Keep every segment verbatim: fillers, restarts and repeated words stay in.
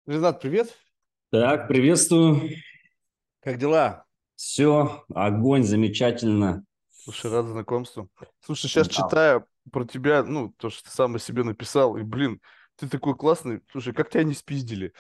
Ренат, привет. Так, приветствую. Как дела? Все, огонь, замечательно. Слушай, рад знакомству. Слушай, сейчас Да. читаю про тебя, ну, то, что ты сам о себе написал, и, блин, ты такой классный. Слушай, как тебя не спиздили?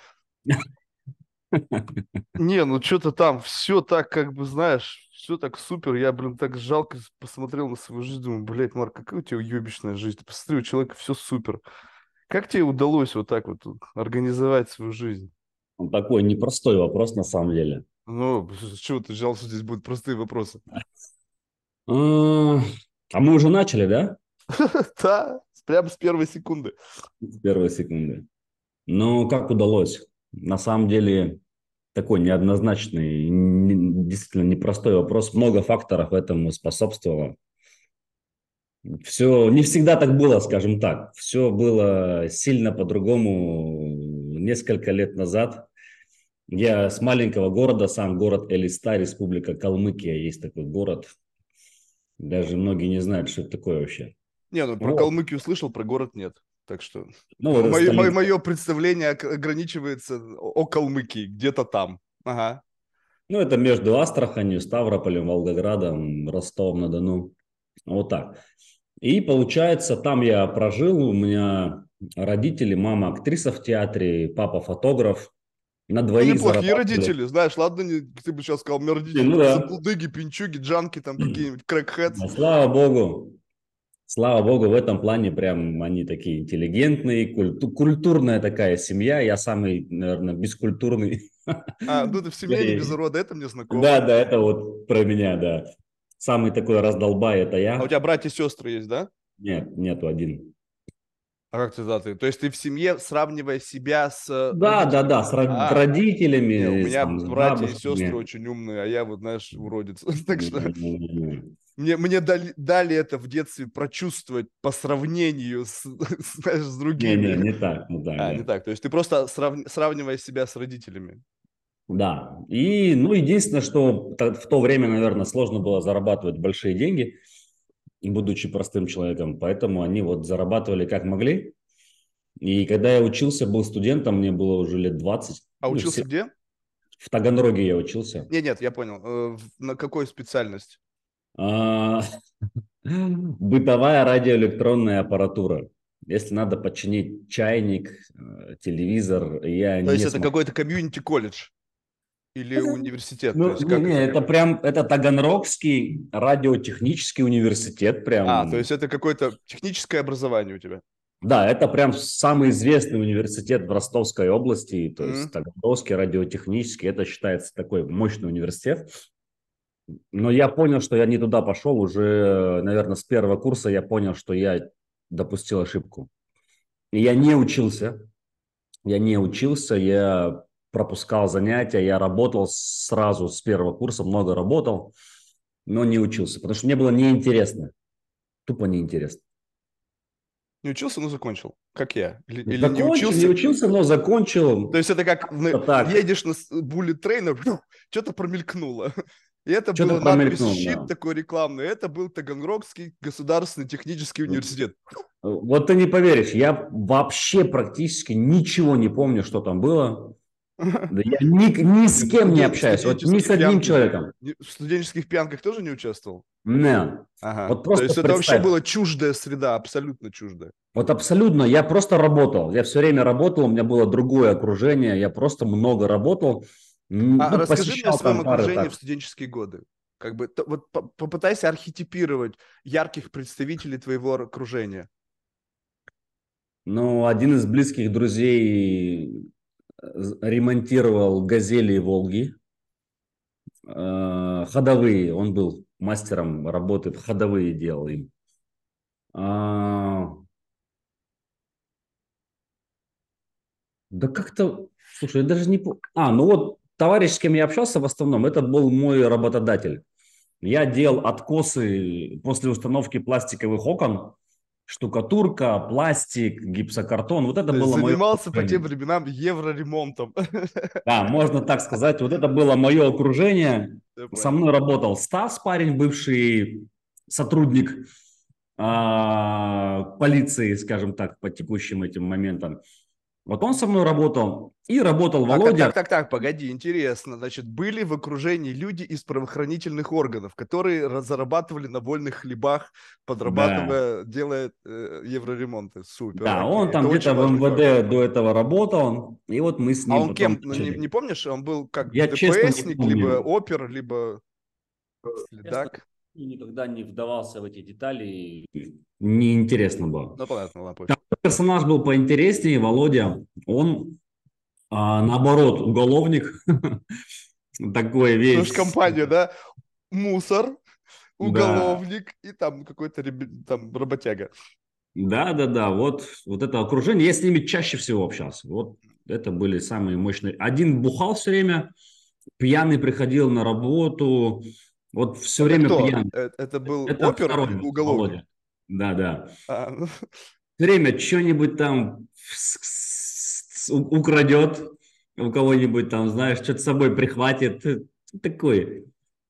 Не, ну что-то там, все так, как бы, знаешь, все так супер. Я, блин, так жалко посмотрел на свою жизнь, думаю, блядь, Марк, какая у тебя уебищная жизнь. Ты посмотри, у человека все супер. Как тебе удалось вот так вот организовать свою жизнь? Он такой непростой вопрос на самом деле. Ну, с чего ты взял, что здесь будут простые вопросы? А а мы уже начали, да? Да, прямо с первой секунды. С первой секунды. Ну, как удалось? На самом деле, такой неоднозначный, не- действительно непростой вопрос. Много факторов этому способствовало. Все не всегда так было, скажем так. Все было сильно по-другому несколько лет назад. Я с маленького города, сам город Элиста, Республика Калмыкия, есть такой город. Даже многие не знают, что это такое вообще. Не, ну про Вот. Калмыкию слышал, про город нет. Так что Ну, вот это мое, столица. мое представление ок- ограничивается о о Калмыкии, где-то там. Ага. Ну, это между Астраханью, Ставрополем, Волгоградом, Ростовом-на-Дону. Вот так. И получается, там я прожил, у меня родители, мама актриса в театре, папа фотограф. На Ну, двоих неплохие зарабатывали. родители. Знаешь, ладно, не, ты бы сейчас сказал, у меня Не, родители ну там да. забулдыги, пинчуги, джанки, там какие-нибудь крэкхедс. Да, слава богу. Слава богу, в этом плане прям они такие интеллигентные, культу- культурная такая семья. Я самый, наверное, бескультурный. А, ну, ты в семье не без И- урода, это мне знакомо. Да, да, это вот про меня, да. Самый такой раздолбай это А у я. тебя братья и сестры есть, да? Нет, нету один. А как ты, да, ты? То есть ты в семье, сравнивая себя с э, Да, да, родителями? да, с род- А, не, у родителями, с, меня там, с братья и сестры бабушками. очень умные, а я вот, знаешь, уродец. Так что Не-не-не-не. Мне, мне дали, дали это в детстве прочувствовать по сравнению с, знаешь, с Не-не, другими. не так, не так, А, да. не так. То есть ты просто срав, сравнивая себя с родителями. Да, и, ну, единственное, что та- в то время, наверное, сложно было зарабатывать большие деньги, будучи простым человеком, поэтому они вот зарабатывали как могли. И когда я учился, был студентом, мне было уже лет двадцать, А ну, учился все, где? в Таганроге я учился. Нет, нет, я понял. Э, в- на какой специальность? А, Бытовая радиоэлектронная аппаратура. Если надо починить чайник, э, телевизор, я То есть не это смог. какой-то комьюнити-колледж или университет? То Ну, есть не, как не, это? это прям, это Таганрогский радиотехнический университет, А, то прям. есть это какое-то техническое образование у тебя. Да, это прям самый известный университет в Ростовской области, то есть М. Таганрогский радиотехнический, это считается такой мощный университет. Но я понял, что я не туда пошел, уже, наверное, с первого курса я понял, что я допустил ошибку. И я не учился, я не учился, я пропускал занятия, я работал сразу с первого курса, много работал, но не учился, потому что мне было неинтересно, тупо неинтересно. Не учился, но закончил. Как я. Или, или не Закончил, не учился. учился, но То закончил. есть это как на- Вот так, едешь на буллет трейна, что-то промелькнуло. И это что-то была надпись промелькнул, щит да. такой рекламный. Это был Таганрогский государственный технический университет. Вот ты не поверишь, я вообще практически ничего не помню, что там было. Да я ни, ни с кем не Студен- общаюсь, вот ни с студенческие одним пьянки. человеком. Не- В студенческих пьянках тоже не участвовал? Не. Ага. Вот То просто есть это вообще представь, была чуждая среда, абсолютно чуждая. вот абсолютно, я просто работал, я все время работал, у меня было другое окружение, я просто много работал, М, А ну, расскажи мне о посещал своем там пары окружении в так. студенческие годы. Как бы, то- вот по- попытайся архетипировать ярких представителей твоего окружения. Но один из близких друзей э, ремонтировал «Газели» и «Волги», э, ходовые, он был мастером работы, ходовые делал им. А, да как-то, слушай, я даже не помню. А, ну вот товарищ, с кем я общался в основном, это был мой работодатель. Я делал откосы после установки пластиковых окон, штукатурка, пластик, гипсокартон. Вот это То есть было мое занимался по тем окружение. временам евроремонтом. Да, можно так сказать. Вот это было мое окружение. Я Со понял. мной работал Стас, парень, бывший сотрудник а, полиции, скажем так, по текущим этим моментам. Вот он со мной работал, и работал Так, а, Володя. так, так, так, погоди, интересно. Значит, были в окружении люди из правоохранительных органов, которые раз- зарабатывали на вольных хлебах, Да, подрабатывая, делая э, евроремонты. Супер, да, окей. он Это там очень где-то в важный факт. эм вэ дэ до этого работал, и вот мы с А ним он потом кем? Ну, не, начали. не помнишь? Он был как Я честно не ДПСник, либо помню. опер, либо Честно, следак. никогда не вдавался в эти детали. Неинтересно было. Ну, понятно, ладно, Там пофиг. персонаж был поинтереснее, Володя. Он, а, наоборот, уголовник. Такой Потому что весь. компания, да, мусор, Да, уголовник и там какой-то ребя- там работяга. да, да, да. Вот, вот это окружение. Я с ними чаще всего общался. Вот это были самые мощные. Один бухал все время, пьяный приходил на работу. Вот все Это время кто? пьяный. Э, Это был Это опер второй либо уголовник? Володя. Да, да. А, ну, Все время что-нибудь там с- с- у- украдет у кого-нибудь там, знаешь, что-то с собой прихватит. Э, Такой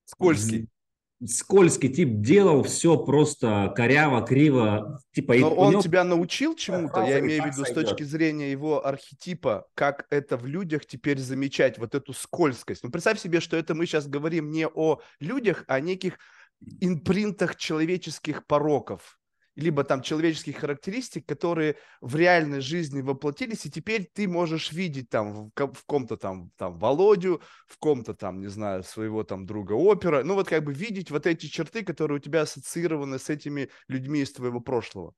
з- скользкий. скользкий тип, делал все просто коряво, криво. Типа, Но и у он него тебя научил чему-то, я фраза и имею в так виду с сойдет. точки зрения его архетипа, как это в людях теперь замечать, вот эту скользкость. Ну, представь себе, что это мы сейчас говорим не о людях, а о неких импринтах человеческих пороков, либо там человеческих характеристик, которые в реальной жизни воплотились, и теперь ты можешь видеть там в, ко- в ком-то там, там Володю, в ком-то там, не знаю, своего там друга опера, ну вот как бы видеть вот эти черты, которые у тебя ассоциированы с этими людьми из твоего прошлого.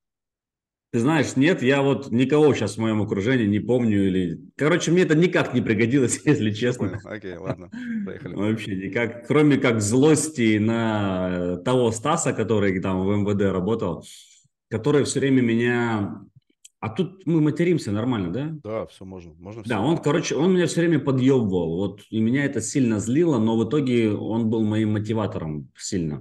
Ты знаешь, нет, я вот никого сейчас в моем окружении не помню. Или... Короче, мне это никак не пригодилось, если Все честно. понял. Окей, ладно. Поехали. Вообще никак. Кроме как злости на того Стаса, который там в эм вэ дэ работал, который все время меня... А тут мы материмся нормально, да? Да, все можно. Можно Да, все. он, короче, он меня все время подъебывал. Вот, и меня это сильно злило, но в итоге он был моим мотиватором сильно.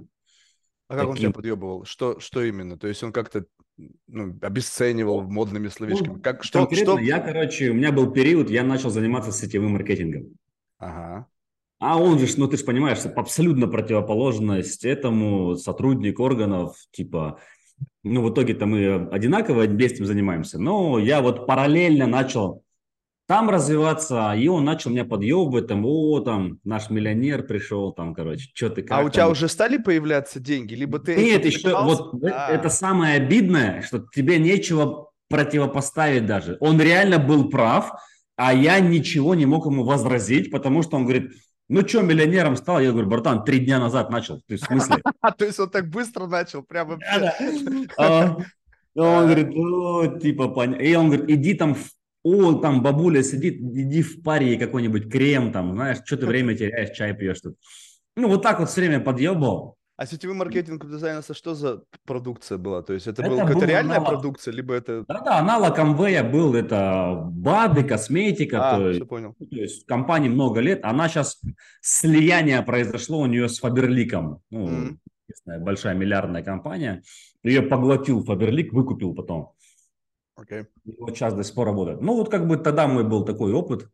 А как он тебя Таким. подъебывал? Что, что именно? То есть он как-то ну, обесценивал модными словечками. Ну, Как, что, конкретно что? я, короче, у меня был период, я начал заниматься сетевым маркетингом. Ага. А он же, ж, ну ты же понимаешь, абсолютно противоположность этому сотрудник органов, типа, ну в итоге-то мы одинаково этим занимаемся, но я вот параллельно начал там развиваться, и он начал меня подъебывать, там, о, там, наш миллионер пришел, там, короче, что ты, А у как тебя там. уже стали появляться деньги? Либо ты этим Нет, еще занимался? вот э- это А, самое обидное, что тебе нечего противопоставить даже. Он реально был прав, а я ничего не мог ему возразить, потому что он говорит, ну что, миллионером стал? Я говорю, братан, три дня назад начал. Ты в смысле? то есть он так быстро начал, прям вообще. Да-да. А, Он Так. говорит, ну, типа, поня-». И он говорит, иди там, в... о, там бабуля сидит, иди в паре ей какой-нибудь крем, там, знаешь, что ты время теряешь, чай пьешь тут. Ну, вот так вот все время подъебал. А сетевой маркетинг у дизайнерса что за продукция была? То есть это была Это какая-то был реальная аналог. продукция, либо это... Да-да, аналог Amway был, это БАДы, косметика, А, то все есть, понял. ну, то есть компании много лет, она сейчас, слияние произошло у нее с Фаберликом, М, ну, известная большая миллиардная компания, ее поглотил Фаберлик, выкупил потом, Окей. и вот сейчас до сих пор работает. Ну, вот как бы тогда мой был такой опыт,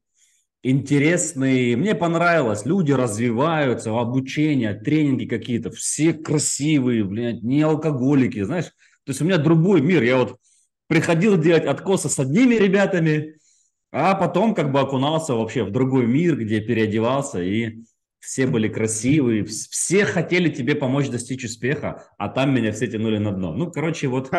интересный, мне понравилось, люди развиваются, обучение, тренинги какие-то, все красивые, блядь, не алкоголики, знаешь, то есть у меня другой мир, я вот приходил делать откосы с одними ребятами, а потом как бы окунался вообще в другой мир, где переодевался, и все были красивые, вс- все хотели тебе помочь достичь успеха, а там меня все тянули на дно. Ну, короче, вот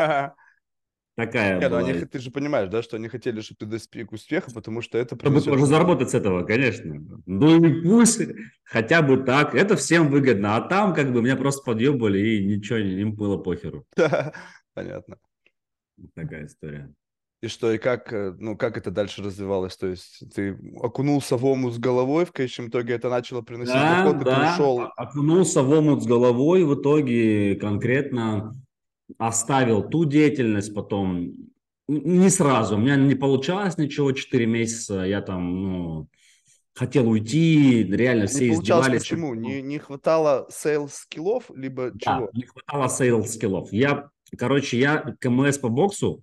такая Не, ну они, была. х- ты же понимаешь, да, что они хотели, чтобы ты достиг успеха, потому что это Чтобы принесет тоже им деньги. заработать с этого, конечно. Ну и пусть хотя бы так, это всем выгодно. А там как бы меня просто подъебывали и ничего, им было похеру. Да, понятно. Такая история. И что, и как, э, ну, как это дальше развивалось? То есть ты окунулся в омут с головой, в конечном итоге это начало приносить Да, доход, и ты да, ушел. о- окунулся в омут с головой, в итоге конкретно оставил ту деятельность потом. Н- Не сразу, у меня не получалось ничего, четыре месяца, я там, ну, хотел уйти, реально А не все получалось издевались. почему? Не, не хватало сейлс-скиллов, либо Да, чего? не хватало сейлс скиллов. Я, короче, я КМС по боксу,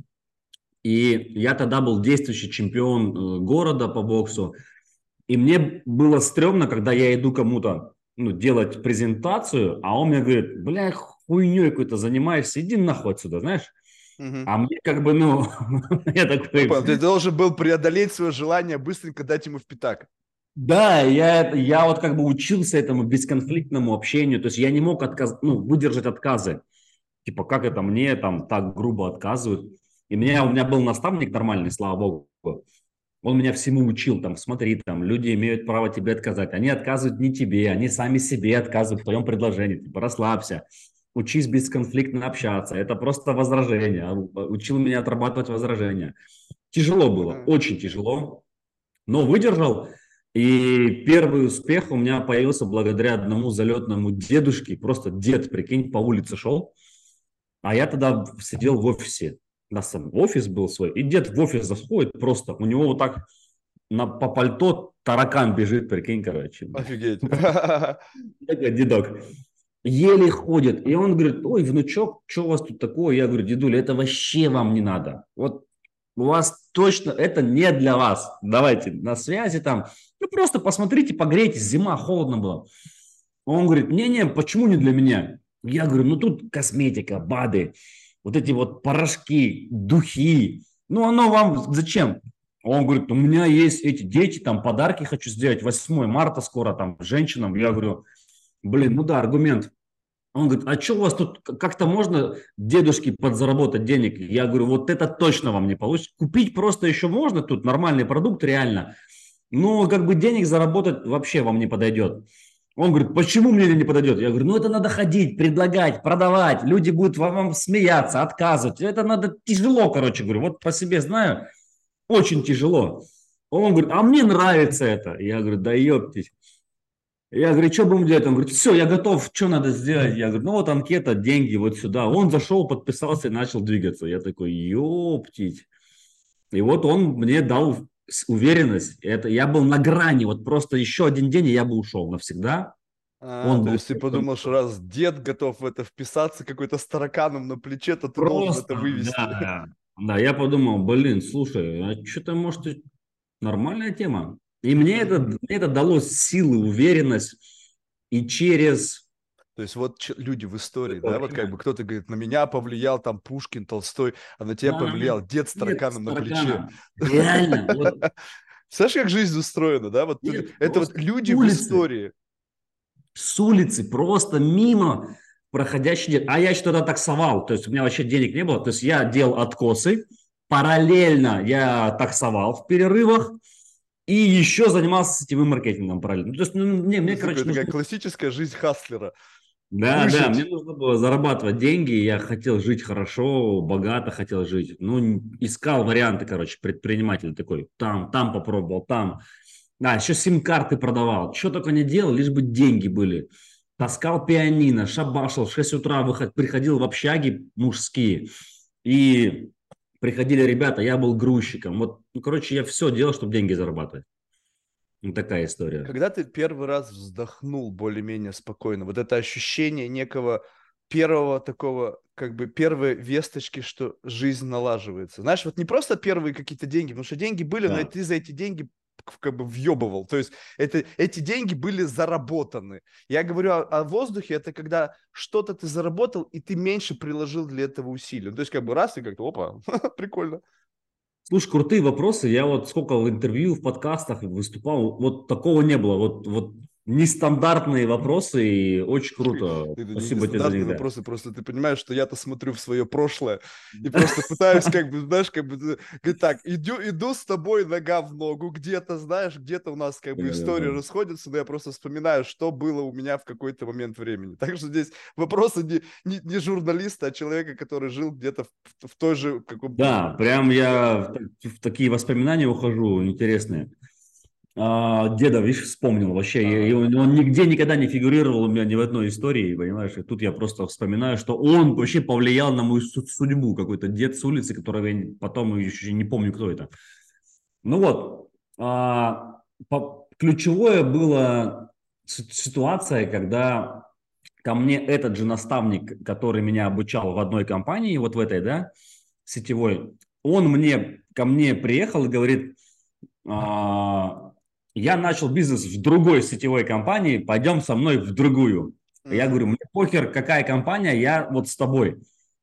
и я тогда был действующий чемпион э, города по боксу. И мне было стрёмно, когда я иду кому-то ну, делать презентацию, а он мне говорит, бля, хуйней какой-то занимаешься, иди нахуй отсюда, знаешь. Мгм. А мне как бы, ну, я Я такой, понял, ты должен был преодолеть свое желание быстренько дать ему в пятак. да, я, я вот как бы учился этому бесконфликтному общению, то есть я не мог отказ, ну, выдержать отказы. Типа, как это мне там так грубо отказывают? И меня, у меня был наставник нормальный, слава богу. Он меня всему учил, там, смотри, там, люди имеют право тебе отказать. Они отказывают не тебе, они сами себе отказывают в твоем предложении. Типа, расслабься, учись бесконфликтно общаться. Это просто возражение. Учил меня отрабатывать возражения. Тяжело было, Ага. очень тяжело, но выдержал. И первый успех у меня появился благодаря одному залетному дедушке. Просто дед, прикинь, по улице шел. А я тогда сидел в офисе. У нас там офис был свой. И дед в офис заходит просто. У него вот так на, по пальто таракан бежит, прикинь, короче. Офигеть. Такой дедок. Еле ходит. И он говорит, ой, внучок, что у вас тут такое? Я говорю, дедуля, это вообще вам не надо. Вот у вас точно это не для вас. Давайте на связи там. Ну, просто посмотрите, погрейтесь. Зима, холодно было. Он говорит, не-не, почему не для меня? Я говорю, ну тут косметика, БАДы, вот эти вот порошки, духи. Ну оно вам зачем? Он говорит, у меня есть эти дети, там подарки хочу сделать, восьмое марта скоро там женщинам. Я говорю, блин, ну да, аргумент. Он говорит, а что у вас тут как-то можно дедушке подзаработать денег? Я говорю, вот это точно вам не получится. Купить просто еще можно, тут нормальный продукт реально. Но как бы денег заработать вообще вам не подойдет. Он говорит, почему мне это не подойдет? Я говорю, ну это надо ходить, предлагать, продавать. Люди будут вам, вам смеяться, отказывать. Это надо тяжело, короче, говорю. Вот по себе знаю, очень тяжело. Он говорит, а мне нравится это. Я говорю, да ептись. Я говорю, что будем делать? Он говорит, все, я готов, что надо сделать? Я говорю, ну вот анкета, деньги, вот сюда. Он зашел, подписался и начал двигаться. Я такой, ептить. И вот он мне дал уверенность. Это, я был на грани, вот просто еще один день, и я бы ушел навсегда. А, Он то был есть ты подумал, что раз дед готов в это вписаться какой-то с тараканом на плече, то ты должен это просто, вывести. да. Да, я подумал, блин, слушай, а что-то, может, и нормальная тема. И мне это, мне это дало силы, уверенность. И через... То есть вот ч- люди в истории, это да, вот как время- бы кто-то говорит, на меня повлиял там Пушкин, Толстой, а на тебя Да, на меня повлиял дед с нет тараканом с на плече. таракана. Реально, вот Знаешь, как жизнь устроена, да? Вот ты- нет, это вот просто люди в улицы. истории. С улицы, просто мимо проходящий дед. А я еще тогда таксовал, то есть у меня вообще денег не было. То есть я делал откосы, параллельно я таксовал в перерывах и еще занимался сетевым маркетингом параллельно. Ну, то есть ну, мне, То мне, есть такая, короче, такая нужно... классическая жизнь хаслера. Да, да, мне Выжить. нужно было зарабатывать деньги, я хотел жить хорошо, богато хотел жить. Ну, искал варианты, короче, предприниматель такой, там, там попробовал, там. А, еще сим-карты продавал. Что только не делал, лишь бы деньги были. Таскал пианино, шабашил, в шесть утра выход, приходил в общаги мужские. И приходили ребята, я был грузчиком. Вот, ну, короче, я все делал, чтобы деньги зарабатывать. Вот такая история. Когда ты первый раз вздохнул более-менее спокойно, вот это ощущение некого первого такого, как бы первой весточки, что жизнь налаживается. Знаешь, вот не просто первые какие-то деньги, потому что деньги были, но и Да. ты за эти деньги как бы въебывал. То есть это, эти деньги были заработаны. Я говорю о, о воздухе, это когда что-то ты заработал, и ты меньше приложил для этого усилий. Ну, то есть как бы раз и как-то, опа, прикольно. Слушай, крутые вопросы. Я вот сколько в интервью, в подкастах выступал, вот такого не было. Вот, вот нестандартные вопросы, и очень круто. Это не Спасибо тебе за нестандартные них, да. вопросы, просто ты понимаешь, что я-то смотрю в свое прошлое и просто пытаюсь, как бы, знаешь, как бы, говорить так, иду, иду с тобой нога в ногу, где-то, знаешь, где-то у нас как бы истории Да-да-да. расходятся, но я просто вспоминаю, что было у меня в какой-то момент времени. Так что здесь вопросы не, не, не журналиста, а человека, который жил где-то в, в той же каком-то... Да, прям я в, так- в такие воспоминания ухожу, интересные. А, деда, видишь, вспомнил вообще. И Ага. он, он нигде никогда не фигурировал у меня ни в одной истории, понимаешь? И тут я просто вспоминаю, что он вообще повлиял на мою су- судьбу. Какой-то дед с улицы, которого я не- потом еще не помню, кто это. Ну вот, а, по- ключевое было си- ситуация, когда ко мне этот же наставник, который меня обучал в одной компании, вот в этой, да, сетевой, он мне, ко мне приехал и говорит, а, я начал бизнес в другой сетевой компании, пойдем со мной в другую. Я Мгм. говорю, мне похер, какая компания, я вот с тобой.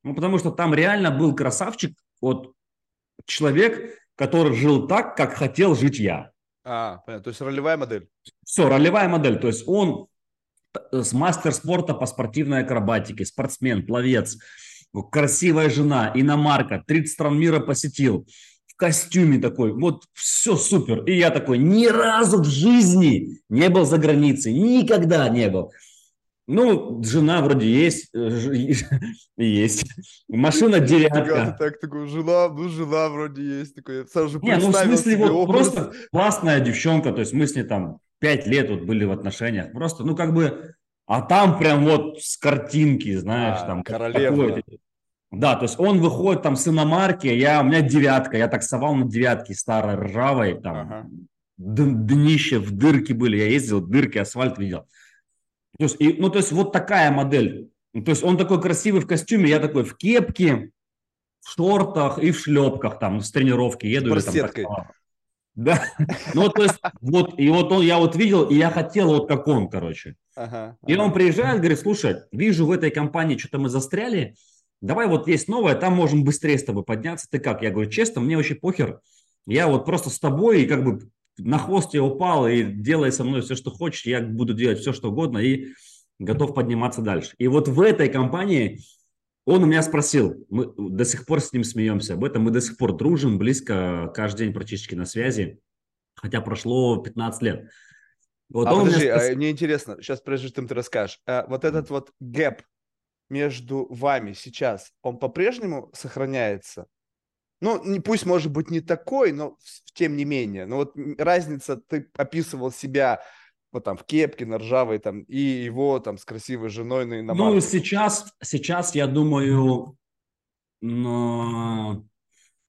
Ну, потому что там реально был красавчик, вот человек, который жил так, как хотел жить я. А, понятно. То есть ролевая модель. Все, ролевая модель. То есть он с мастер спорта по спортивной акробатике, спортсмен, пловец, красивая жена, иномарка, тридцать стран мира посетил, в костюме такой, вот все супер. И я такой, ни разу в жизни не был за границей, никогда не был. Ну, жена вроде есть, есть. Машина Нифига ты девятка. так, такой, жена, ну, жена вроде есть. Такой, я сразу же Не, ну в представил смысле себе вот образ. просто классная девчонка, то есть мы с ней там пять лет вот были в отношениях, просто, ну как бы, а там прям вот с картинки, знаешь, А, там такое. королевна. Да, то есть он выходит там с иномарки, я, у меня девятка, я таксовал на девятке старой ржавой, там Ага. днище в дырки были, я ездил, дырки, асфальт видел. То есть, и, ну то есть вот такая модель. То есть он такой красивый в костюме, я такой в кепке, в шортах и в шлепках там с тренировки С еду или там барсеткой. таксовал. Да, ну вот, то есть, вот, и вот он, я вот видел, и я хотел вот как он, короче. Ага, И он ага. приезжает, говорит, слушай, вижу в этой компании что-то мы застряли, давай вот есть новое, там можем быстрее с тобой подняться. Ты как? Я говорю, честно, мне вообще похер. Я вот просто с тобой и как бы на хвост я упал, и делай со мной все, что хочешь, я буду делать все, что угодно, и готов подниматься дальше. И вот в этой компании он у меня спросил, мы до сих пор с ним смеемся об этом, мы до сих пор дружим, близко, каждый день практически на связи, хотя прошло пятнадцать лет. Вот А он у меня подожди, а, спросил, мне интересно, сейчас прежде чем ты расскажешь, а, вот этот вот гэп между вами сейчас, он по-прежнему сохраняется? Ну, не, пусть может быть не такой, но в- тем не менее. Ну вот м, разница, ты описывал себя вот там в кепке, на ржавой там, и его там с красивой женой на ну, иномарке. сейчас, сейчас я думаю, ну,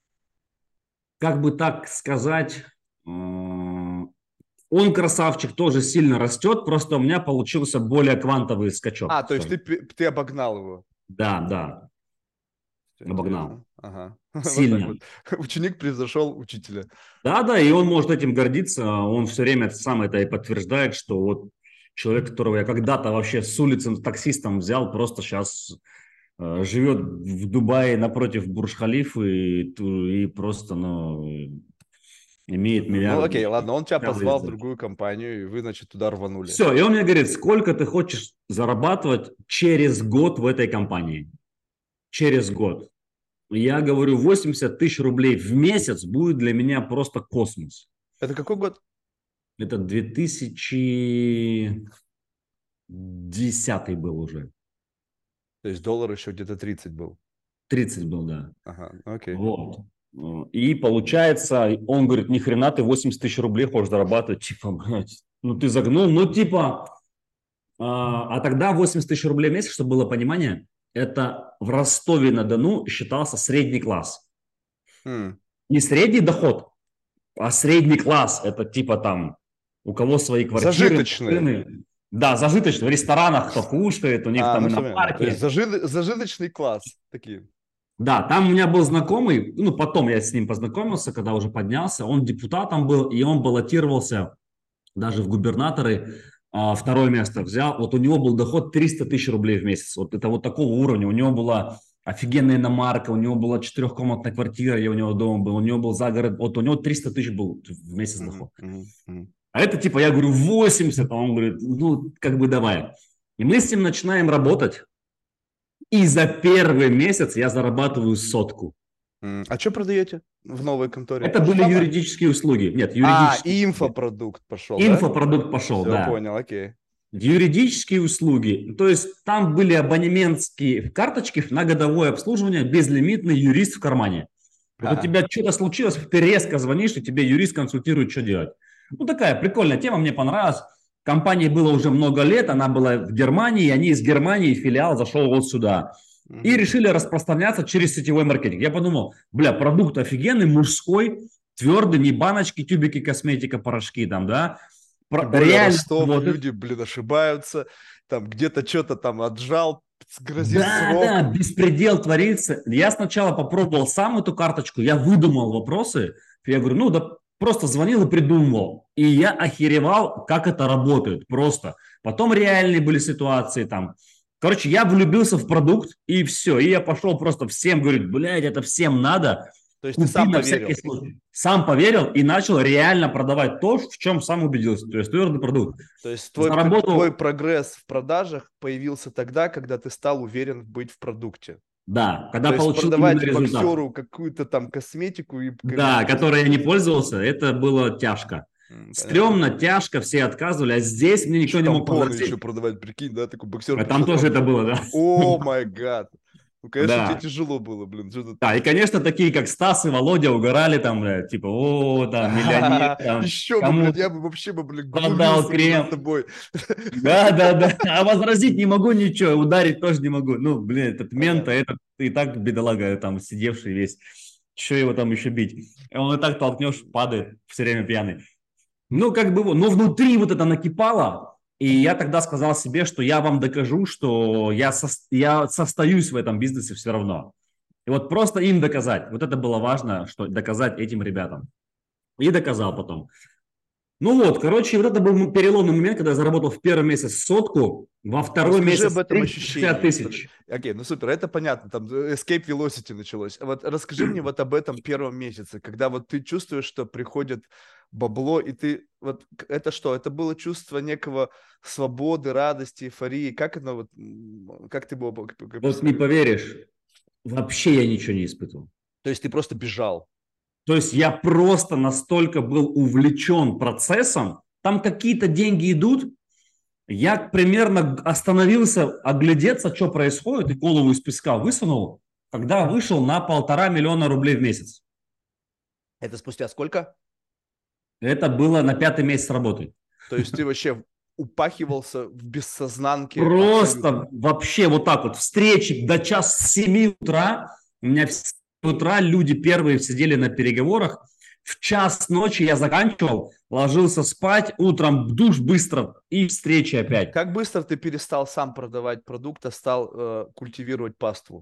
как бы так сказать, э, он красавчик, тоже сильно растет, просто у меня получился более квантовый скачок. А, то есть Все. ты, пе- ты обогнал его. Да, да, Всё обогнал. интересно. Ага. Вот так Сильно. вот. Ученик превзошел учителя. Да, да, и он может этим гордиться. Он все время сам это и подтверждает, что вот человек, которого я когда-то вообще с улицы таксистом взял, просто сейчас э, живет в Дубае напротив Бурдж-Халифы и, ту- и просто, ну, имеет Ну, ну, миллиарды. окей, ладно, он тебя Взял и позвал в сделал. другую компанию, и вы, значит, туда рванули. Все, и он мне говорит, сколько ты хочешь зарабатывать через год в этой компании? Через год. Я говорю, восемьдесят тысяч рублей в месяц будет для меня просто космос. Это какой год? Это две тысячи десятый был уже. То есть доллар еще где-то тридцать был. Тридцать был, да. Ага, ну окей. Вот. И получается, он говорит, ни хрена ты восемьдесят тысяч рублей хочешь зарабатывать. Типа, блядь, ну ты загнул. Ну типа, а, а тогда восемьдесят тысяч рублей в месяц, чтобы было понимание, это в Ростове-на-Дону считался средний класс. М. Не средний доход, а средний класс. Это типа там, у кого свои квартиры, Зажиточные. машины. Да, зажиточно. В ресторанах кто кушает, у них А, там ну и на все понятно. То есть парке. зажи- зажиточный класс такие. Да, там у меня был знакомый, ну, потом я с ним познакомился, когда уже поднялся, он депутатом был, и он баллотировался даже в губернаторы, а, второе место взял. Вот у него был доход триста тысяч рублей в месяц. Вот это вот такого уровня. У него была офигенная иномарка, у него была четырехкомнатная квартира, я у него дома был, у него был загород, вот у него триста тысяч был в месяц Мгм, доход. мгм, мгм. А это типа, я говорю, восемьдесят, а он говорит, ну, как бы давай. И мы с ним начинаем работать, и за первый месяц я зарабатываю сотку. М. А что продаете в новой конторе? Это То же были самое? юридические услуги. Нет, А, юридические услуги. инфопродукт пошел, да? Инфопродукт пошел, Все, да. понял, окей. Юридические услуги. То есть там были абонементские карточки на годовое обслуживание, безлимитный юрист в кармане. Вот у Ага. тебя что-то случилось, ты резко звонишь, и тебе юрист консультирует, что делать. Ну, такая прикольная тема, мне понравилась. Компании было уже много лет, она была в Германии, и они из Германии, филиал зашел вот сюда. И Мгм. решили распространяться через сетевой маркетинг. Я подумал, бля, продукт офигенный, мужской, твердый, не баночки, тюбики, косметика, порошки там, да. Тем Про- более реально Ростов, работает. люди, блин, ошибаются, там где-то что-то там отжал, грозит Да, да, срок. беспредел творится. Я сначала попробовал сам эту карточку, я выдумал вопросы. Я говорю, ну да, просто звонил и придумывал. И я охеревал, как это работает просто. Потом реальные были ситуации там. Короче, я влюбился в продукт, и все. И я пошел просто всем говорить, блядь, это всем надо. То есть ты Купи сам на всякий поверил. случай. Сам поверил и начал реально продавать то, в чем сам убедился. То есть твердый продукт. То есть твой, твой Заработал, прогресс в продажах появился тогда, когда ты стал уверен быть в продукте. да, когда То есть получил именно продавать результат. боксеру какую-то там косметику и Да, говорить, которой я не пользовался, это было тяжко. м, понятно. Стрёмно, тяжко, все отказывали, а здесь мне никто не мог Шампоны еще возразить. продавать, прикинь, да, такой боксер А там пришел, тоже там, это было, да. о май гад. Ну, конечно, тебе Да. тяжело было, блин. Что Да, и, конечно, такие, как Стас и Володя, угорали там, бля, типа, о, там, миллионер, там, еще бы, кому блин, я бы вообще бы, блин, продал глумился бы над крем. тобой. Да, да, да. А возразить не могу ничего, ударить тоже не могу. Ну, блин, этот мент, а Понятно. этот и так бедолага там сидевший весь. Что его там еще бить? Он и так толкнешь, падает, все время пьяный. Ну, как бы, вот, но внутри вот это накипало, и я тогда сказал себе, что я вам докажу, что я, со, я состоюсь в этом бизнесе все равно. И вот просто им доказать. Вот это было важно, что доказать этим ребятам. И доказал потом. Ну вот, короче, вот это был переломный момент, когда я заработал в первый месяц сотку, во второй Расскажи об месяц этом триста шестьдесят ощущении. Подожди. тысяч. Окей, ну супер, это понятно, там э, escape velocity началось. Вот расскажи мне вот об этом первом месяце, когда вот ты чувствуешь, что приходит бабло, и ты, вот к- это что? Это было чувство некого свободы, радости, эйфории. Как это вот, м, как ты его об- об- Вот не описал? поверишь, вообще я ничего не испытывал. То есть ты просто бежал. То есть я просто настолько был увлечен процессом, там какие-то деньги идут, я примерно остановился оглядеться, что происходит, и голову из песка высунул, когда вышел на полтора миллиона рублей в месяц. Это спустя сколько? Это было на пятый месяц работы. То есть ты вообще упахивался в бессознанке абсолютно. Просто вообще вот так вот. Встречи до час семи утра. У меня в семь утра люди первые сидели на переговорах. В час ночи я заканчивал, ложился спать, утром в душ быстро и встречи опять. Как быстро ты перестал сам продавать продукт, а стал э, культивировать паству?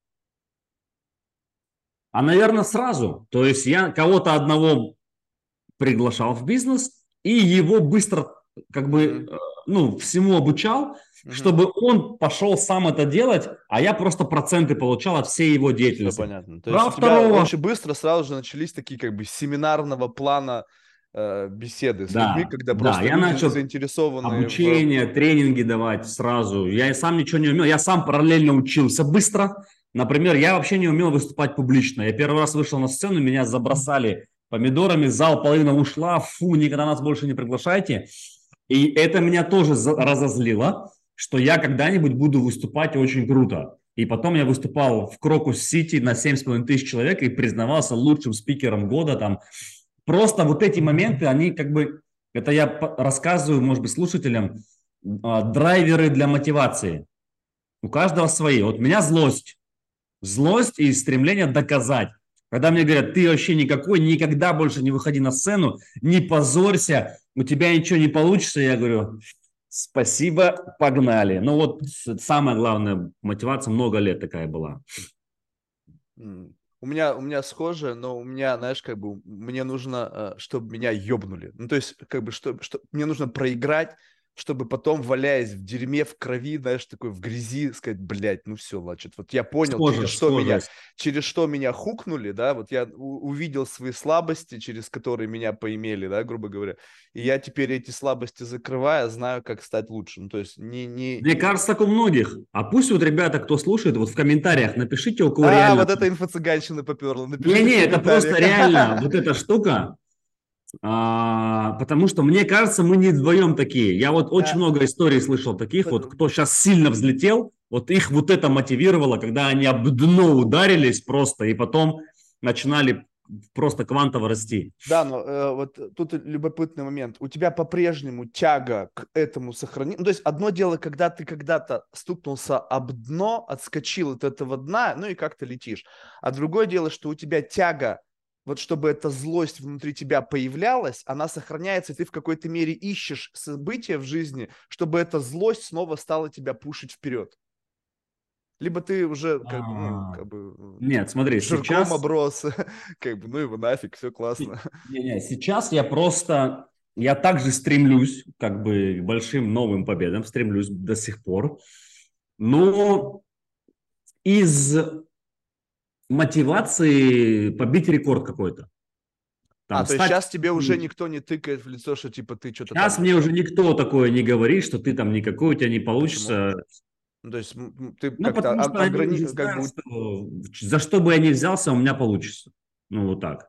А, наверное, сразу. То есть я кого-то одного приглашал в бизнес и его быстро как бы, Мгм. э, ну, всему обучал, Мгм. чтобы он пошел сам это делать, а я просто проценты получал от всей его Все деятельности. понятно. То есть Про у тебя второго, очень быстро сразу же начались такие как бы семинарного плана э, беседы с людьми, да, когда да, просто я люди начал заинтересованные в... обучение, тренинги давать сразу. Я и сам ничего не умел, я сам параллельно учился быстро. Например, я вообще не умел выступать публично. Я первый раз вышел на сцену, меня забросали помидорами, зал половина ушла, фу, никогда нас больше не приглашайте. И это меня тоже разозлило, что я когда-нибудь буду выступать очень круто. И потом я выступал в Крокус-Сити на семь с половиной тысяч человек и признавался лучшим спикером года. Там. Просто вот эти моменты, они как бы, это я рассказываю, может быть, слушателям, драйверы для мотивации. У каждого свои. Вот у меня злость. Злость и стремление доказать. Когда мне говорят, ты вообще никакой, никогда больше не выходи на сцену, не позорься, у тебя ничего не получится, я говорю, спасибо, погнали. Ну вот самая главная мотивация, много лет такая была. М. У меня, у меня схоже, но у меня, знаешь, как бы мне нужно, э, чтобы меня ёбнули. Ну, то есть, как бы, что, что мне нужно проиграть, чтобы потом, валяясь в дерьме, в крови, знаешь, такой в грязи, сказать, блядь, ну все, значит, вот я понял, через Схоже, что схоже. меня, через что меня хукнули, да, вот я у- увидел свои слабости, через которые меня поимели, да, грубо говоря, и я теперь эти слабости закрывая, знаю, как стать лучше. Ну, то есть, не, не, Мне не... кажется, так у многих. А пусть вот ребята, кто слушает, вот в комментариях напишите, у кого А, реально. вот эта инфо-цыганщина поперла, напишите в Не-не, это комментариях. просто реально вот эта штука. А, потому что, мне кажется, мы не вдвоем такие. Я вот очень А, много историй слышал таких, вот под- кто сейчас сильно взлетел, вот их вот это мотивировало, когда они об дно ударились просто, и потом начинали просто квантово расти. Да, но э, вот тут любопытный момент. У тебя по-прежнему тяга к этому сохранению. Ну, то есть одно дело, когда ты когда-то стукнулся об дно, отскочил от этого дна, ну и как-то летишь. А другое дело, что у тебя тяга, вот чтобы эта злость внутри тебя появлялась, она сохраняется, и ты в какой-то мере ищешь события в жизни, чтобы эта злость снова стала тебя пушить вперед. Либо ты уже как бы, ну, А, как бы Нет, смотри, жирком сейчас, оброс, как бы, ну его нафиг, все не, классно. не, сейчас я просто, я также стремлюсь, как бы, к большим новым победам, стремлюсь до сих пор. Но из мотивации побить рекорд какой-то. А, Там то есть стать... сейчас тебе уже никто не тыкает в лицо, что типа ты что-то Сейчас там... мне уже никто такое не говорит, что ты там никакой, у тебя не Почему? получится. Ну, то есть м, м, ты Ну, как-то потому что они ограни... уже как знают, бы... что за что бы я ни взялся, у меня получится. Ну, вот так.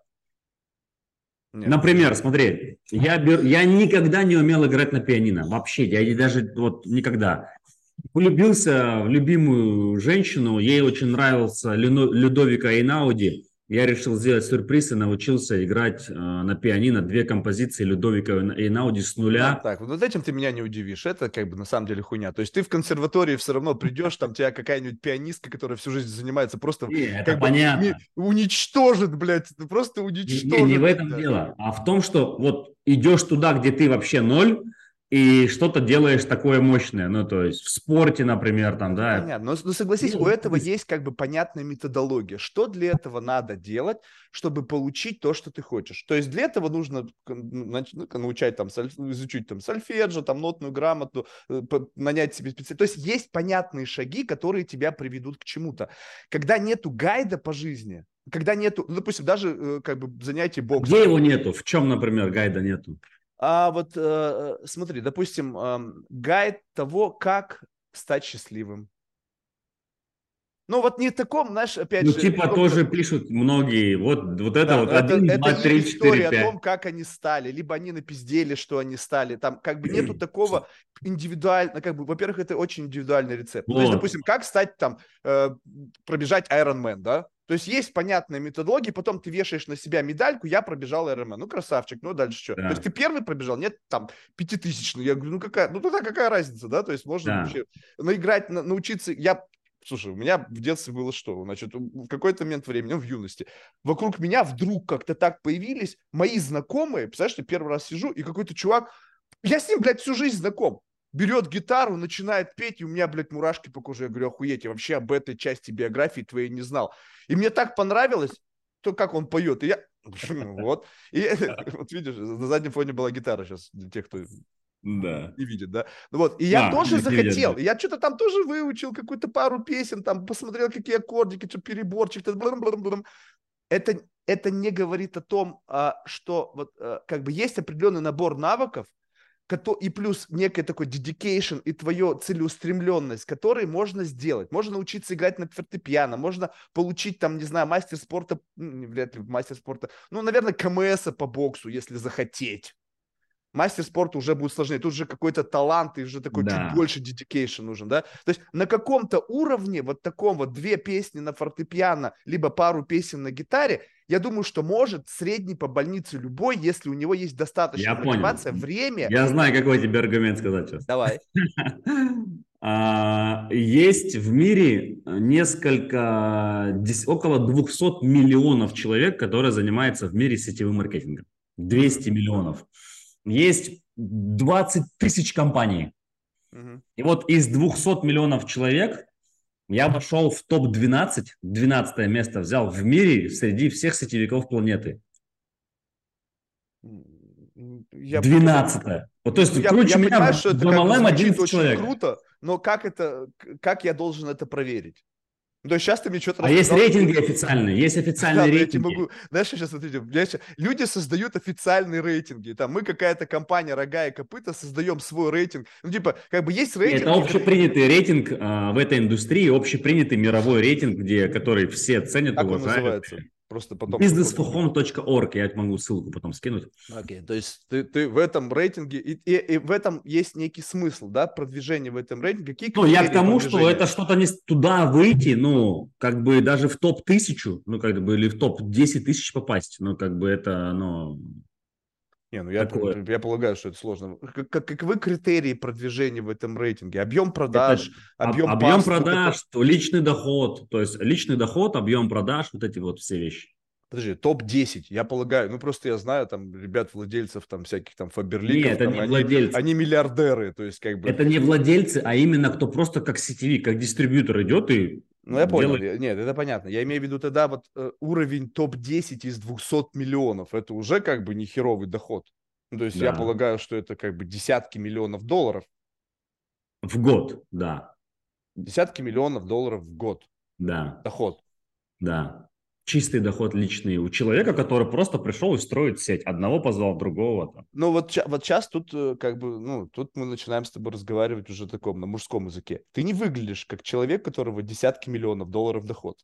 Не, Например, подожди. смотри, я, бер- я никогда не умел играть на пианино. Вообще, я и даже вот никогда. Влюбился в любимую женщину, ей очень нравился Люно- Людовико Эйнауди. Я решил сделать сюрприз и научился играть э, на пианино две композиции Людовико Эйнауди с Ну, нуля. так, вот этим ты меня не удивишь. Это как бы на самом деле хуйня. То есть ты в консерватории все равно придешь, там тебя какая-нибудь пианистка, которая всю жизнь занимается, просто Не, это как бы ми- понятно. уничтожит, блядь, ну, просто Не, не не в уничтожит этом тебя. дело, а в том, что вот идешь туда, где ты вообще ноль, и что-то делаешь такое мощное. Ну, то есть в спорте, например, Ну, там, это да. понятно. Но, но согласись, Мне у вот этого есть как бы понятная методология. Что для этого надо делать, чтобы получить то, что ты хочешь? То есть для этого нужно кон- ну, нач- ну, научать там, соль- изучить там сольфеджио, там нотную грамоту, э, по- нанять себе специалиста. То есть есть понятные шаги, которые тебя приведут к чему-то. Когда нету гайда по жизни, когда нету, ну, допустим, даже э, как бы занятий Где боксом. его нету? В чем, например, гайда нету? А вот э, э, смотри, допустим, эм, гайд того, как стать счастливым. Ну, вот не в таком, знаешь, опять Ну, же, типа каком-то... тоже пишут многие, вот, вот это Да, вот но это, один, это два, их три, четыре, история о пять. том, как они стали. Либо они напиздели, что они стали. Там как бы нету такого индивидуально, как бы, во-первых, это очень индивидуальный рецепт. Ну, то есть, Вот, допустим, как стать там, э, пробежать Iron Man, да? То есть есть понятная методология, потом ты вешаешь на себя медальку, я пробежал Iron Man. Ну, красавчик, ну, дальше что? То есть да, ты первый пробежал? Нет, там, пятитысячный. Я говорю, ну, какая, ну, тогда какая разница, да? То есть можно да. вообще наиграть, на, научиться. Я Слушай, у меня в детстве было что? Значит, в какой-то момент времени, ну, в юности, вокруг меня вдруг как-то так появились мои знакомые. Представляешь, я первый раз сижу, и какой-то чувак, я с ним, блядь, всю жизнь знаком, берет гитару, начинает петь, и у меня, блядь, мурашки по коже. Я говорю, охуеть, я вообще об этой части биографии твоей не знал. И мне так понравилось, то, как он поет. И я, вот. И вот видишь, на заднем фоне была гитара сейчас, для тех, кто Да. не видит, да. Ну вот, и я А, тоже не видят, захотел, да. и я что-то там тоже выучил, какую-то пару песен, там посмотрел, какие аккордики, что переборчик, это, это не говорит о том, а, что вот а, как бы есть определенный набор навыков, и плюс некий такой dedication и твоя целеустремленность, которые можно сделать. Можно научиться играть на фортепиано, можно получить там, не знаю, мастер спорта, ну, вряд ли мастер спорта, ну, наверное, КМС по боксу, если захотеть. Мастер спорта уже будет сложнее. Тут же какой-то талант и уже такой чуть Да. больше dedication нужен, да? То есть на каком-то уровне, вот таком вот две песни на фортепиано, либо пару песен на гитаре, я думаю, что может средний по больнице любой, если у него есть достаточная Я понял. мотивация, время. Я знаю, какой тебе аргумент сказать сейчас. Давай. А, Есть в мире несколько, дес- около двухсот миллионов человек, которые занимаются в мире сетевым маркетингом. Мгм. двести миллионов. Есть двадцать тысяч компаний. Мгм. И вот из двухсот миллионов человек я вошел в топ двенадцать, двенадцатое место взял в мире среди всех сетевиков планеты. М, Я как это... Двенадцатое. Вот, то Ну, есть я, я круче меня понимаю, в что это как бы эм эл эм звучит одиннадцать очень человек. круто, но как это, к- как я должен это проверить? Ну, то есть сейчас ты мне что-то А есть рассказал, что рейтинги официальные, есть да, официальные но я тебе рейтинги. могу, знаешь, сейчас смотрите, я щас- люди создают официальные рейтинги, там, мы какая-то компания «Рога и копыта» создаем свой рейтинг, ну, типа, как бы есть И это рейтинги, ко- общепринятый рейтинг а, в этой индустрии, общепринятый мировой рейтинг, где, который все ценят, как он уважают. называется? Просто потом, бизнес чтобы... фор хоум точка орг, я могу ссылку потом скинуть. Окей, то есть ты, ты в этом рейтинге, и, и, и в этом есть некий смысл, да, продвижение в этом рейтинге, какие Ну, я к критерии тому, что продвижения? это что-то не с- туда выйти, ну, как бы даже в топ тысячу, ну, как бы, или в топ десять тысяч попасть, ну, как бы это, ну, Не, ну я, такое. я полагаю, что это сложно. Как, как- каковы критерии продвижения в этом рейтинге? Объем Это продаж, об- объем объем паствы, который... продаж, личный доход, то есть личный доход, объем продаж, вот эти вот все вещи. Подожди, топ десять, я полагаю, ну просто я знаю там ребят, владельцев там всяких там Нет, Фаберликов, это там не они, владельцы. они миллиардеры, то есть как бы, Это не владельцы, а именно кто просто как сетевик, как дистрибьютор идет и ну я понял, делает. я- нет, это понятно, я имею в виду тогда вот э, уровень топ десять из двухсот миллионов, это уже как бы не херовый доход, ну, то есть я Да, полагаю, что это как бы десятки миллионов долларов. в год, да. Десятки миллионов долларов в год Да, доход. да. Чистый доход личный у человека, который просто пришел и строит сеть. Одного позвал, другого. Там. Ну вот, ща- вот сейчас тут э, как бы, ну, тут мы начинаем с тобой разговаривать уже таком на мужском языке. Ты не выглядишь как человек, у которого десятки миллионов долларов доход.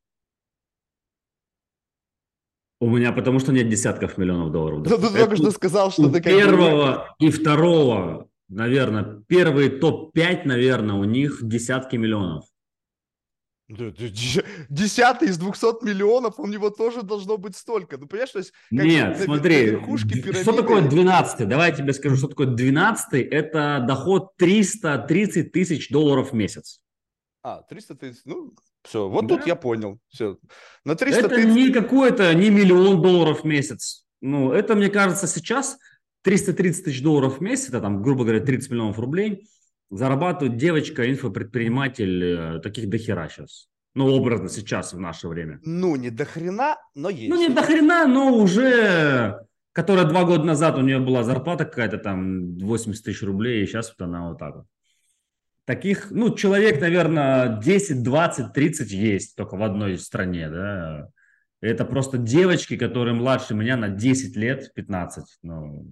У меня потому что нет десятков миллионов долларов Ну, ты доход. Это только что сказал, что у ты как бы... вы- первого и второго, наверное, первые топ пять, наверное, у них десятки миллионов. Да, да, де- Десятый из двухсот миллионов, у него тоже должно быть столько. Ну, понимаешь, то есть как бы Нет, на, ве- на смотри, верхушке д- что такое пирамиды... двенадцатый? Давай я тебе скажу, что такое двенадцатый. Это доход триста тридцать тысяч долларов в месяц. А, триста тридцать, ну, все, вот тут Да? я понял. Все. На триста Это тридцать... не какой-то, не миллион долларов в месяц. Ну, это, мне кажется, сейчас триста тридцать тысяч долларов в месяц, это там, грубо говоря, тридцать миллионов рублей, зарабатывает девочка, инфопредприниматель, э, таких дохера сейчас. Ну, образно сейчас, в наше время. Ну, не до хрена, но Ну, не есть. до хрена, но уже, которая два года назад у нее была зарплата какая-то там восемьдесят тысяч рублей, и сейчас вот она вот так вот. Таких, ну, человек, наверное, десять, двадцать, тридцать есть только в одной стране, да. Это просто девочки, которые младше меня на десять лет, пятнадцать. Ну,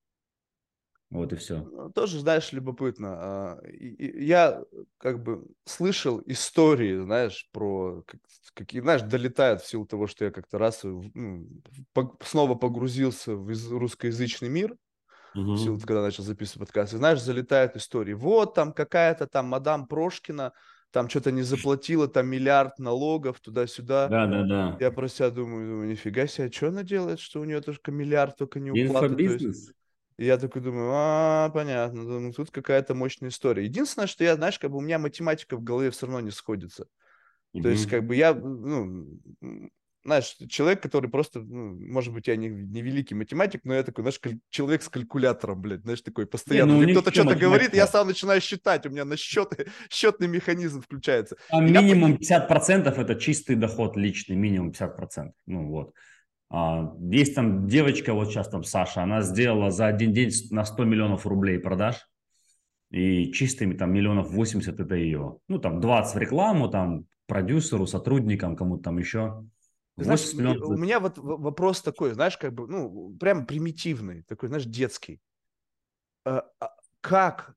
вот и все. Ну, тоже, знаешь, любопытно. а, и- и Я как бы слышал истории, знаешь, про как- какие, знаешь, долетают в силу того, что я как-то раз в- ну, пог- снова погрузился в из- русскоязычный мир, в силу, Угу. когда начал записывать подкаст. И, знаешь, залетают истории. Вот там какая-то там мадам Прошкина, там что-то не заплатила, там миллиард налогов туда-сюда. Да, да, да. Я про себя думаю, думаю, нифига себе, что она делает, что у нее только миллиард, только не уплаты, то есть... Инфобизнес. И я такой думаю, а, понятно, ну, тут какая-то мощная история. Единственное, что я, знаешь, как бы у меня математика в голове все равно не сходится. То есть, Угу. как бы я, ну, м, знаешь, человек, который просто, ну, может быть, я не, не великий математик, но я такой, знаешь, каль- человек с калькулятором, блядь, знаешь, такой Не, постоянно. ну у Мне них кто-то еще что-то говорит, я математика. сам начинаю считать, у меня на счеты, счетный механизм включается. Там И я, по- минимум пятьдесят процентов это чистый доход личный, минимум пятьдесят процентов. Ну вот. А, есть там девочка, вот сейчас там Саша, она сделала за один день на сто миллионов рублей продаж. И чистыми там миллионов восемьдесят это ее. Ну, там двадцать в рекламу, там продюсеру, сотрудникам, кому-то там еще. Ты знаешь, восемьдесят и миллионов. у меня вот в- вопрос такой, знаешь, как бы, ну, прям примитивный, такой, знаешь, детский. А, а Как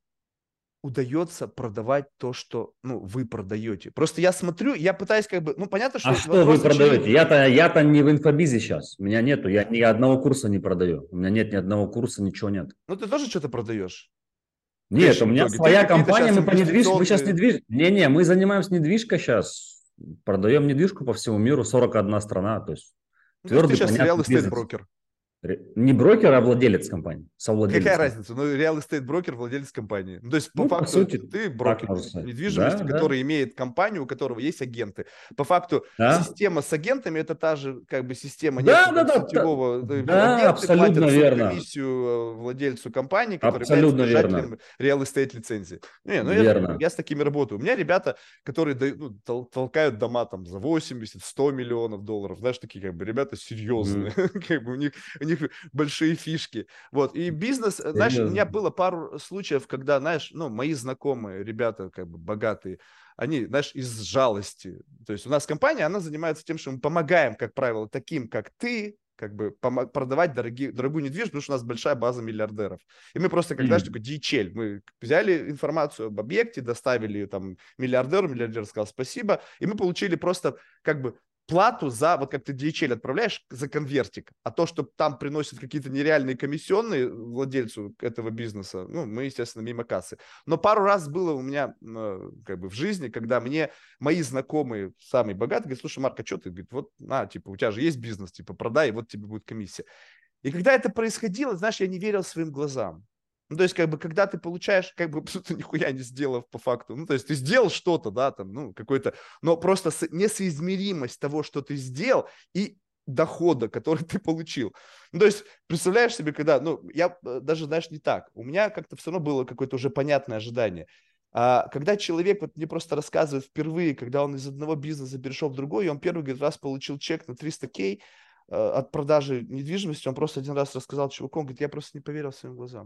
удается продавать то, что, ну, вы продаете? Просто я смотрю, я пытаюсь как бы, ну, понятно, А что что вы вопрос продаете? очевидный. Я-то, я-то не в инфобизе сейчас. У меня нету, я ни одного курса не продаю. У меня нет ни одного курса, ничего нет. Ну, ты тоже что-то продаешь в Нет, у конечном меня итоге. Ты своя какие-то компания, сейчас мы по недвижке, мы сейчас инвестиционные... недвиж... Не-не, мы занимаемся недвижкой сейчас. Продаем недвижку по всему миру, сорок одна страна. То есть Ну, то есть ты твердый, сейчас реал понятный эстейт бизнес. брокер. Ре- Не брокер, а владелец компании, Какая совладелец компании. разница? Ну, реал эстейт брокер, владелец компании. Ну, то есть, по Ну, по факту, сути, ты так брокер можно сказать. Да, недвижимости, да. который имеет компанию, у которого есть агенты. По факту, Да, система с агентами – это та же, как бы, система да, некого да, да, та- сетевого. э, да, Агенты абсолютно платят свою верно. комиссию э, владельцу компании, который является Абсолютно верно. держателем реал эстейт лицензии. Не, ну, я, Верно. я с такими работаю. У меня ребята, которые дают, ну, тол- толкают дома там за восемьдесят сто миллионов долларов. Знаешь, такие, как бы, ребята серьезные. Мгм. Как бы у них, у них большие фишки. Вот, и бизнес, э, знаешь, у меня Серьезно. было пару случаев, когда, знаешь, ну, мои знакомые, ребята, как бы, богатые, они, знаешь, из жалости, то есть у нас компания, она занимается тем, что мы помогаем, как правило, таким, как ты, как бы помо- продавать дорогие, дорогую недвижимость, потому что у нас большая база миллиардеров. И мы просто, как, знаешь, М. такой ди эйч эл, мы взяли информацию об объекте, доставили там миллиардеру, миллиардер сказал спасибо, и мы получили просто, как бы, плату за, вот как ты ди эйч эл отправляешь, за конвертик, а то, что там приносят какие-то нереальные комиссионные владельцу этого бизнеса, ну, мы, естественно, мимо кассы. Но пару раз было у меня, э, как бы, в жизни, когда мне мои знакомые, самые богатые, говорят, слушай, Марк, а что ты? Говорит, вот, на, типа, у тебя же есть бизнес, типа, продай, и вот тебе будет комиссия. И когда это происходило, знаешь, я не верил своим глазам. Ну, то есть, как бы, когда ты получаешь, как бы, абсолютно нихуя не сделав по факту, ну, то есть, ты сделал что-то, да, там, ну, какой-то, но просто с- несоизмеримость того, что ты сделал, и дохода, который ты получил. Ну, то есть, представляешь себе, когда, ну, я э, даже, знаешь, не так. У меня как-то все равно было какое-то уже понятное ожидание. А когда человек вот мне просто рассказывает впервые, когда он из одного бизнеса перешел в другой, и он первый говорит, раз получил чек на триста кей э, от продажи недвижимости, он просто один раз рассказал чуваку, он говорит, я просто не поверил своим глазам.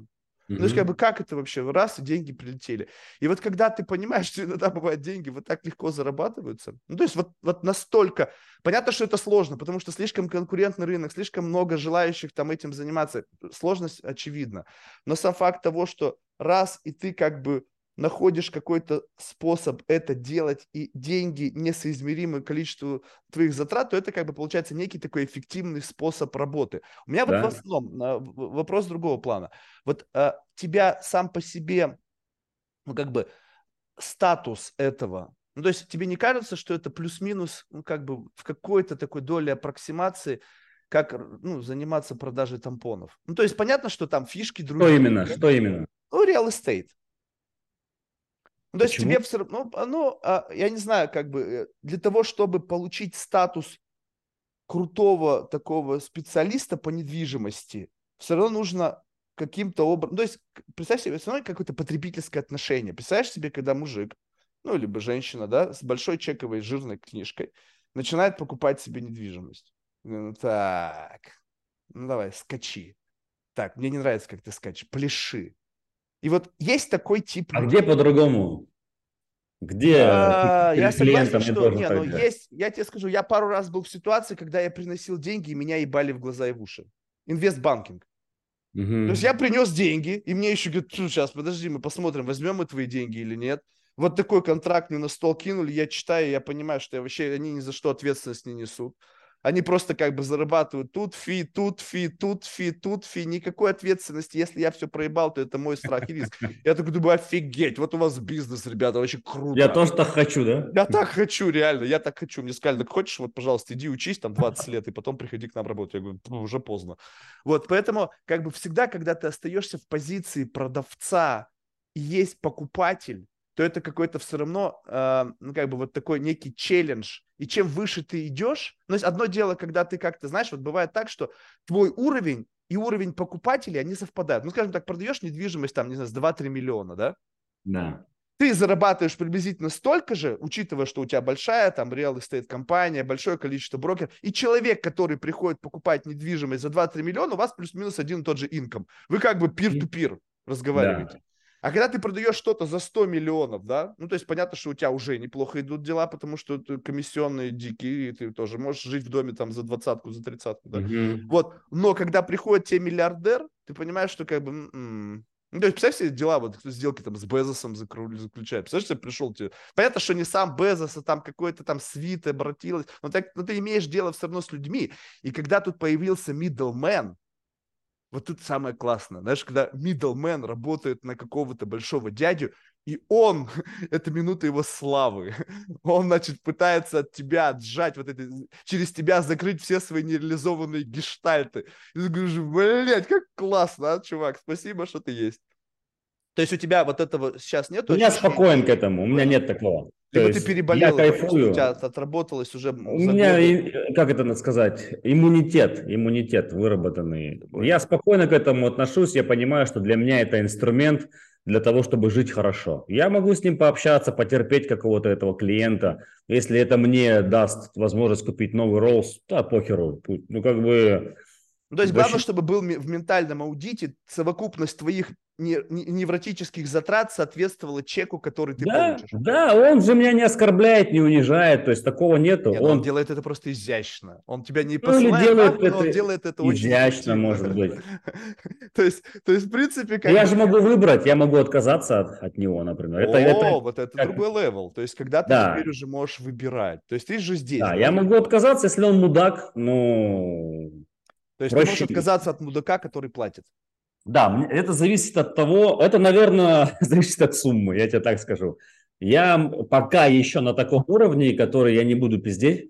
Ну, то есть, как бы, Мгм. как это вообще? Раз, и деньги прилетели. И вот когда ты понимаешь, что иногда бывает деньги вот так легко зарабатываются, ну, то есть, вот, вот настолько... Понятно, что это сложно, потому что слишком конкурентный рынок, слишком много желающих там этим заниматься. Сложность очевидна. Но сам факт того, что раз, и ты как бы находишь какой-то способ это делать, и деньги несоизмеримы количеству твоих затрат, то это как бы получается некий такой эффективный способ работы. У меня вот в Да. основном а, в- вопрос другого плана. Вот а, тебя сам по себе, ну как бы статус этого, ну то есть тебе не кажется, что это плюс-минус, ну как бы в какой-то такой доле аппроксимации, как ну, заниматься продажей тампонов? Ну то есть понятно, что там фишки Что другие, именно? да? Что именно? Ну real estate. Ну, то есть Почему? тебе все равно, ну, ну, а, я не знаю, как бы э, для того, чтобы получить статус крутого такого специалиста по недвижимости, все равно нужно каким-то образом, ну, то есть к- представь себе, все равно какое-то потребительское отношение. Представляешь себе, когда мужик, ну, либо женщина, да, с большой чековой жирной книжкой начинает покупать себе недвижимость. Ну, так, ну, давай, скачи. Так, мне не нравится, как ты скачешь, пляши. И вот есть такой тип А где людей. по-другому? Где ты А, я перед согласен, клиентом не что должен не, но так делать? есть, я тебе скажу, я пару раз был в ситуации, когда я приносил деньги, и меня ебали в глаза и в уши. Инвестбанкинг. То есть я Мгм. принес деньги, и мне еще говорят: «Слушай, сейчас, подожди, мы посмотрим, возьмем мы твои деньги или нет». Вот такой контракт мне на стол кинули, я читаю, я понимаю, что я вообще, они ни за что ответственность не несут. Они просто как бы зарабатывают тут фи, тут фи, тут фи, тут фи. Никакой ответственности. Если я все проебал, то это мой страх и риск. Я такой думаю, офигеть, вот у вас бизнес, ребята, вообще Я круто. тоже так хочу, да? Я так хочу, реально, я так хочу. Мне сказали: так хочешь, вот, пожалуйста, иди учись там двадцать лет, и потом приходи к нам работать. Я говорю: «Ну, уже поздно». Вот, поэтому, как бы всегда, когда ты остаешься в позиции продавца и есть покупатель, то это какой-то все равно, э, ну, как бы вот такой некий челлендж. И чем выше ты идешь, ну, есть одно дело, когда ты как-то, знаешь, вот бывает так, что твой уровень и уровень покупателей, они совпадают. Ну, скажем так, продаешь недвижимость там, не знаю, с два-три миллиона, да? Да. Ты зарабатываешь приблизительно столько же, учитывая, что у тебя большая там real estate компания, большое количество брокеров, и человек, который приходит покупать недвижимость за два-три миллиона, у вас плюс-минус один и тот же инком. Вы как бы Мгм. peer-to-peer Да. разговариваете. А когда ты продаешь что-то за сто миллионов, да, ну, то есть понятно, что у тебя уже неплохо идут дела, потому что ты комиссионные дикие, и ты тоже можешь жить в доме там за двадцатку, за тридцатку, да. Мгм. Вот, но когда приходит тебе миллиардер, ты понимаешь, что как бы, м-м, ну, то есть, представь себе дела, вот кто сделки там с Безосом закру- заключает. Представляешь, себе пришел тебе. Понятно, что не сам Безос, а там какой-то там свита обратилась. Но, так, но ты имеешь дело все равно с людьми. И когда тут появился middleman, вот тут самое классное. Знаешь, когда middleman работает на какого-то большого дядю, и он, это минута его славы, он, значит, пытается от тебя отжать вот это, через тебя закрыть все свои нереализованные гештальты. И ты говоришь: блядь, как классно, а, чувак, спасибо, что ты есть. То есть у тебя вот этого сейчас нету Я ощущения, спокоен к что этому, у меня понял? нет такого. То Либо ты есть я переболел это, просто у тебя кайфую. отработалось уже У за меня, годы. и- как это надо сказать, иммунитет, иммунитет выработанный. Я Понял. спокойно к этому отношусь, я понимаю, что для меня это инструмент для того, чтобы жить хорошо. Я могу с ним пообщаться, потерпеть какого-то этого клиента. Если это мне даст возможность купить новый Rolls, да, похеру. Пу- Ну, как бы, Ну, то есть главное, вообще, чтобы был ми- в ментальном аудите совокупность твоих не- не- невротических затрат соответствовала чеку, который ты да, получишь. да, он же меня не оскорбляет, не унижает, то есть такого нету. Не, ну он Он, делает это просто изящно. Он тебя не ну, или посылает делает нахуй, но он это делает это очень изящно, эффективно. может быть. То есть, то есть, в принципе, Но как я бы же могу выбрать, я могу отказаться от, от него, например. Это, это О, вот это как, другой левел. То есть, когда ты теперь да, уже можешь выбирать. То есть, ты же здесь, да, я да? могу отказаться, если он мудак, ну, То есть, ты можешь проще. отказаться от мудака, который платит. Да, мне- это зависит от того, это, наверное, зависит от суммы, я тебе так скажу. Я пока еще на таком уровне, который я не буду пиздеть,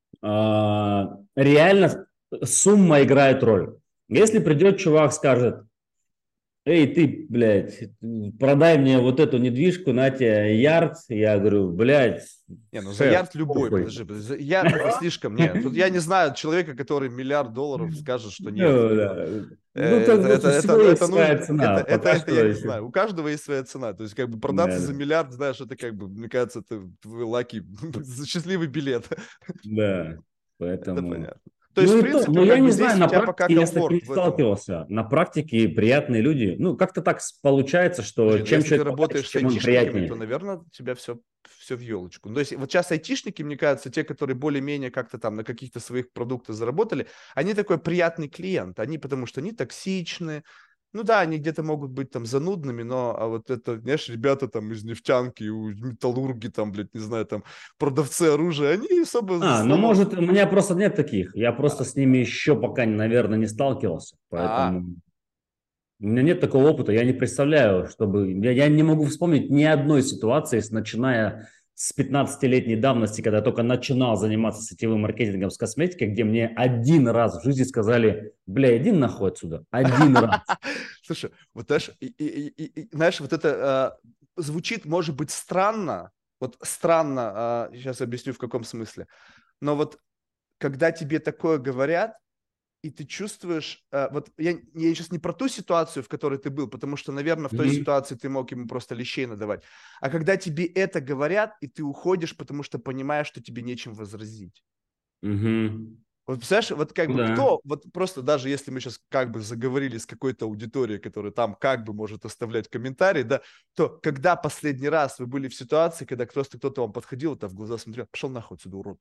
а, реально сумма играет роль. Если придет чувак, скажет: эй, ты, блядь, продай мне вот эту недвижку, на тебе ярд. Я говорю: блядь, Не, ну за шеф, ярд любой, похуй. подожди, подожди. За ярд это слишком. Нет, тут я не знаю человека, который миллиард долларов скажет, что нет. Ну, Ну, да. э, Ну, как это, бы это, у это, всего это, есть ну, своя это, цена. это, Пока это что я не еще. знаю. У каждого есть своя цена. То есть, как бы продаться за Да, миллиард, знаешь, это как бы, мне кажется, это твой лаки, счастливый билет. да. Это Поэтому. понятно. То есть, Ну в и то, принципе, но я как не бы знаю, здесь у на тебя пока практике я с таким комфорт не в этом. сталкивался. На практике приятные люди. Ну, как-то так с- получается, что Подожди, ну чем если ты человек богаче, работаешь с чем он айтишниками, то, приятнее. наверное, у тебя все, все в елочку. То есть вот сейчас айтишники, мне кажется, те, которые более-менее как-то там на каких-то своих продуктах заработали, они такой приятный клиент. Они потому что они токсичны. Ну да, они где-то могут быть там занудными, но а вот это, знаешь, ребята там из нефтянки, у- металлурги там, блядь, не знаю, там продавцы оружия, они особо А, ну слова... может, у меня просто нет таких. Я А, просто с ними еще пока, наверное, не сталкивался. а, Поэтому у меня нет такого опыта. Я не представляю, чтобы... Я, я не могу вспомнить ни одной ситуации, с- начиная с пятнадцатилетней давности, когда я только начинал заниматься сетевым маркетингом с косметикой, где мне один раз в жизни сказали: бля, иди нахуй отсюда. Один раз. слушай, вот знаешь, и, и- и- и- знаешь, вот это э, звучит, может быть, странно, вот странно, сейчас объясню в каком смысле, но вот когда тебе такое говорят, и ты чувствуешь, э, вот я, я сейчас не про ту ситуацию, в которой ты был, потому что, наверное, в той Мгм. ситуации ты мог ему просто лещей надавать, а когда тебе это говорят, и ты уходишь, потому что понимаешь, что тебе нечем возразить. Мгм. Вот представляешь, вот как Ну бы да. кто, вот просто даже если мы сейчас как бы заговорили с какой-то аудиторией, которая там как бы может оставлять комментарии, да, то когда последний раз вы были в ситуации, когда просто кто-то вам подходил, вот так в глаза смотрел, пошел нахуй отсюда, урод.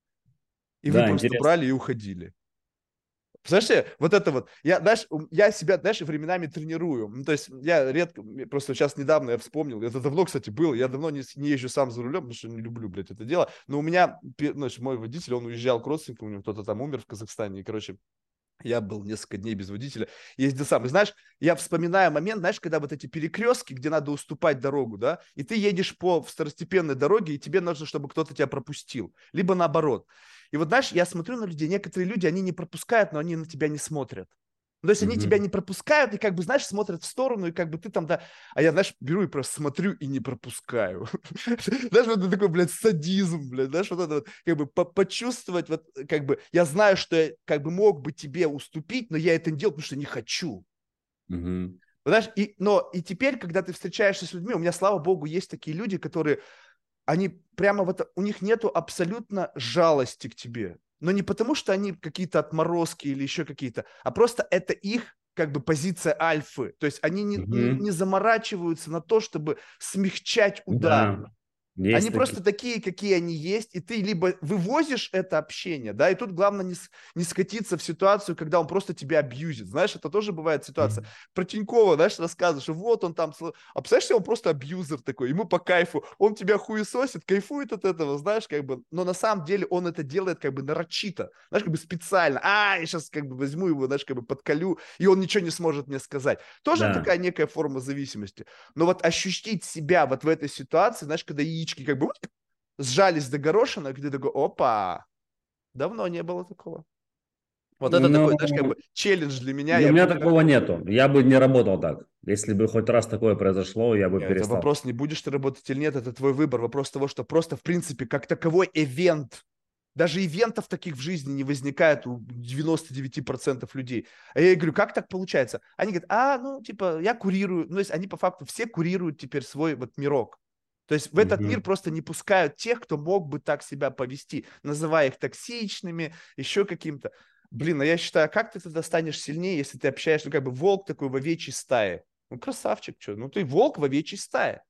И вы Да, просто интересно. брали и уходили. Представляешь, себе, вот это вот, я, знаешь, ум- я себя, знаешь, временами тренирую. Ну, то есть я редко, мне просто сейчас недавно я вспомнил, это давно, кстати, было, я давно не, с- не езжу сам за рулем, потому что не люблю, блядь, это дело, но у меня, пе- значит, мой водитель, он уезжал к родственникам, у него кто-то там умер в Казахстане, и, короче, я был несколько дней без водителя, ездил сам. И знаешь, я вспоминаю момент, знаешь, когда вот эти перекрестки, где надо уступать дорогу, да, и ты едешь по второстепенной дороге, и тебе нужно, чтобы кто-то тебя пропустил. Либо наоборот. И вот, знаешь, я смотрю на людей, некоторые люди, они не пропускают, но они на тебя не смотрят. Ну, то есть они тебя Мгм. не пропускают и как бы, знаешь, смотрят в сторону, и как бы ты там, да, а я, знаешь, беру и просто смотрю и не пропускаю. Знаешь, вот это такой, блядь, садизм, блядь, знаешь, вот это вот, как бы по- почувствовать, вот, как бы, я знаю, что я, как бы, мог бы тебе уступить, но я это не делаю, потому что не хочу. Мгм. Знаешь, и, но и теперь, когда ты встречаешься с людьми, у меня, слава богу, есть такие люди, которые, они прямо вот, у них нету абсолютно жалости к тебе. Но не потому, что они какие-то отморозки или еще какие-то, а просто это их как бы позиция альфы. То есть они не, не, Мгм. не заморачиваются на то, чтобы смягчать удар. Да, есть Они такие. просто такие, какие они есть, и ты либо вывозишь это общение, да, и тут главное не, с- не скатиться в ситуацию, когда он просто тебя абьюзит. Знаешь, это тоже бывает ситуация. Мгм. Про Тинькова, знаешь, рассказываешь, что вот он там, сл- а представляешь, себе, он просто абьюзер такой, ему по кайфу, он тебя хуесосит, кайфует от этого, знаешь, как бы, но на самом деле он это делает как бы нарочито, знаешь, как бы специально. А, я сейчас как бы возьму его, знаешь, как бы подколю, и он ничего не сможет мне сказать. Тоже Да. такая некая форма зависимости. Но вот ощутить себя вот в этой ситуации, знаешь, когда яички как бы вот сжались до горошина, где ты такой, опа, давно не было такого. Вот это Ну, такой, знаешь, как бы челлендж для меня. и у Я меня буду как... такого нету. Я бы не работал так. Если бы хоть раз такое произошло, я бы Нет, это перестал. вопрос, не будешь ты работать или нет, это твой выбор. Вопрос того, что просто, в принципе, как таковой ивент, даже ивентов таких в жизни не возникает у девяноста девяти процентов людей. А я ей говорю, как так получается? Они говорят, а, ну, типа, я курирую. Ну, то есть они по факту все курируют теперь свой вот мирок. То есть в этот мир Мгм. просто не пускают тех, кто мог бы так себя повести, называя их токсичными, еще каким-то. Блин, а я считаю, как ты тогда станешь сильнее, если ты общаешься, ну, как бы волк такой в овечьей стае. Ну, красавчик, что? Ну, ты волк в овечьей стае.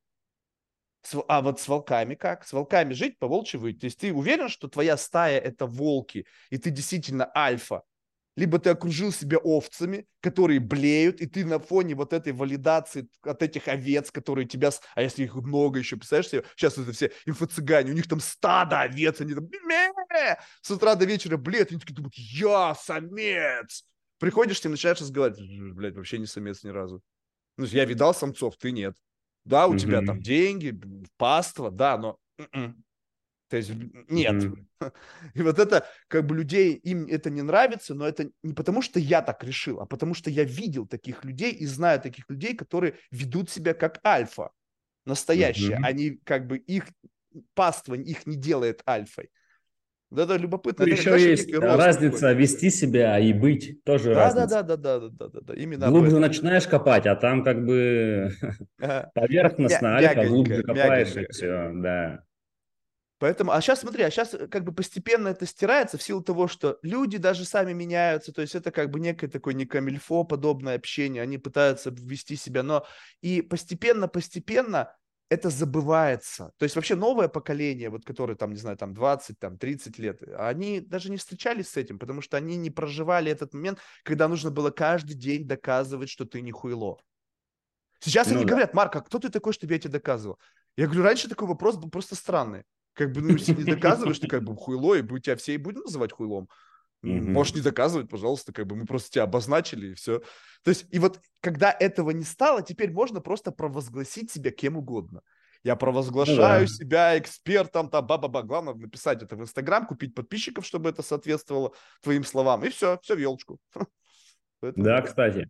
С- А вот с волками как? С волками жить, по волчьи выть. То есть ты уверен, что твоя стая – это волки, и ты действительно альфа? Либо ты окружил себя овцами, которые блеют, и ты на фоне вот этой валидации от этих овец, которые тебя... с- А если их много еще, представляешь себе? Сейчас это все инфо-цыгане, у них там стадо овец, они там «Ме!» с утра до вечера блеют, они такие думают, я самец! Приходишь, ты начинаешь разговаривать, блядь, вообще не самец ни разу. Ну, я видал самцов, ты нет. Да, у тебя там Мгм. деньги, паства, да, но м-м. То есть нет. Мгм. И вот это, как бы людей, им это не нравится, но это не потому, что я так решил, а потому что я видел таких людей и знаю таких людей, которые ведут себя как альфа, настоящие. Мгм. Они как бы их паства их не делает альфой. Вот это любопытно. Ну, Это как, еще знаешь, есть некий рост такой. разница вести себя и быть. Тоже Да, да, разница. да, да, да, да, да, да, да. Именно об Глубже этом. начинаешь копать, а там как бы Ага. Мя- поверхностно альфа, мягонько, глубже копаешь, мягонько. и все, да. Поэтому, а сейчас смотри, а сейчас как бы постепенно это стирается в силу того, что люди даже сами меняются, то есть это как бы некое такое не камильфо подобное общение, они пытаются ввести себя, но и постепенно-постепенно это забывается. То есть вообще новое поколение, вот которое там, не знаю, там двадцать, там тридцать лет, они даже не встречались с этим, потому что они не проживали этот момент, когда нужно было каждый день доказывать, что ты не хуйло. Сейчас они Ну да. говорят: Марк, а кто ты такой, чтобы я тебе доказывал? Я говорю, раньше такой вопрос был просто странный. Как бы, ну, если не доказываешь, ты как бы хуйло, и мы тебя все и будем называть хуйлом. Можешь Мгм. не доказывать, пожалуйста, как бы мы просто тебя обозначили, и все. То есть, и вот когда этого не стало, теперь можно просто провозгласить себя кем угодно. Я Ну провозглашаю да. себя экспертом, там, ба-ба-ба. Главное написать это в Инстаграм, купить подписчиков, чтобы это соответствовало твоим словам, и все, все в елочку. Да, Поэтому... кстати.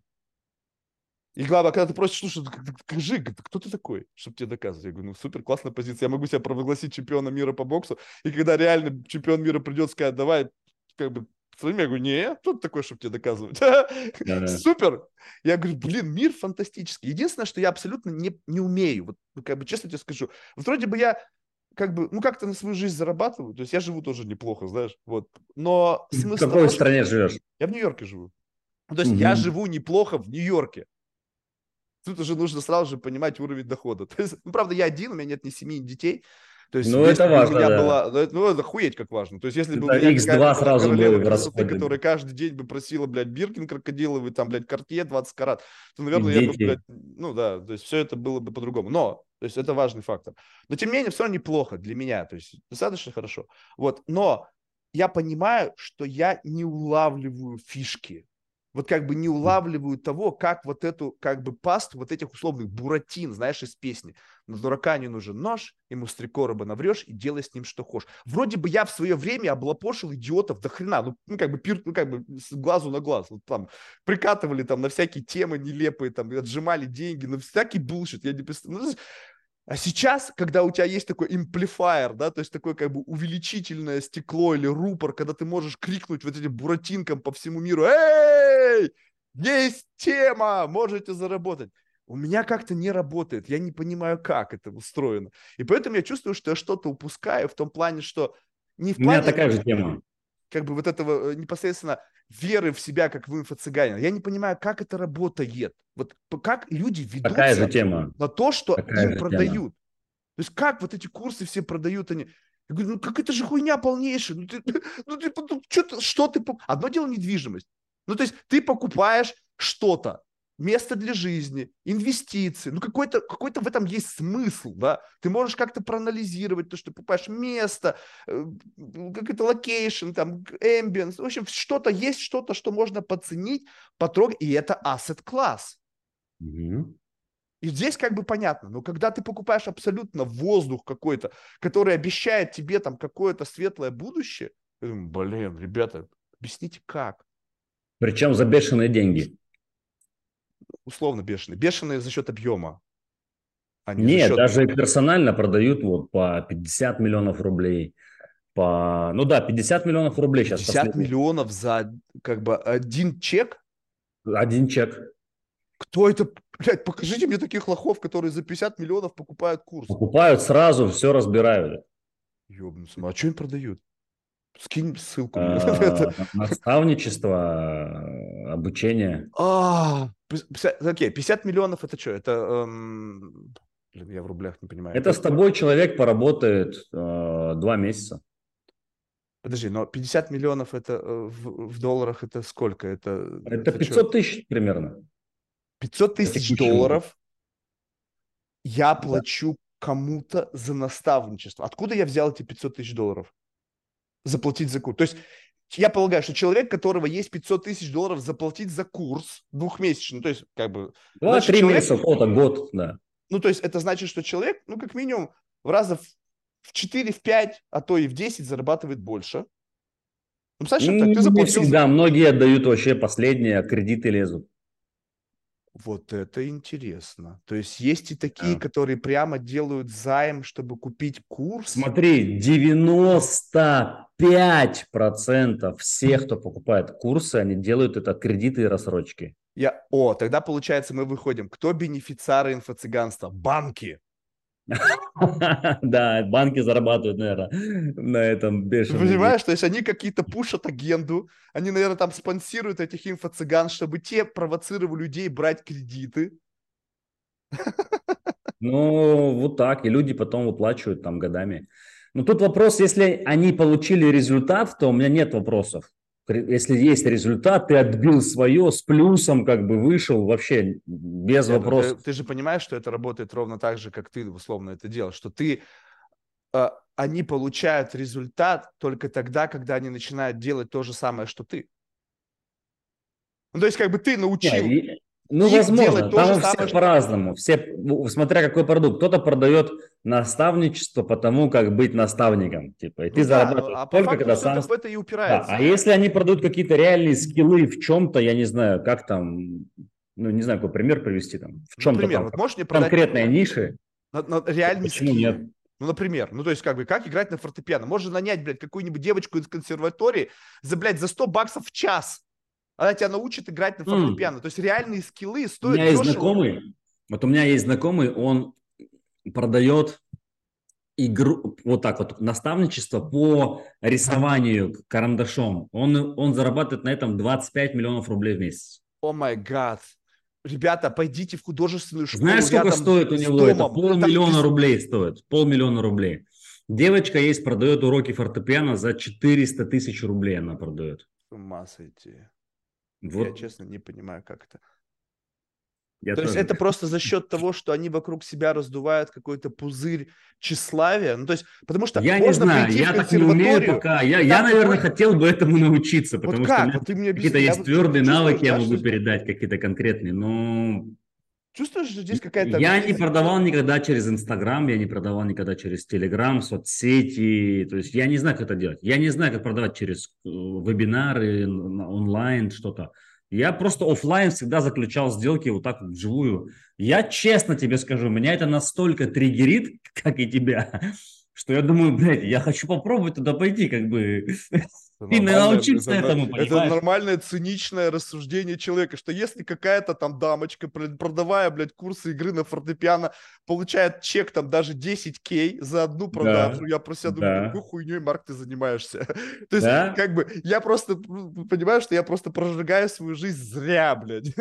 И главное, когда ты просишь, слушай, скажи, кто ты такой, чтобы тебе доказывать? Я говорю, ну супер, классная позиция, я могу себя провозгласить чемпионом мира по боксу, и когда реально чемпион мира придет сказать, давай, как бы, своим, я говорю, не, кто ты такой, чтобы тебе доказывать? Да. Супер! Я говорю, блин, мир фантастический. Единственное, что я абсолютно не, не умею, вот, ну, как бы, честно тебе скажу, вот вроде бы я, как бы, ну, как-то на свою жизнь зарабатываю, то есть я живу тоже неплохо, знаешь, вот, но Ты в смысл какой того, что стране живешь? я в Нью-Йорке живу. Ну, то есть я Мгм. живу неплохо в Нью-Йорке. Тут уже нужно сразу же понимать уровень дохода. То есть, ну, правда, я один, у меня нет ни семьи, ни детей. То есть, Ну, это если бы у важно, меня да. была... Ну, это охуеть как важно. То есть, если бы у Это меня икс какая-то два была сразу королева бы в красоты, расходе. которая каждый день бы просила, блядь, Биркин крокодиловый, там, блядь, Картье двадцать карат, то, И наверное, я бы, блядь, дети. ну да, то есть, все это было бы по-другому. Но, то есть, это важный фактор. Но, тем не менее, все равно неплохо для меня. То есть, достаточно хорошо. Вот, но я понимаю, что я не улавливаю фишки, вот как бы не улавливают того, как вот эту как бы пасту вот этих условных буратин, знаешь, из песни. На дурака не нужен нож, ему с три короба наврешь и делай с ним что хочешь. Вроде бы я в свое время облапошил идиотов до хрена, ну, ну как бы пир, ну как бы с глазу на глаз, вот там прикатывали там на всякие темы нелепые, там отжимали деньги, ну всякий булшит, я не представляю. Ну, а сейчас, когда у тебя есть такой имплифайер, да, то есть такое как бы увеличительное стекло или рупор, когда ты можешь крикнуть вот этим буратинкам по всему миру: «Эй, есть тема, можете заработать». У меня как-то не работает, я не понимаю, как это устроено. И поэтому я чувствую, что я что-то упускаю в том плане, что не в У меня плане такая же тема. как бы вот этого э, непосредственно веры в себя, как в инфо-цыганина. Я не понимаю, как это работает. Вот как люди Такая же ведутся тема. на то, что Такая им же тема. продают. То есть как вот эти курсы все продают они? Я говорю, ну как это же хуйня полнейшая. Ну ты, ну ты, ну, что, ты, что ты... Одно дело недвижимость. Ну то есть ты покупаешь что-то, место для жизни, инвестиции. Ну какой-то какой в этом есть смысл, да? Ты можешь как-то проанализировать то, что ты покупаешь место, э, какой-то локейшн, там, ambience. В общем, что-то есть, что-то, что можно поценить, потрогать, и это asset класс. Мгм. И здесь как бы понятно, но когда ты покупаешь абсолютно воздух какой-то, который обещает тебе там какое-то светлое будущее, я думаю, блин, ребята, объясните как? Причем за бешеные деньги. Условно бешеные. Бешеные за счет объема, а не за Нет, счет даже персонально продают вот по пятьдесят миллионов рублей. По... Ну да, пятьдесят миллионов рублей сейчас пятьдесят последний. миллионов за как бы один чек. Один чек. Кто это? Блядь, покажите мне таких лохов, которые за пятьдесят миллионов покупают курс. Покупают сразу, все разбирают. Ёбнуться, а что им продают? Скинь ссылку мне на это. Э, Наставничество, э, обучение. А, пятьдесят окей, пятьдесят миллионов это что? Это, эм, блин, я в рублях не понимаю. Это Это, с тобой человек поработает э, два месяца. подожди, но пятьдесят миллионов это э, в, в долларах это сколько? Это, Это это что? пятьсот тысяч примерно пятьсот по тысяч текущему курсу. долларов я Да. плачу кому-то за наставничество. Откуда я взял эти пятьсот тысяч долларов? Заплатить за курс. То есть я полагаю, что человек, у которого есть пятьсот тысяч долларов заплатить за курс двухмесячный, то есть как бы, значит, Два-три человек, месяца, фото, год, да. ну, то есть это значит, что человек, ну, как минимум, в раза в в четыре, в пять, а то и в десять зарабатывает больше. Ну, представляешь, так, ты Не заплатил за... всегда. Многие отдают вообще последние, кредиты лезут. Вот это интересно. То есть есть и такие, Да. которые прямо делают займ, чтобы купить курс. Смотри, девяносто пять процентов всех, кто покупает курсы, они делают это кредиты и рассрочки. Я... О, тогда получается мы выходим. Кто бенефициары инфо-цыганства? Банки. Да, банки зарабатывают, наверное, на этом Ты бешеные деньги. понимаешь, то есть они какие-то пушат агенду, они, наверное, там спонсируют этих инфо-цыган, чтобы те провоцировали людей брать кредиты. Ну, вот так, и люди потом выплачивают там годами. Но тут вопрос, если они получили результат, то у меня нет вопросов. Если есть результат, ты отбил свое, с плюсом как бы вышел, вообще без Нет, ну ты, вопросов. ты же понимаешь, что это работает ровно так же, как ты условно это делаешь, что ты, э, они получают результат только тогда, когда они начинают делать то же самое, что ты. Ну, то есть как бы ты Не, научил и- ну, их делать возможно, то же там у самое, всех что ты. по-разному, все, ну, смотря какой продукт. Кто-то продает наставничество по тому, как быть наставником, типа, и Ну ты да, ну, зарабатываешь а по только, факту когда все сам. это в это и Да, а упирается. если они продают какие-то реальные скиллы в чем-то, я не знаю, как там, ну, не знаю, какой пример привести там, в чем-то Например, там, вот можешь мне продать конкретной нише, на- на то реальные почему нет? скиллы? Ну, например, ну, то есть, как бы, как играть на фортепиано? Можно нанять, блядь, какую-нибудь девочку из консерватории за, блядь, за сто баксов в час. Она тебя научит играть на М, фортепиано. То есть, реальные скиллы У меня стоят есть дешево. знакомый, вот у меня есть знакомый, он продает игру, вот так вот, наставничество по рисованию карандашом. Он, он зарабатывает на этом двадцать пять миллионов рублей в месяц. О май гад. Ребята, пойдите в художественную Знаешь, школу сколько рядом стоит у с него это? домом. Там Полмиллиона без... рублей стоит. Полмиллиона рублей. Девочка есть, продает уроки фортепиано за четыреста тысяч рублей она продает. С ума сойти. Я, Вот честно, не понимаю, как это. я То есть тоже. это просто за счет того, что они вокруг себя раздувают какой-то пузырь тщеславия. Ну, то есть, потому что Я не можно знаю, прийти в я так не умею консерваторию, пока. Я, и я, там наверное, твой... хотел бы этому научиться, Вот потому что у как? меня Вот ты мне какие-то объясни. Я есть вот... Ты, ты твердые чувствуешь, навыки, я да, могу что... передать какие-то конкретные. Но Чувствуешь, что здесь какая-то я не объективная... продавал никогда через Инстаграм, я не продавал никогда через Телеграм, соцсети. То есть я не знаю, как это делать. Я не знаю, как продавать через э, вебинары, н- онлайн, что-то. Я просто оффлайн всегда заключал сделки вот так вот вживую. Я честно тебе скажу, меня это настолько триггерит, как и тебя, что я думаю, блядь, я хочу попробовать туда пойти, как бы, Это и нормальное, научиться это, на- этому, это понимаешь? нормальное циничное рассуждение человека, что если какая-то там дамочка, блядь, продавая, блядь, курсы игры на фортепиано, получает чек там даже десять кей за одну продажу, Да, я про себя думаю, какой да, хуйней, Марк, ты занимаешься? То есть, да. как бы, я просто м, понимаю, что я просто прожигаю свою жизнь зря, блядь.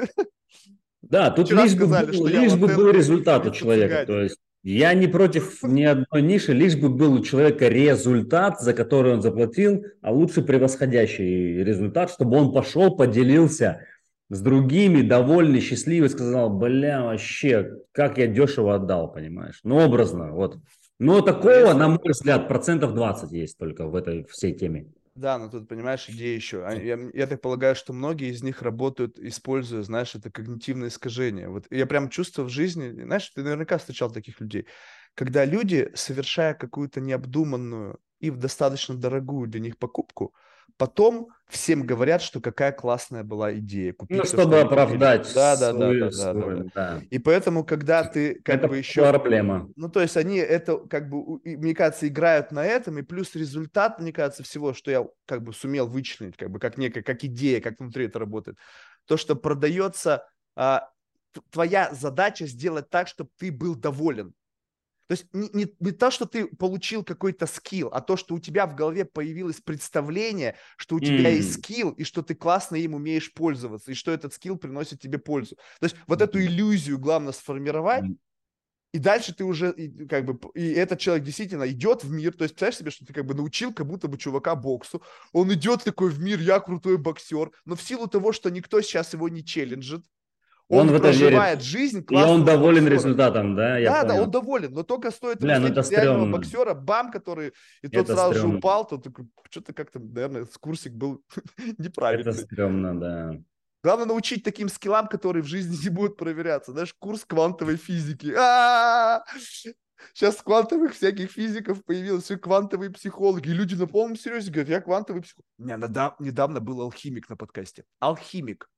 Да, тут Вчера лишь бы сказали, был, что я лишь бы был латентный результат у человека. То инфо-цыганин. есть я не против ни одной ниши, лишь бы был у человека результат, за который он заплатил, а лучше превосходящий результат, чтобы он пошел, поделился с другими, довольный, счастливый, сказал, бля, вообще, как я дешево отдал, понимаешь? Ну, образно, вот. Но Но такого, на если, мой взгляд, процентов двадцать есть только в этой всей теме. да, но тут, понимаешь, идея еще. А Я, я так полагаю, что многие из них работают, используя, знаешь, это когнитивное искажение. Вот я прям чувствую в жизни, знаешь, ты наверняка встречал таких людей, когда люди, совершая какую-то необдуманную и достаточно дорогую для них покупку, потом всем говорят, что какая классная была идея Ну, купить то, что чтобы они купили. оправдать Да, да, да, да, свою, да, да, да. свою, да. И поэтому, когда ты как бы Это еще проблема. ну, то есть они это, как бы, у- и, мне кажется, играют на этом, и плюс результат, мне кажется, всего, что я как бы сумел вычленить, как бы, как некая, как идея, как внутри это работает. То, что продается, а, т- твоя задача сделать так, чтобы ты был доволен. То есть не, не, не то, что ты получил какой-то скилл, а то, что у тебя в голове появилось представление, что у тебя есть М. скилл, и что ты классно им умеешь пользоваться, и что этот скилл приносит тебе пользу. То есть вот эту иллюзию главное сформировать, и дальше ты уже, и, как бы, и этот человек действительно идет в мир, то есть представляешь себе, что ты как бы научил как будто бы чувака боксу, он идет такой в мир, я крутой боксер, но в силу того, что никто сейчас его не челленджит, Он он в это верит. проживает жизнь И он классного доволен боксера. результатом, да, я Да, да, понял. он доволен, но только стоит ему Бля, ну это встретить реального стрёмно. боксера, бам, который, и тот Это сразу же стрёмно. упал, тот такой, что-то как-то, наверное, курсик был Это неправильный. стрёмно, да. Главное научить таким скиллам, которые в жизни не будут проверяться. Знаешь, курс квантовой физики. А-а-а! Сейчас квантовых всяких физиков появилось, все квантовые психологи. И люди на полном серьезе говорят, я квантовый психолог. У меня недав- недавно был алхимик на подкасте. Алхимик.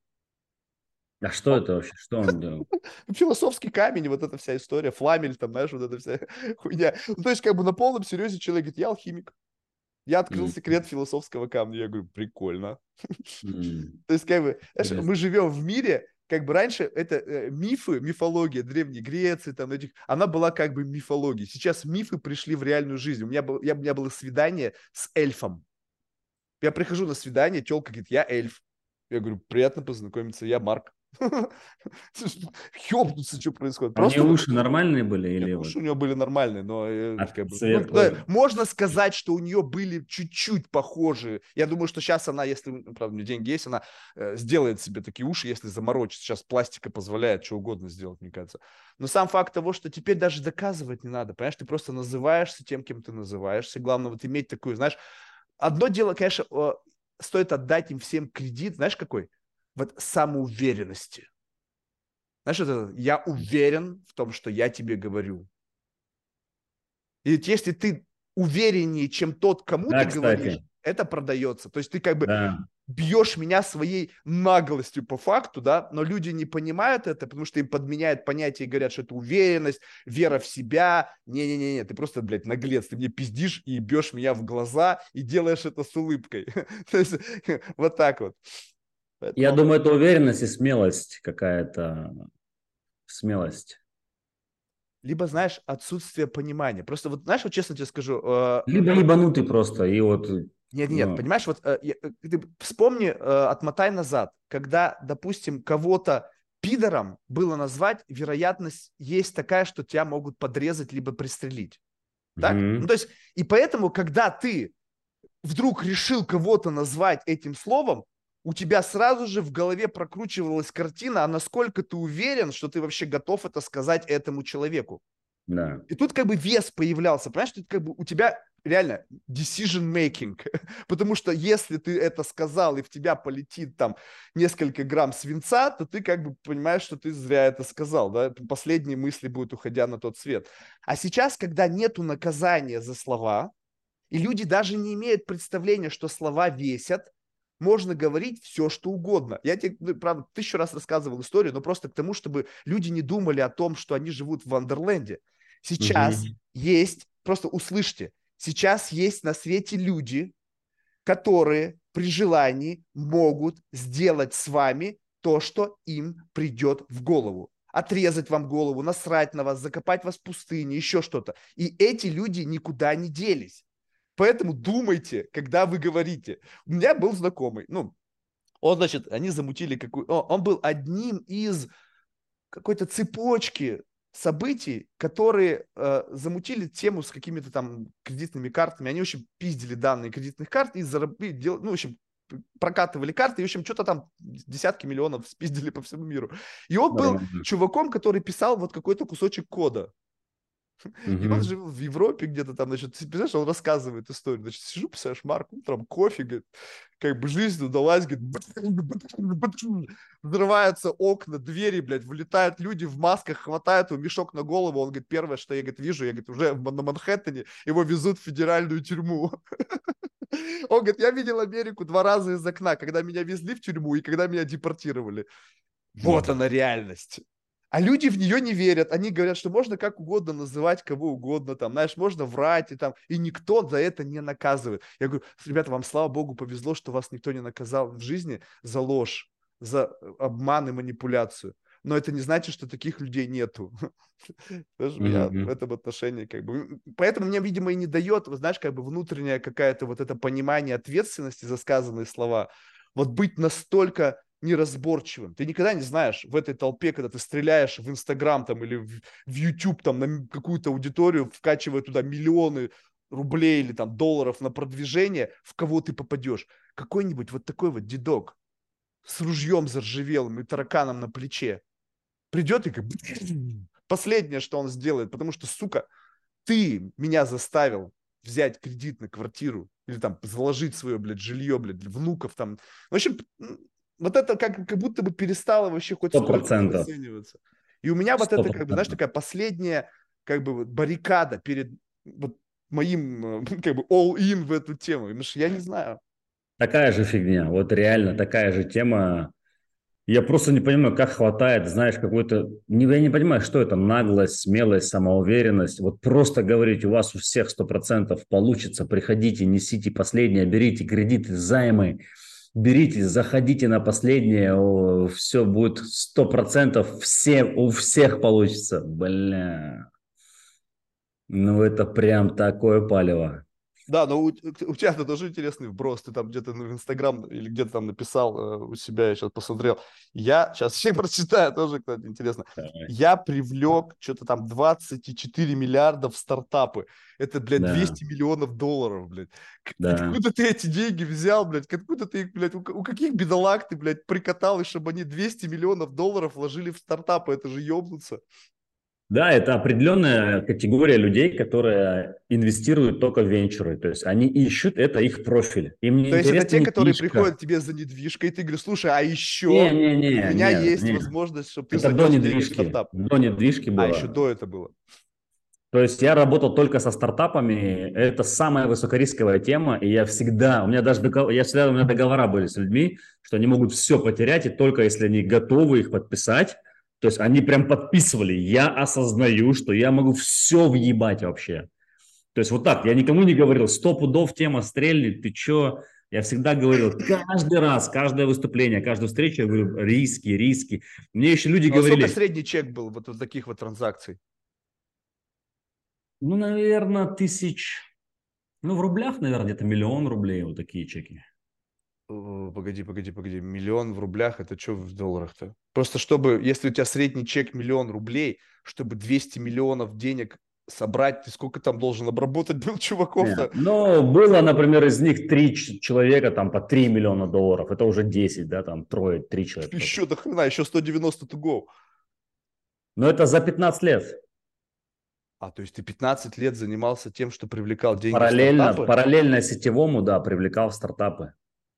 А что это вообще? Что он делал? Философский камень, вот эта вся история. Фламель там, знаешь, вот эта вся хуйня. Ну, то есть, как бы на полном серьезе человек говорит, я алхимик. Я открыл М, секрет философского камня. Я говорю, прикольно. м, То есть, как бы, знаешь, мы интересно. живем в мире, как бы раньше это э, мифы, мифология Древней Греции, там, этих, она была как бы мифологией. Сейчас мифы пришли в реальную жизнь. У меня, был, я, у меня было свидание с эльфом. Я прихожу на свидание, телка говорит, я эльф. Я говорю, приятно познакомиться, я Марк. Ёбнуться, что происходит. А у нее Просто вот уши нормальные были нет, или вот? уши у нее были нормальные, но э, А как бы, ну, цвет да, кожи? можно сказать, что у нее были чуть-чуть похожие. Я думаю, что сейчас она, если, ну, правда, у нее деньги есть, она э, сделает себе такие уши, если заморочится. Сейчас пластика позволяет что угодно сделать, мне кажется. Но сам факт того, что теперь даже доказывать не надо, понимаешь, ты просто называешься тем, кем ты называешься. Главное вот иметь такую, знаешь, одно дело, конечно, э, стоит отдать им всем кредит, знаешь, какой? Вот самоуверенности. Знаешь, это я уверен в том, что я тебе говорю. И ведь если ты увереннее, чем тот, кому Да, ты говоришь, кстати, это продается. То есть ты как бы да. бьешь меня своей наглостью по факту, да, но люди не понимают это, потому что им подменяют понятие и говорят, что это уверенность, вера в себя. Не-не-не, ты просто, блядь, наглец, ты мне пиздишь и бьешь меня в глаза и делаешь это с улыбкой. То есть вот так вот. Я Поэтому думаю, это уверенность и смелость какая-то. Смелость. либо, знаешь, отсутствие понимания. Просто вот, знаешь, вот честно тебе скажу, э, Либо ебанутый просто, и вот, нет, нет, ну, понимаешь, вот э, я- э, ты вспомни, э, отмотай назад, когда, допустим, кого-то пидором было назвать, вероятность есть такая, что тебя могут подрезать либо пристрелить. Так? Ну, мгм, то есть, и поэтому, когда ты вдруг решил кого-то назвать этим словом, у тебя сразу же в голове прокручивалась картина, а насколько ты уверен, что ты вообще готов это сказать этому человеку. да. И тут как бы вес появлялся, понимаешь, тут как бы у тебя реально decision making, потому что если ты это сказал и в тебя полетит там несколько грамм свинца, то ты как бы понимаешь, что ты зря это сказал, да, последние мысли будут уходя на тот свет. А сейчас, когда нету наказания за слова, и люди даже не имеют представления, что слова весят, можно говорить все, что угодно. Я тебе, ну, правда, тысячу раз рассказывал историю, но просто к тому, чтобы люди не думали о том, что они живут в Вандерленде. Сейчас Мгм. есть, просто услышьте, сейчас есть на свете люди, которые при желании могут сделать с вами то, что им придет в голову. Отрезать вам голову, насрать на вас, закопать вас в пустыне, еще что-то. И эти люди никуда не делись. Поэтому думайте, когда вы говорите. У меня был знакомый, ну, он, значит, они замутили какую... Он, он был одним из какой-то цепочки событий, которые э, замутили тему с какими-то там кредитными картами. Они, в общем, пиздили данные кредитных карт и заработали, ну, в общем, прокатывали карты, и, в общем, что-то там десятки миллионов спиздили по всему миру. И он был Нормально. чуваком, который писал вот какой-то кусочек кода. И он Мгм. жил в Европе где-то там, значит, ты представляешь, он рассказывает историю. Значит, сижу, представляешь, Марк, утром кофе, говорит, как бы жизнь удалась, говорит, взрываются окна, двери, блядь, вылетают люди в масках, хватают его мешок на голову. Он говорит, первое, что я, говорит, вижу, я, говорит, уже на Манхэттене, его везут в федеральную тюрьму. Он говорит, я видел Америку два раза из окна, когда меня везли в тюрьму и когда меня депортировали. Вот Мгм. она реальность. А люди в нее не верят. Они говорят, что можно как угодно называть кого угодно, там, знаешь, можно врать, и, там, и никто за это не наказывает. Я говорю, ребята, вам, слава богу, повезло, что вас никто не наказал в жизни за ложь, за обман и манипуляцию. Но это не значит, что таких людей нету. Даже у меня в Мгм. этом отношении как бы... Поэтому мне, видимо, и не дает, вы знаешь, как бы внутреннее какое-то вот это понимание ответственности за сказанные слова. Вот быть настолько неразборчивым. Ты никогда не знаешь в этой толпе, когда ты стреляешь в Инстаграм там или в, в YouTube там на какую-то аудиторию, вкачивая туда миллионы рублей или там долларов на продвижение, в кого ты попадешь. Какой-нибудь вот такой вот дедок с ружьем заржавелым и тараканом на плече придет и как последнее, что он сделает, потому что, сука, ты меня заставил взять кредит на квартиру или там заложить свое, блядь, жилье, блядь, внуков там. В общем, вот это как, как будто бы перестало вообще хоть Сто сколько-то процентов. расцениваться. И у меня вот Сто это, как бы, знаешь, процентов. такая последняя, как бы, вот баррикада перед вот моим, э, как бы, all-in в эту тему. Потому что я не знаю. Такая же фигня. Вот реально такая же тема. Я просто не понимаю, как хватает, знаешь, какой-то... не- Я не понимаю, что это наглость, смелость, самоуверенность. Вот просто говорить, у вас у всех сто процентов получится, приходите, несите последнее, берите кредиты, займы. берите, заходите на последнее, все будет сто процентов, все, у всех получится. Бля, ну это прям такое палево. Да, но у, у тебя это тоже интересный вброс. Ты там где-то в Инстаграм или где-то там написал э, у себя, я сейчас посмотрел. Я сейчас все прочитаю, тоже, кстати, интересно. Давай. Я привлек что-то там двадцать четыре миллиарда в стартапы. Это, блядь, Да, двести миллионов долларов, блядь. К- да. Откуда ты эти деньги взял, блядь? Откуда ты их, блядь, у, к- у каких бедолаг ты, блядь, прикатал, и чтобы они двести миллионов долларов вложили в стартапы? Это же ёбнуться. Да, это определенная категория людей, которые инвестируют только в венчуры. То есть они ищут, это их профиль. Им не То есть это интересна те, которые приходят недвижка. к тебе за недвижкой, и ты говоришь, слушай, а еще у Не-не-не, меня не, есть не. возможность, чтобы ты Это до занес деньги в недвижки. стартап. До недвижки А, еще было. до это было. То есть я работал только со стартапами. Это самая высокорисковая тема. И я всегда, у меня даже договор, я всегда, у меня договора были с людьми, что они могут все потерять, и только если они готовы их подписать. То есть они прям подписывали. Я осознаю, что я могу все въебать вообще. То есть вот так, я никому не говорил, сто пудов тема стрельнет, ты чё? Я всегда говорил, каждый раз, каждое выступление, каждую встречу, я говорю, риски, риски. Мне еще люди Ну, а сколько говорили, средний чек был вот у таких вот транзакций? ну, наверное, тысяч, ну, в рублях, наверное, где-то миллион рублей вот такие чеки. Э, Погоди, погоди, погоди. Миллион в рублях, это что в долларах-то? Просто чтобы, если у тебя средний чек миллион рублей, чтобы двести миллионов денег собрать, ты сколько там должен обработать был Нет. чуваков-то? Ну, было, например, из них три ч- человека, там, по три миллиона долларов. Это уже десять, да, там, трое, три человека только. Еще до хрена, еще сто девяносто to go. Но это за пятнадцать лет. А, то есть ты пятнадцать лет занимался тем, что привлекал деньги в Параллельно, стартапы? параллельно сетевому, да, привлекал в стартапы.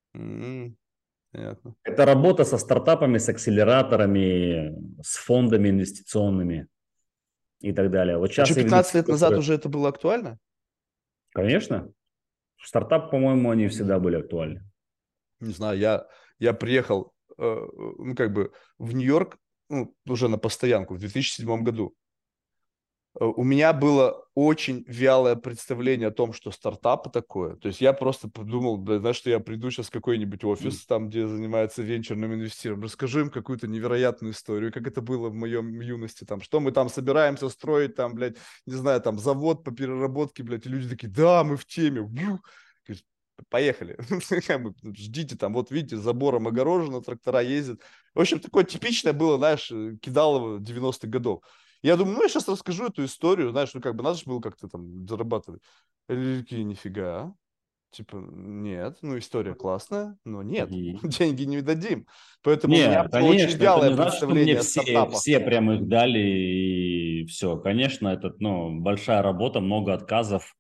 М, Понятно. Это работа со стартапами, с акселераторами, с фондами инвестиционными и так далее. Вот А что, сейчас я веду пятнадцать лет такой назад проект. уже это было актуально? Конечно, стартап, по-моему, они всегда были актуальны. Не знаю, я, я приехал, э, ну, как бы в Нью-Йорк, ну, уже на постоянку в две тысячи седьмом году. Э, У меня было очень вялое представление о том, что стартап такое. То есть я просто подумал, да, знаешь, что я приду сейчас в какой-нибудь офис, там, где занимаются венчурным инвестированием, расскажу им какую-то невероятную историю, как это было в моем юности, там, что мы там собираемся строить, там, блядь, не знаю, там, завод по переработке, блядь, и люди такие, да, мы в теме. Бу. Говорит, поехали, Как бы, ждите там, вот видите, забором огорожено, трактора ездят. В общем, такое типичное было, знаешь, э, кидалово девяностых годов. Я думаю, ну, я сейчас расскажу эту историю, знаешь, ну, как бы надо же было как-то там зарабатывать. Они такие, нифига. Типа, нет, ну, история классная, но нет, Мгм. деньги не дадим. Поэтому у меня Не, было очень конечно, это вялое не значит, что мне представление о все, стартапах. все прям их дали и все. Конечно, это, ну, большая работа, много отказов.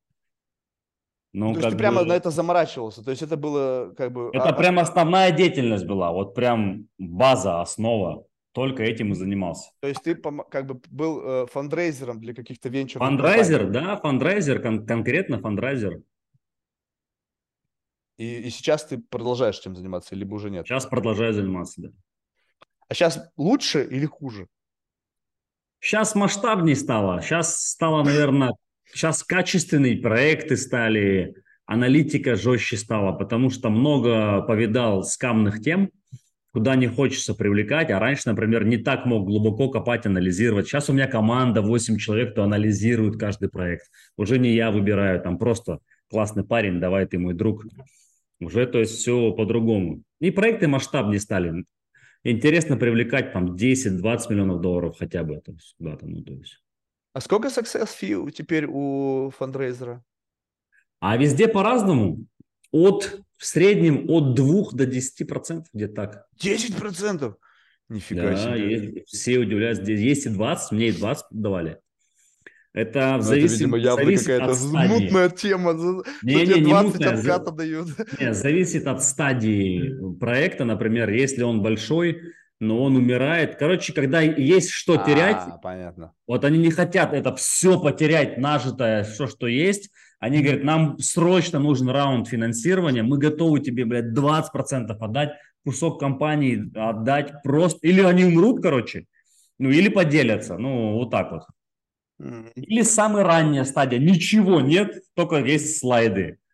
Ну, Ну, то есть ты как прямо на бы, это заморачивался. То есть это было как бы... а- это а- прям основная деятельность была, вот прям база, основа. Только этим и занимался. то есть ты помо- как бы был э, фандрейзером для каких-то венчурных компаний. Фандрайзер, да, фандрайзер, кон- конкретно фандрайзер. И, и сейчас ты продолжаешь этим заниматься, либо уже нет. Сейчас продолжаю заниматься, да. А сейчас лучше или хуже? Сейчас масштабнее стало. Сейчас стало, наверное, сейчас качественные проекты стали, аналитика жестче стала, потому что много повидал скамных тем, куда не хочется привлекать, а раньше, например, не так мог глубоко копать, анализировать. Сейчас у меня команда восемь человек, кто анализирует каждый проект. Уже не я выбираю, там просто классный парень, давай ты мой друг. Уже, то есть, все по-другому. И проекты масштабнее стали. Интересно привлекать там десять-двадцать миллионов долларов хотя бы. То есть, куда-то, ну, то есть. А сколько success fee теперь у фандрейзера? А везде по-разному. От, в среднем от двух до десяти процентов, где-то так. Десять процентов. Нифига Да, себе. есть, все удивляются. Здесь есть и двадцать, мне и двадцать давали. Это в Ну, это, зависим, видимо, явно зависит какая-то от з- стадии. мутная тема, за- что тебе Не-не, не двадцать мутная. за- отката дают. Не, зависит от стадии проекта, например, если он большой, но он умирает. Короче, когда есть что терять, А, понятно. вот они не хотят это все потерять, нажитое, все, что есть. Они говорят, нам срочно нужен раунд финансирования, мы готовы тебе, блядь, двадцать процентов отдать, кусок компании отдать просто. Или они умрут, короче, ну или поделятся, ну вот так вот. М. Или самая ранняя стадия, ничего нет, только есть слайды.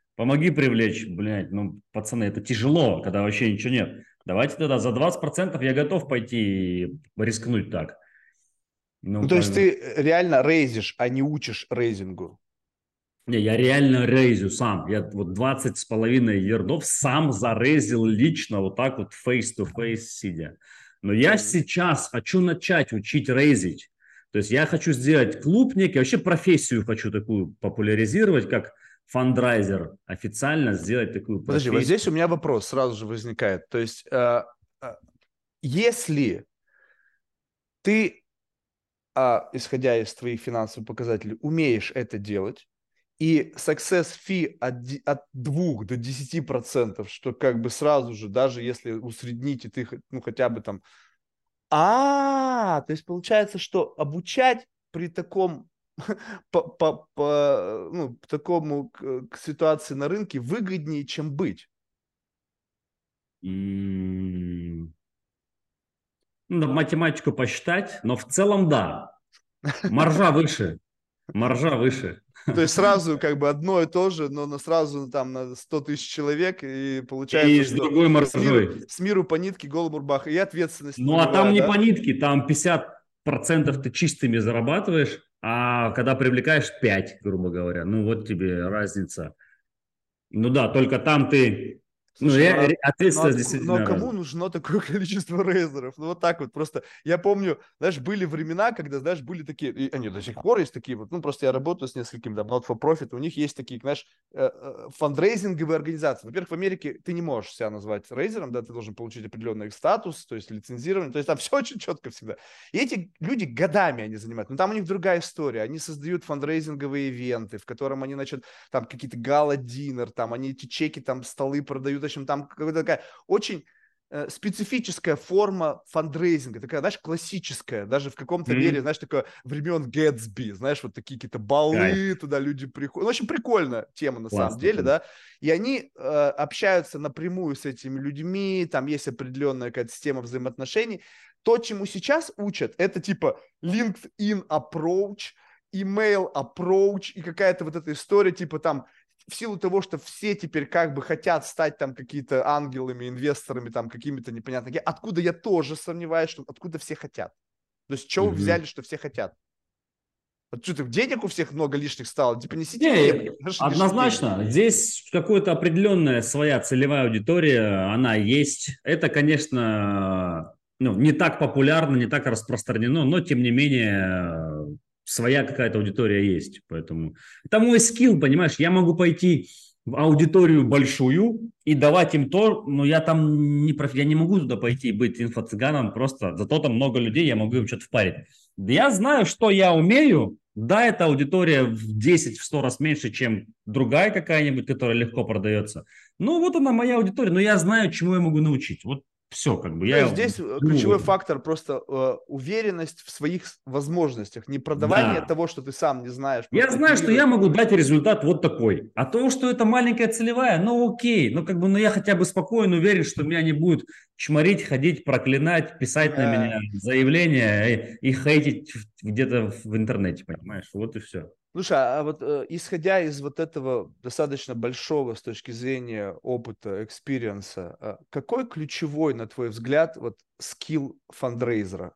Помоги привлечь, блядь, ну, пацаны, это тяжело, когда вообще ничего нет. Давайте тогда за двадцать процентов я готов пойти и рискнуть так. Ну, Ну, то есть как бы, ты реально рейзишь, а не учишь рейзингу. не, я реально рейзю сам. Я вот двадцать с половиной ярдов сам зарейзил лично, вот так вот face-to-face сидя. Но я Мгм. сейчас хочу начать учить рейзить. То есть я хочу сделать клуб некий, вообще профессию хочу такую популяризировать, как фандрайзер, официально сделать такую Подожди, вот здесь у профессию. меня вопрос сразу же возникает. То есть, э, э, если ты, а, исходя из твоих финансовых показателей, умеешь это делать, и success fee от, ди- от двух до десяти процентов, что как бы сразу же, даже если усреднить, и ты хо- ну, хотя бы там... А, то есть получается, что обучать при таком по, по, по, ну, такому к, к ситуации на рынке выгоднее, чем быть. М, ну, надо математику посчитать, но в целом да. Маржа выше. Маржа выше. То есть сразу как бы одно и то же, но на сразу там на сто тысяч человек, и получается, И с что другой с миру, маржой. с миру по нитке Голмурбах, и ответственность Ну, а нулевая, там не по да? нитке, там пятьдесят процентов ты чистыми зарабатываешь, а когда привлекаешь пять, грубо говоря, ну вот тебе разница. Ну да, только там ты, ну, Слушай, ну ре- а, ре- ну, а, ответственность к- ну а действительно кому разная. нужно такое количество рейзеров? Ну вот так вот просто. Я помню, знаешь, были времена, когда, знаешь, были такие, и они до сих пор есть такие вот, ну просто я работаю с несколькими там not for profit, у них есть такие, знаешь, э, э, фандрейзинговые организации. Во-первых, в Америке ты не можешь себя назвать рейзером, да, ты должен получить определенный их статус, то есть лицензирование, то есть там все очень четко всегда. И эти люди годами они занимаются, но там у них другая история, они создают фандрейзинговые ивенты, в котором они, значит, там какие-то гала-динер, там они эти чеки, там столы продают, в общем, там какая-то такая очень э, специфическая форма фандрейзинга, такая, знаешь, классическая, даже в каком-то мере, М, знаешь, такое времен Гэтсби, знаешь, вот такие какие-то Кайф, балы, туда люди приходят. Ну, очень прикольная тема на самом классно, деле, классно. да, и они э, общаются напрямую с этими людьми, там есть определенная какая-то система взаимоотношений. То, чему сейчас учат, это типа LinkedIn approach, email approach и какая-то вот эта история, типа там в силу того, что все теперь как бы хотят стать там какие-то ангелами, инвесторами, там какими-то непонятными, откуда я тоже сомневаюсь, что откуда все хотят. То есть, что вы Мгм. взяли, что все хотят? Вот что, денег у всех много лишних стало? Типа, несите мне Не, наши лишние деньги. однозначно, здесь какая-то определенная своя целевая аудитория, она есть. Это, конечно, ну, не так популярно, не так распространено, но, тем не менее, своя какая-то аудитория есть. Поэтому это мой скилл, понимаешь, я могу пойти в аудиторию большую и давать им то, но я там не, проф- я не могу туда пойти и быть инфо-цыганом, просто зато там много людей, я могу им что-то впарить. Я знаю, что я умею. Да, эта аудитория в десять, в сто раз меньше, чем другая какая-нибудь, которая легко продается. Ну, вот она моя аудитория, но я знаю, чему я могу научить. Вот все, как бы То есть я здесь э, живу в ключевой этом. фактор просто э, уверенность в своих с- возможностях, не продавание Да. того, что ты сам не знаешь, Я просто знаю, что я апеллировать. могу дать результат вот такой. А то, что это маленькая целевая, ну окей. Ну как бы, ну я хотя бы спокойно уверен, что меня не будут чморить, ходить, проклинать, писать на меня А, заявления и, и хейтить где-то в интернете, понимаешь? Вот и все. Слушай, а вот э, исходя из вот этого достаточно большого с точки зрения опыта, экспириенса, э, какой ключевой, на твой взгляд, вот скилл фандрейзера?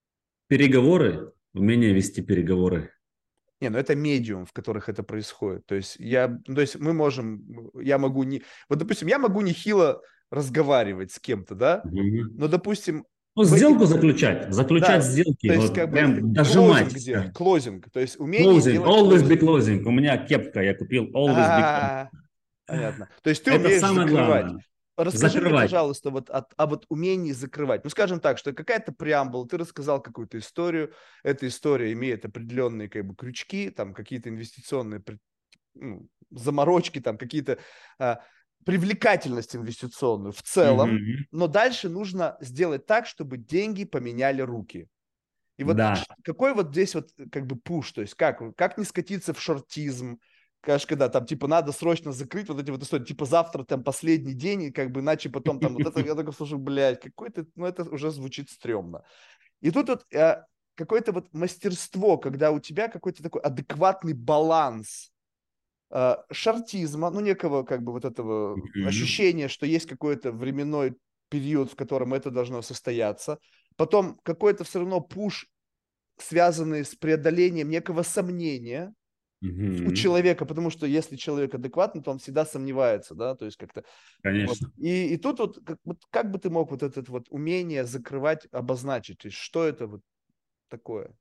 Переговоры, умение вести переговоры. Не, ну это медиум, в которых это происходит. То есть я, ну, то есть мы можем, я могу не, вот допустим, я могу нехило разговаривать с кем-то, да, Мгм. но допустим Ну, в этих, сделку заключать, заключать да, то сделки, есть вот как бы прям клозинг дожимать. делать, клозинг, то есть умение Closing, делать always be клозинг. closing. У меня кепка, я купил always be closing. А, понятно. То есть ты Это умеешь самое закрывать. главное. Расскажи мне, Закрывать. пожалуйста, вот от, о вот умении закрывать. Ну, скажем так, что какая-то преамбула, ты рассказал какую-то историю, эта история имеет определенные как бы крючки, там какие-то инвестиционные пред- ну, заморочки, там какие-то а, привлекательность инвестиционную в целом, Мгм. но дальше нужно сделать так, чтобы деньги поменяли руки. И вот Да. ш- какой вот здесь вот э, как бы пуш, то есть как, как не скатиться в шортизм, конечно, когда там типа надо срочно закрыть вот эти вот истории, типа завтра там последний день, и как бы иначе потом там вот это, я такой слушаю, блядь, какой-то, ну это уже звучит стрёмно. И тут вот э, какое-то вот мастерство, когда у тебя какой-то такой адекватный баланс э, шортизма, ну, некого как бы вот этого Мгм. ощущения, что есть какой-то временной период, в котором это должно состояться. Потом какой-то все равно пуш, связанный с преодолением некого сомнения у Мгм. человека, потому что если человек адекватный, то он всегда сомневается, да, то есть как-то вот. Конечно. И, и тут вот как, вот как бы ты мог вот это вот умение закрывать, обозначить, то есть что это вот такое?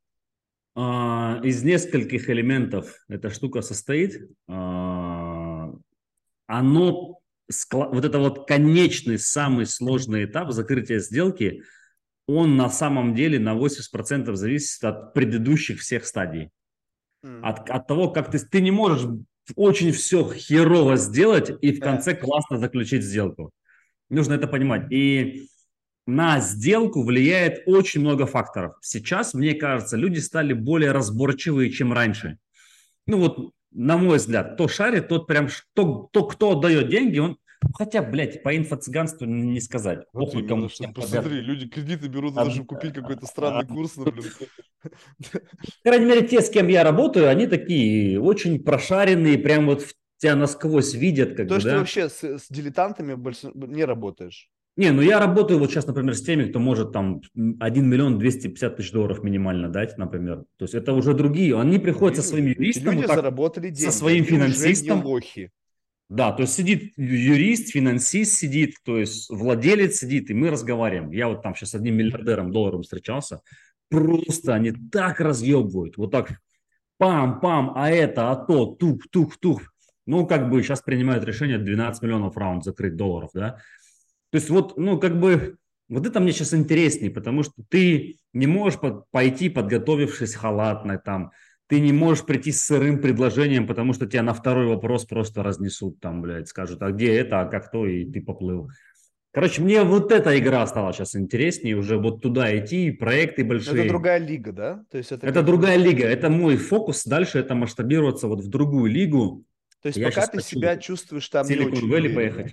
А, из нескольких элементов эта штука состоит. А, оно, скла- вот это вот конечный, самый сложный этап закрытия сделки, он на самом деле на восемьдесят процентов зависит от предыдущих всех стадий. М. От, от того, как ты, ты не можешь очень все херово сделать и в Э, конце классно заключить сделку. Нужно это понимать. И на сделку влияет очень много факторов. Сейчас, мне кажется, люди стали более разборчивые, чем раньше. Ну вот, на мой взгляд, кто шарит, тот прям, кто, кто, кто отдает деньги, он, хотя, блядь, по инфо-цыганству не сказать. Вот Похуй кому именно, что всем подряд. посмотри, люди кредиты берут за то, От- чтобы купить какой-то странный от- курс, ну, блин. По крайней мере, те, с кем я работаю, они такие очень прошаренные, прям вот в тебя насквозь видят, как То, бы, что ты да. вообще с, с дилетантами больше не работаешь. Не, ну я работаю вот сейчас, например, с теми, кто может там один миллион двести пятьдесят тысяч долларов минимально дать, например. То есть это уже другие. Они приходят со Другие своим люди. Эти юристом, люди вот так, заработали со деньги, своим они уже не финансистом. лохи. Да, то есть сидит юрист, финансист сидит, то есть владелец сидит, и мы разговариваем. Я вот там сейчас с одним миллиардером долларом встречался. Просто они так разъебывают. Вот так пам-пам, а это, а то, тух-тух-тух. Ну, как бы сейчас принимают решение двенадцать миллионов раунд закрыть долларов, да. То есть вот, ну, как бы, вот это мне сейчас интереснее, потому что ты не можешь под- пойти, подготовившись халатно там, ты не можешь прийти с сырым предложением, потому что тебя на второй вопрос просто разнесут там, блядь, скажут, а где это, а как то, и ты поплыл. Короче, мне вот эта игра стала сейчас интереснее, уже вот туда идти, проекты Но это большие. другая лига, да? То есть это Это как бы... другая лига, это мой фокус, дальше это масштабироваться вот в другую лигу. То есть Я пока сейчас ты хочу себя чувствуешь в там не Silicon очень Valley уверенно. поехать.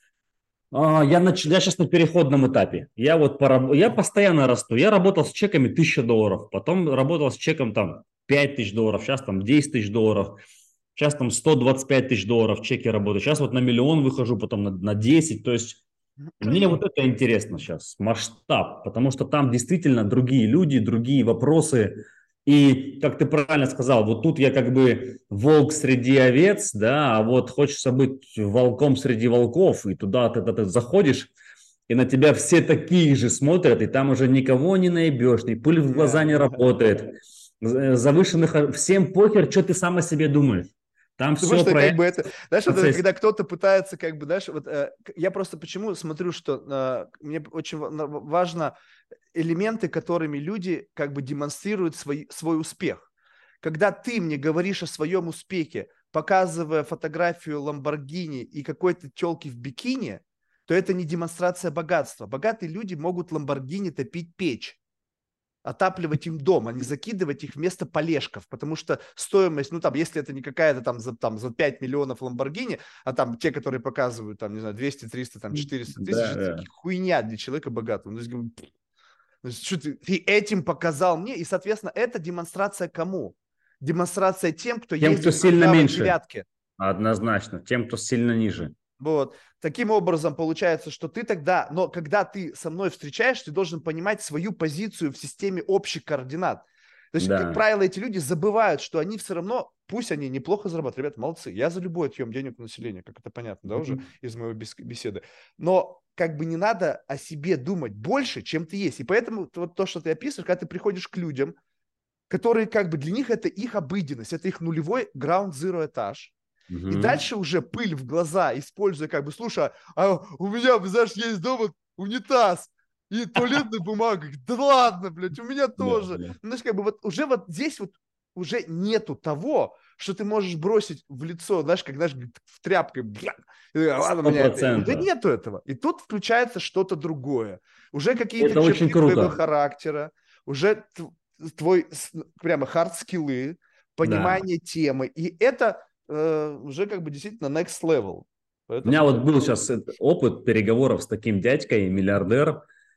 А, Я, нач... я сейчас на переходном этапе. Я вот пораб... я постоянно расту. Я работал с чеками тысяча долларов, потом работал с чеком там пять тысяч долларов, сейчас там десять тысяч долларов, сейчас там сто двадцать пять тысяч долларов в чеке работаю. Сейчас вот на миллион выхожу, потом на, на десять. То есть мне вот это интересно сейчас, масштаб, потому что там действительно другие люди, другие вопросы. И, как ты правильно сказал, вот тут я как бы волк среди овец, да, а вот хочется быть волком среди волков, и туда ты, ты, ты заходишь, и на тебя все такие же смотрят, и там уже никого не наебешь, ни пыль в глаза не работает. Завышенных, всем похер, что ты сам о себе думаешь. Там Потому все что про как бы это, знаешь, вот это, процессе. когда кто-то пытается, как бы, знаешь, вот э, к- я просто почему смотрю, что э, мне очень ва- на- важно элементы, которыми люди как бы демонстрируют свой, свой успех. Когда ты мне говоришь о своем успехе, показывая фотографию Ламборгини и какой-то телки в бикини, то это не демонстрация богатства. Богатые люди могут Ламборгини топить печь, отапливать им дом, а не закидывать их вместо полежков, потому что стоимость, ну там, если это не какая-то там за, там за пять миллионов Ламборгини, а там те, которые показывают там, не знаю, двести, триста, там четыреста тысяч, Да, это да. хуйня для человека богатого. Ну, то есть, то есть, что ты, ты этим показал мне, и, соответственно, это демонстрация кому? Демонстрация тем, кто Тем, кто ездит на сильно ржавой меньше. девятке. Однозначно. Тем, кто сильно ниже. Вот. Таким образом, получается, что ты тогда, но когда ты со мной встречаешь, ты должен понимать свою позицию в системе общих координат. То есть, как Да. правило, эти люди забывают, что они все равно, пусть они неплохо зарабатывают, ребята, молодцы, я за любой отъем денег у населения, как это понятно, да, уже из моей беседы. Но как бы не надо о себе думать больше, чем ты есть. И поэтому вот то, что ты описываешь, когда ты приходишь к людям, которые как бы для них это их обыденность, это их нулевой ground zero этаж, и Мгм. дальше уже пыль в глаза, используя как бы, слушай, а у меня, знаешь, есть дома унитаз и туалетная бумага. Да ладно, блядь, у меня Да, тоже. да. Ну, знаешь, как бы вот уже вот здесь вот уже нету того, что ты можешь бросить в лицо, знаешь, как, знаешь, в тряпкой, бля, и, ладно, Сто меня это... Уже процентов. нету этого. И тут включается что-то другое. Уже какие-то Это очень черты твоего круто. характера, уже твой прямо хард-скиллы, Да. понимание темы. И это э, уже как бы действительно next level. У меня Поэтому вот как был бы... сейчас опыт переговоров с таким дядькой, миллиардер.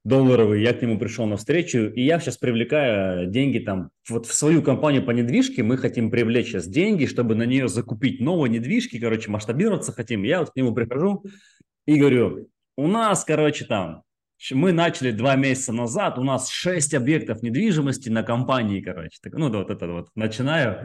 долларовый, я к нему пришел на встречу, и я сейчас привлекаю деньги там, вот в свою компанию по недвижке мы хотим привлечь сейчас деньги, чтобы на нее закупить новые недвижки, короче, масштабироваться хотим. Я вот к нему прихожу и говорю, у нас, короче, там, мы начали два месяца назад, у нас шесть объектов недвижимости на компании, короче. Так, ну, да, вот это вот начинаю.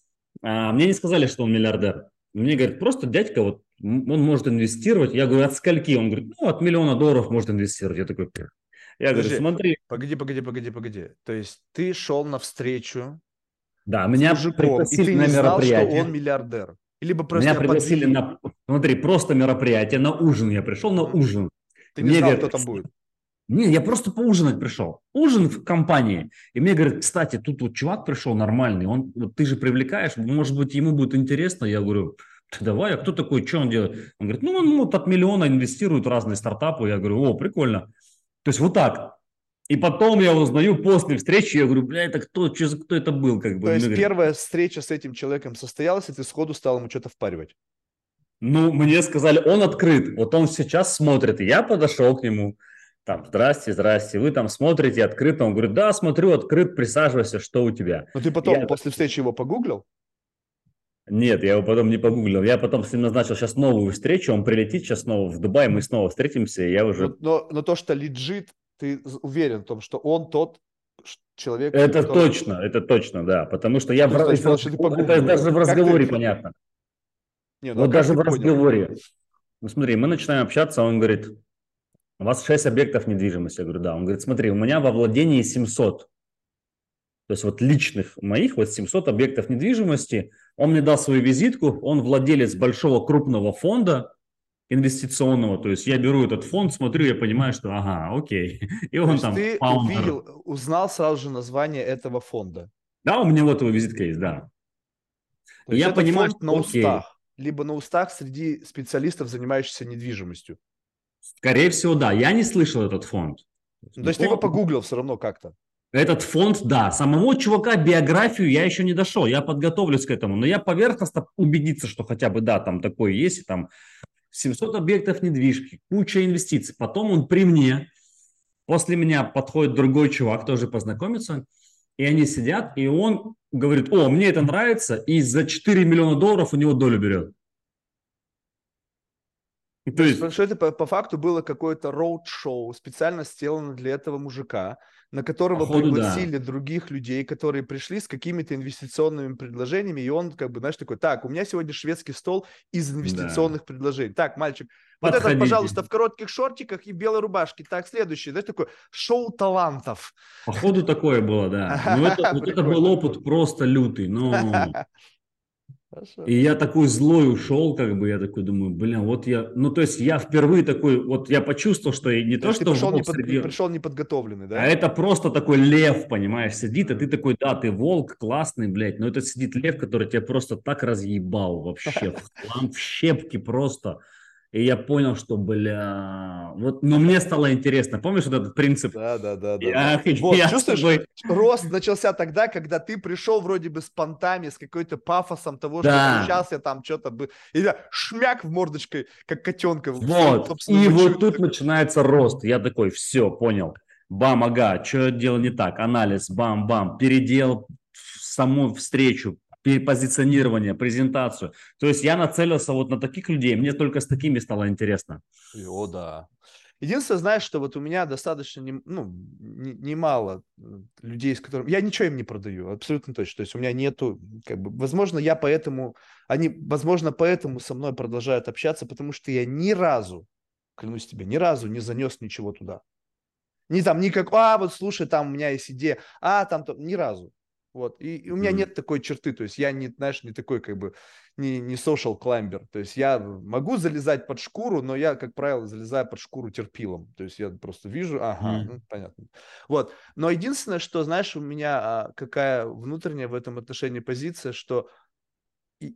А, мне не сказали, что он миллиардер. Мне говорят, просто дядька, вот, он может инвестировать. Я говорю, от скольки? Он говорит, ну, от миллиона долларов может инвестировать. Я такой, я говорю, Подожди, смотри. погоди, погоди, погоди, погоди. То есть ты шел навстречу Да, с меня мужиком, и пригласили ты на не знал, что он мероприятие. миллиардер? Либо просто Меня тебя пригласили подвели. на, смотри, просто мероприятие, на ужин. Я пришел на Мгм. ужин. Ты И не мне знал, кто говорят, там будет. не, я просто поужинать пришел. Ужин в компании. И мне говорят, кстати, тут вот чувак пришел нормальный, он, вот ты же привлекаешь, может быть, ему будет интересно. Я говорю, да давай, а кто такой, что он делает? Он говорит, ну, он вот от миллиона инвестирует в разные стартапы. Я говорю, о, прикольно. То есть вот так. И потом я узнаю после встречи, я говорю, бля, это кто, что за кто это был? Как бы. То Он мне есть говорит, первая встреча с этим человеком состоялась, и ты сходу стал ему что-то впаривать. ну, мне сказали, он открыт, вот он сейчас смотрит. И я подошел к нему, там, здрасте, здрасте, вы там смотрите открыто. Он говорит, да, смотрю, открыт, присаживайся, что у тебя? Но ты потом, Я, после встречи его погуглил? нет, я его потом не погуглил. Я потом с ним назначил сейчас новую встречу, он прилетит сейчас снова в Дубай, мы снова встретимся, и я уже... Но, но, но то, что лежит, ты уверен в том, что он тот ш- человек, с Это которым... точно, это точно, да, потому что я... То В... есть, значит, Это, значит, ты это погуглил даже его. в Как ты... разговоре понятно. Не, ну а Вот как даже ты в понял? разговоре. Ну смотри, мы начинаем общаться, он говорит, у вас шесть объектов недвижимости. Я говорю, да. Он говорит, смотри, у меня во владении семьсот. То есть вот личных моих, вот семьсот объектов недвижимости. Он мне дал свою визитку, он владелец большого крупного фонда инвестиционного. То есть я беру этот фонд, смотрю, я понимаю, что ага, окей. И То он есть там ты фаундер. увидел, узнал сразу же название этого фонда. Да, у меня вот его визитка есть, да. То И есть я это понимаю, фонд на что окей. устах, либо на устах среди специалистов, занимающихся недвижимостью. Скорее всего, да. Я не слышал этот фонд. Ну, то Но есть ты его он, погуглил все равно как-то. этот фонд, да. Самого чувака биографию я еще не дошел. Я подготовлюсь к этому. Но я поверхностно убедиться, что хотя бы, да, там такое есть. И там семьсот объектов недвижки, куча инвестиций. Потом он при мне, после меня подходит другой чувак, тоже познакомиться. И они сидят, и он говорит, о, мне это нравится. И за четыре миллиона долларов у него долю берет. То То есть, есть, что это по, по факту было какое-то роуд-шоу, специально сделано для этого мужика, на которого походу, да. пригласили других людей, которые пришли с какими-то инвестиционными предложениями, и он, как бы, знаешь, такой, так, у меня сегодня шведский стол из Да. инвестиционных предложений. Так, мальчик, вот этот, Подходите. пожалуйста, в коротких шортиках и белой рубашке. Так, следующий, знаешь, такой шоу талантов. Походу такое было, да. Но это, вот это был Прикольно. опыт просто лютый. Но Хорошо. и я такой злой ушел, как бы, я такой думаю, блин, вот я, ну, то есть я впервые такой, вот я почувствовал, что я не То то, есть ты что пошел не волк под, среди, пришел неподготовленный, а да? это просто такой лев, понимаешь, сидит, а ты Мгм. такой, да, ты волк, классный, блядь, но это сидит лев, который тебя просто так разъебал вообще, в хлам, в щепки просто. И я понял, что, бля, вот, но мне стало интересно. Помнишь вот этот принцип? Да, да, да, да, да. Я, Вот, я с чувствуешь, тобой, рост начался тогда, когда ты пришел вроде бы с понтами, с какой-то пафосом того, что ты да, сейчас я там что-то бы... И да, шмяк в мордочкой, как котенка в свою вот, собственную и мочу. вот тут начинается рост. Я такой, все, понял. Бам, ага, что я делал не так? Анализ, бам-бам, передел саму встречу, позиционирование, презентацию. То есть я нацелился вот на таких людей, мне только с такими стало интересно. И, О, да. Единственное, знаешь, что вот у меня достаточно не- ну, не- немало м, людей, с которыми... Я ничего им не продаю, абсолютно точно. То есть у меня нету, как бы, возможно, я поэтому... Они, возможно, поэтому со мной продолжают общаться, потому что я ни разу, клянусь тебе, ни разу не занес ничего туда. Не там, не как, а, вот слушай, там у меня есть идея, а, там, то, ни разу. Вот, и, и у меня Мгм. нет такой черты, то есть я не, знаешь, не такой, как бы, не, не social climber, то есть я могу залезать под шкуру, но я, как правило, залезаю под шкуру терпилом, то есть я просто вижу, ага, Мгм. ну, понятно. Вот, но единственное, что, знаешь, у меня а, какая внутренняя в этом отношении позиция, что и,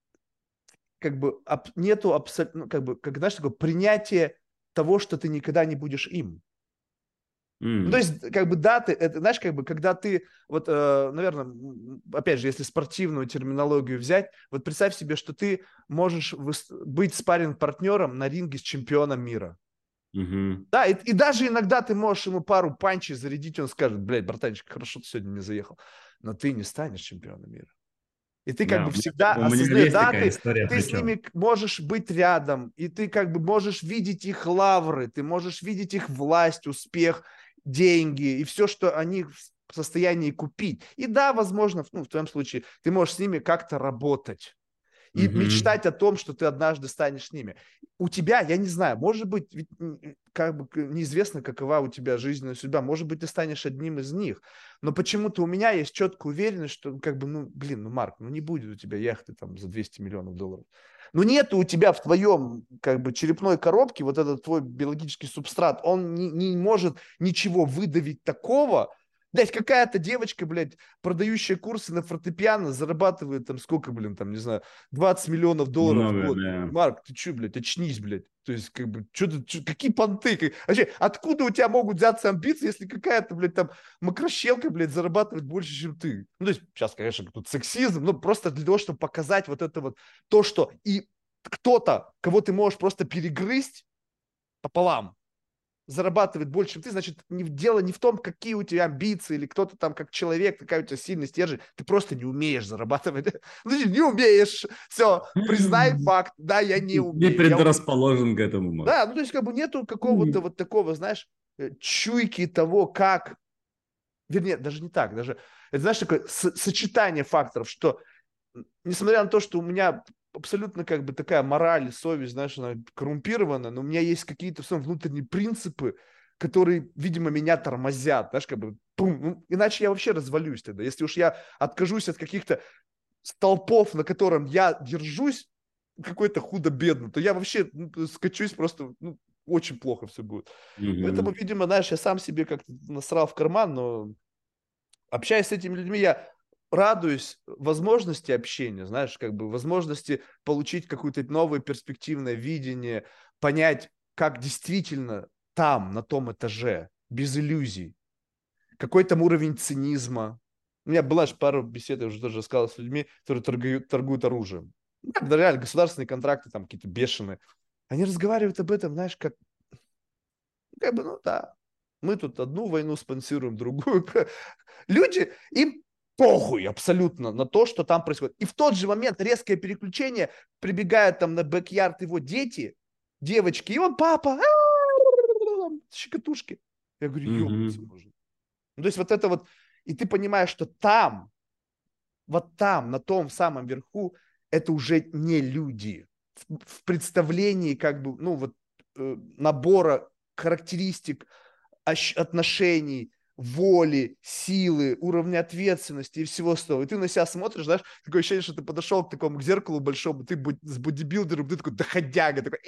как бы аб, нету абсолютно, ну, как бы, как, знаешь, такое принятие того, что ты никогда не будешь им. Ну, то М. есть, как бы, да, ты, это, знаешь, как бы, когда ты, вот, э, наверное, м, опять же, если спортивную терминологию взять, вот представь себе, что ты можешь выс- быть спарринг-партнером на ринге с чемпионом мира. Угу. Да, и, и даже иногда ты можешь ему пару панчей зарядить, он скажет, блядь, братанчик, хорошо ты сегодня не заехал, но ты не станешь чемпионом мира. И ты как Да, бы у меня, всегда у меня осознаешь, есть да, такая ты, история, ты с причем. ними можешь быть рядом, и ты как бы можешь видеть их лавры, ты можешь видеть их власть, успех, деньги и все, что они в состоянии купить. И да, возможно, ну, в твоем случае, ты можешь с ними как-то работать. И Угу. мечтать о том, что ты однажды станешь с ними. У тебя, я не знаю, может быть, ведь как бы неизвестно, какова у тебя жизненная судьба. Может быть, ты станешь одним из них. Но почему-то у меня есть четкая уверенность, что, как бы, ну, блин, ну, Марк, ну, не будет у тебя яхты там за двести миллионов долларов. Ну, нету у тебя в твоем, как бы, черепной коробке вот этот твой биологический субстрат. Он не, не может ничего выдавить такого. Блядь, какая-то девочка, блядь, продающая курсы на фортепиано, зарабатывает там сколько, блин, там, не знаю, двадцать миллионов долларов в Много, год. да. Марк, ты что, блядь, очнись, блядь. То есть, как бы, что ты, чё, какие понты? Как, вообще, откуда у тебя могут взяться амбиции, если какая-то, блядь, там, макрощелка, блядь, зарабатывает больше, чем ты? Ну, то есть, сейчас, конечно, тут сексизм, но просто для того, чтобы показать вот это вот, то, что и кто-то, кого ты можешь просто перегрызть пополам, зарабатывает больше, чем ты, значит, не, дело не в том, какие у тебя амбиции, или кто-то там как человек, какая у тебя сильный стержень, ты просто не умеешь зарабатывать. Ну, не умеешь. Все, признай факт, да, я не Не умею. Я... предрасположен к этому, Марк. Да, ну, то есть, как бы нету какого-то вот такого, знаешь, э, чуйки того, как, вернее, даже не так, даже, это, знаешь, такое со- сочетание факторов, что, несмотря на то, что у меня абсолютно как бы такая мораль, совесть, знаешь, она коррумпирована, но у меня есть какие-то в своем внутренние принципы, которые, видимо, меня тормозят, знаешь, как бы, пум, ну, иначе я вообще развалюсь тогда. Если уж я откажусь от каких-то столпов, на котором я держусь, какой-то худо-бедно, то я вообще ну, скачусь просто, ну, очень плохо все будет. Поэтому, Угу. видимо, знаешь, я сам себе как-то насрал в карман, но общаясь с этими людьми, я радуюсь возможности общения, знаешь, как бы возможности получить какое-то новое перспективное видение, понять, как действительно там, на том этаже, без иллюзий, какой там уровень цинизма. У меня была же пару бесед, я уже тоже рассказывал с людьми, которые торгуют, торгуют оружием. Ну, да, реально, государственные контракты там какие-то бешеные. Они разговаривают об этом, знаешь, как, как бы, ну да, мы тут одну войну спонсируем, другую. Люди, им похуй абсолютно на то, что там происходит. И в тот же момент резкое переключение, прибегают там на бэк-ярд его дети, девочки, и он папа, щекотушки. Я говорю, ёбнуться Угу. можно. Ну, то есть вот это вот, и ты понимаешь, что там, вот там, на том самом верху, это уже не люди. В, в представлении как бы, ну вот, э, набора характеристик, ощ- отношений, воли, силы, уровня ответственности и всего остального. И ты на себя смотришь, знаешь, такое ощущение, что ты подошел к такому к зеркалу большому, ты бу- с бодибилдером, ты такой доходяга, такой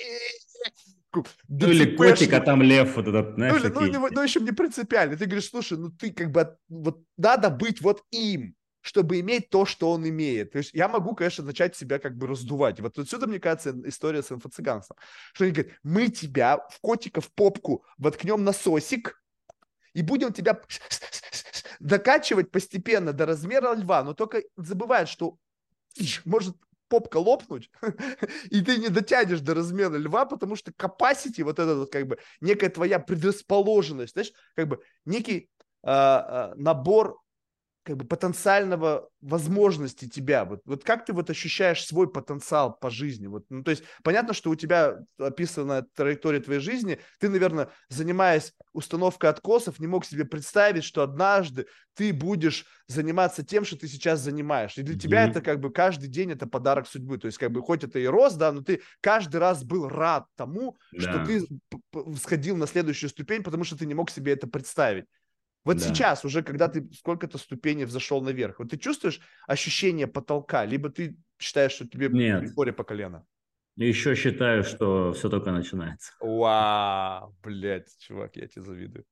Ну или котик, а ДЦПшник. там лев, вот этот, Ну, знаешь, или, ну, такие. не- ну, еще не принципиально. Ты говоришь, слушай, ну ты как бы, вот надо быть вот им, чтобы иметь то, что он имеет. То есть я могу, конечно, начать себя как бы раздувать. Вот отсюда, мне кажется, история с инфо-цыганством. Что они говорят, мы тебя в котика в попку воткнем насосик и будем тебя докачивать постепенно до размера льва. Но только забывают, что может попка лопнуть, и ты не дотянешь до размера льва, потому что capacity, вот это вот как бы некая твоя предрасположенность, знаешь, как бы некий а, а, набор как бы потенциального возможности тебя. Вот, вот как ты вот ощущаешь свой потенциал по жизни? Вот, ну, то есть понятно, что у тебя описана траектория твоей жизни. Ты, наверное, занимаясь установкой откосов, не мог себе представить, что однажды ты будешь заниматься тем, что ты сейчас занимаешь. И для тебя это Угу. как бы каждый день это подарок судьбы. То есть как бы хоть это и рост, да, но ты каждый раз был рад тому, что Да, ты сходил на следующую ступень, потому что ты не мог себе это представить. Вот да. сейчас, уже когда ты сколько-то ступеней взошел наверх, вот ты чувствуешь ощущение потолка, либо ты считаешь, что тебе Нет, горе по колено? еще считаю, что все только начинается. Вау, блядь, чувак, я тебе завидую.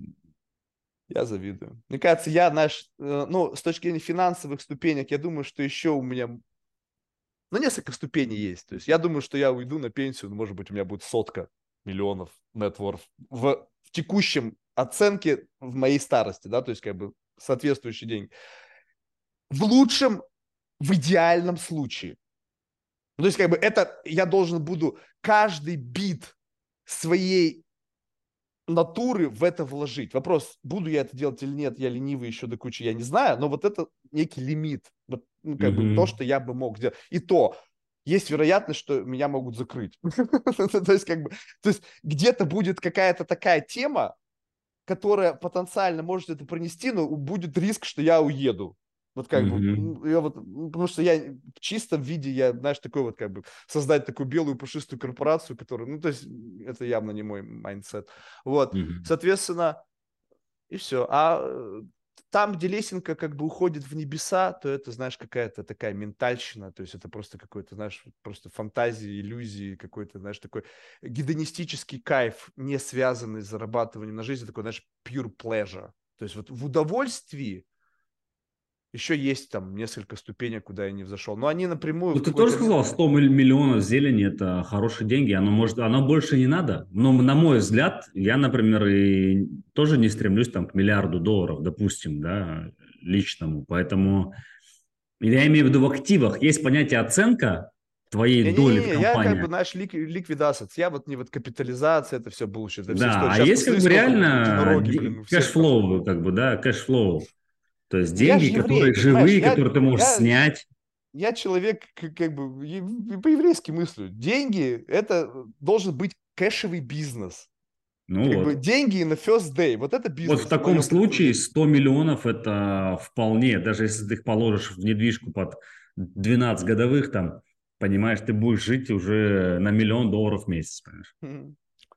Я завидую. Мне кажется, я, знаешь, э, ну, с точки зрения финансовых ступенек, я думаю, что еще у меня, ну, несколько ступеней есть. То есть я думаю, что я уйду на пенсию, ну, может быть, у меня будет сотка миллионов net worth в, в текущем оценке в моей старости, да, то есть как бы соответствующие деньги. В лучшем, в идеальном случае. Ну, то есть, как бы это я должен буду каждый бит своей натуры в это вложить. Вопрос, буду я это делать или нет, я ленивый еще до кучи, я не знаю, но вот это некий лимит, вот, ну, как бы то, Мгм. что я бы мог сделать. И то, есть вероятность, что меня могут закрыть. То есть, как бы, то есть где-то будет какая-то такая тема, которая потенциально может это пронести, но будет риск, что я уеду. Вот как бы, Мгм. м, я вот, м, потому что я в чистом виде, я, знаешь, такой вот как бы создать такую белую пушистую корпорацию, которая, ну, то есть это явно не мой майндсет. Вот, Мгм. соответственно, и все. А э, там, где лесенка как бы уходит в небеса, то это, знаешь, какая-то такая ментальщина, то есть это просто какой-то, знаешь, просто фантазии, иллюзии, какой-то, знаешь, такой гедонистический кайф, не связанный с зарабатыванием на жизнь, такой, знаешь, pure pleasure. То есть вот в удовольствии еще есть там несколько ступенек, куда я не взошел. Но они напрямую Ну, в ты тоже какой-то момент... сказал, сто миль- миллионов зелени – это хорошие деньги, оно может, оно больше не надо. Но, на мой взгляд, я, например, и тоже не стремлюсь там к миллиарду долларов, допустим, да, личному. Поэтому, или я имею в виду в активах, есть понятие оценка твоей доли в Не-не-не, я как бы, компании. знаешь, лик, ликвидация. Я вот не вот капитализация, это все bullshit, это все Да, история. а Сейчас есть как бы посмотри, сколько реально единороги, де- блин, у всех там. кэшфлоу, как бы, да, кэшфлоу. То есть Ну, я же деньги, которые еврей, понимаешь? живые, Я, которые ты можешь я, снять. я человек, как, как бы, е- по-еврейски мыслю. Деньги – это должен быть кэшевый бизнес. Ну Как бы вот. деньги на first day. Вот это Вот в бизнес в таком моем случае представлении. сто миллионов это вполне, даже если ты их положишь в недвижку под двенадцать годовых, там, понимаешь, ты будешь жить уже на миллион долларов в месяц, понимаешь? Мгм.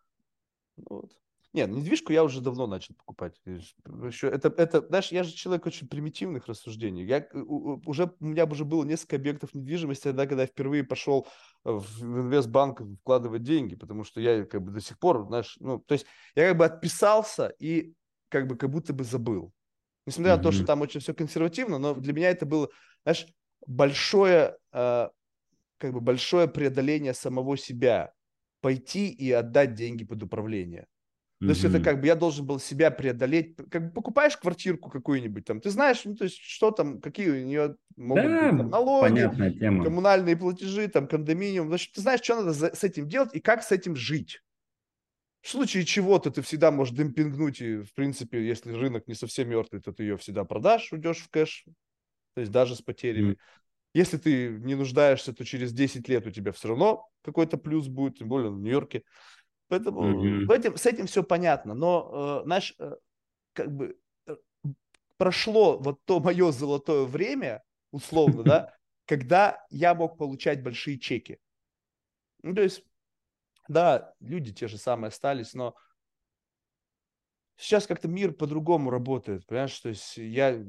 Вот. Нет, недвижку я уже давно начал покупать. То есть, Еще это, это, знаешь, я же человек очень примитивных рассуждений. Я, э, у- у- уже, у меня уже было несколько объектов недвижимости, тогда, когда я впервые пошел в инвестбанк вкладывать деньги, потому что я как бы до сих пор, знаешь, ну, то есть я как бы отписался и как бы как будто бы забыл. Несмотря на то, что Мгм. там очень все консервативно, но для меня это было, знаешь, большое, э, как бы большое преодоление самого себя. Пойти и отдать деньги под управление. То есть это Мгм. как бы я должен был себя преодолеть. Как бы покупаешь квартирку какую-нибудь там, ты знаешь, ну, то есть что там, какие у нее могут быть там Да, налоги, понятная тема. коммунальные платежи, там кондоминиум. Значит, ты знаешь, что надо за- с этим делать и как с этим жить. В случае чего-то ты всегда можешь демпингнуть, и, в принципе, если рынок не совсем мертвый, то ты ее всегда продашь, уйдешь в кэш, то есть даже с Мгм. потерями. Если ты не нуждаешься, то через десять лет у тебя все равно какой-то плюс будет, тем более в Нью-Йорке. Поэтому в Мгм. этим, с этим все понятно. Но, э, знаешь, э, как бы э, прошло вот то мое золотое время, условно, да, когда я мог получать большие чеки. Ну, то есть, да, люди те же самые остались, но сейчас как-то мир по-другому работает, понимаешь? То есть я...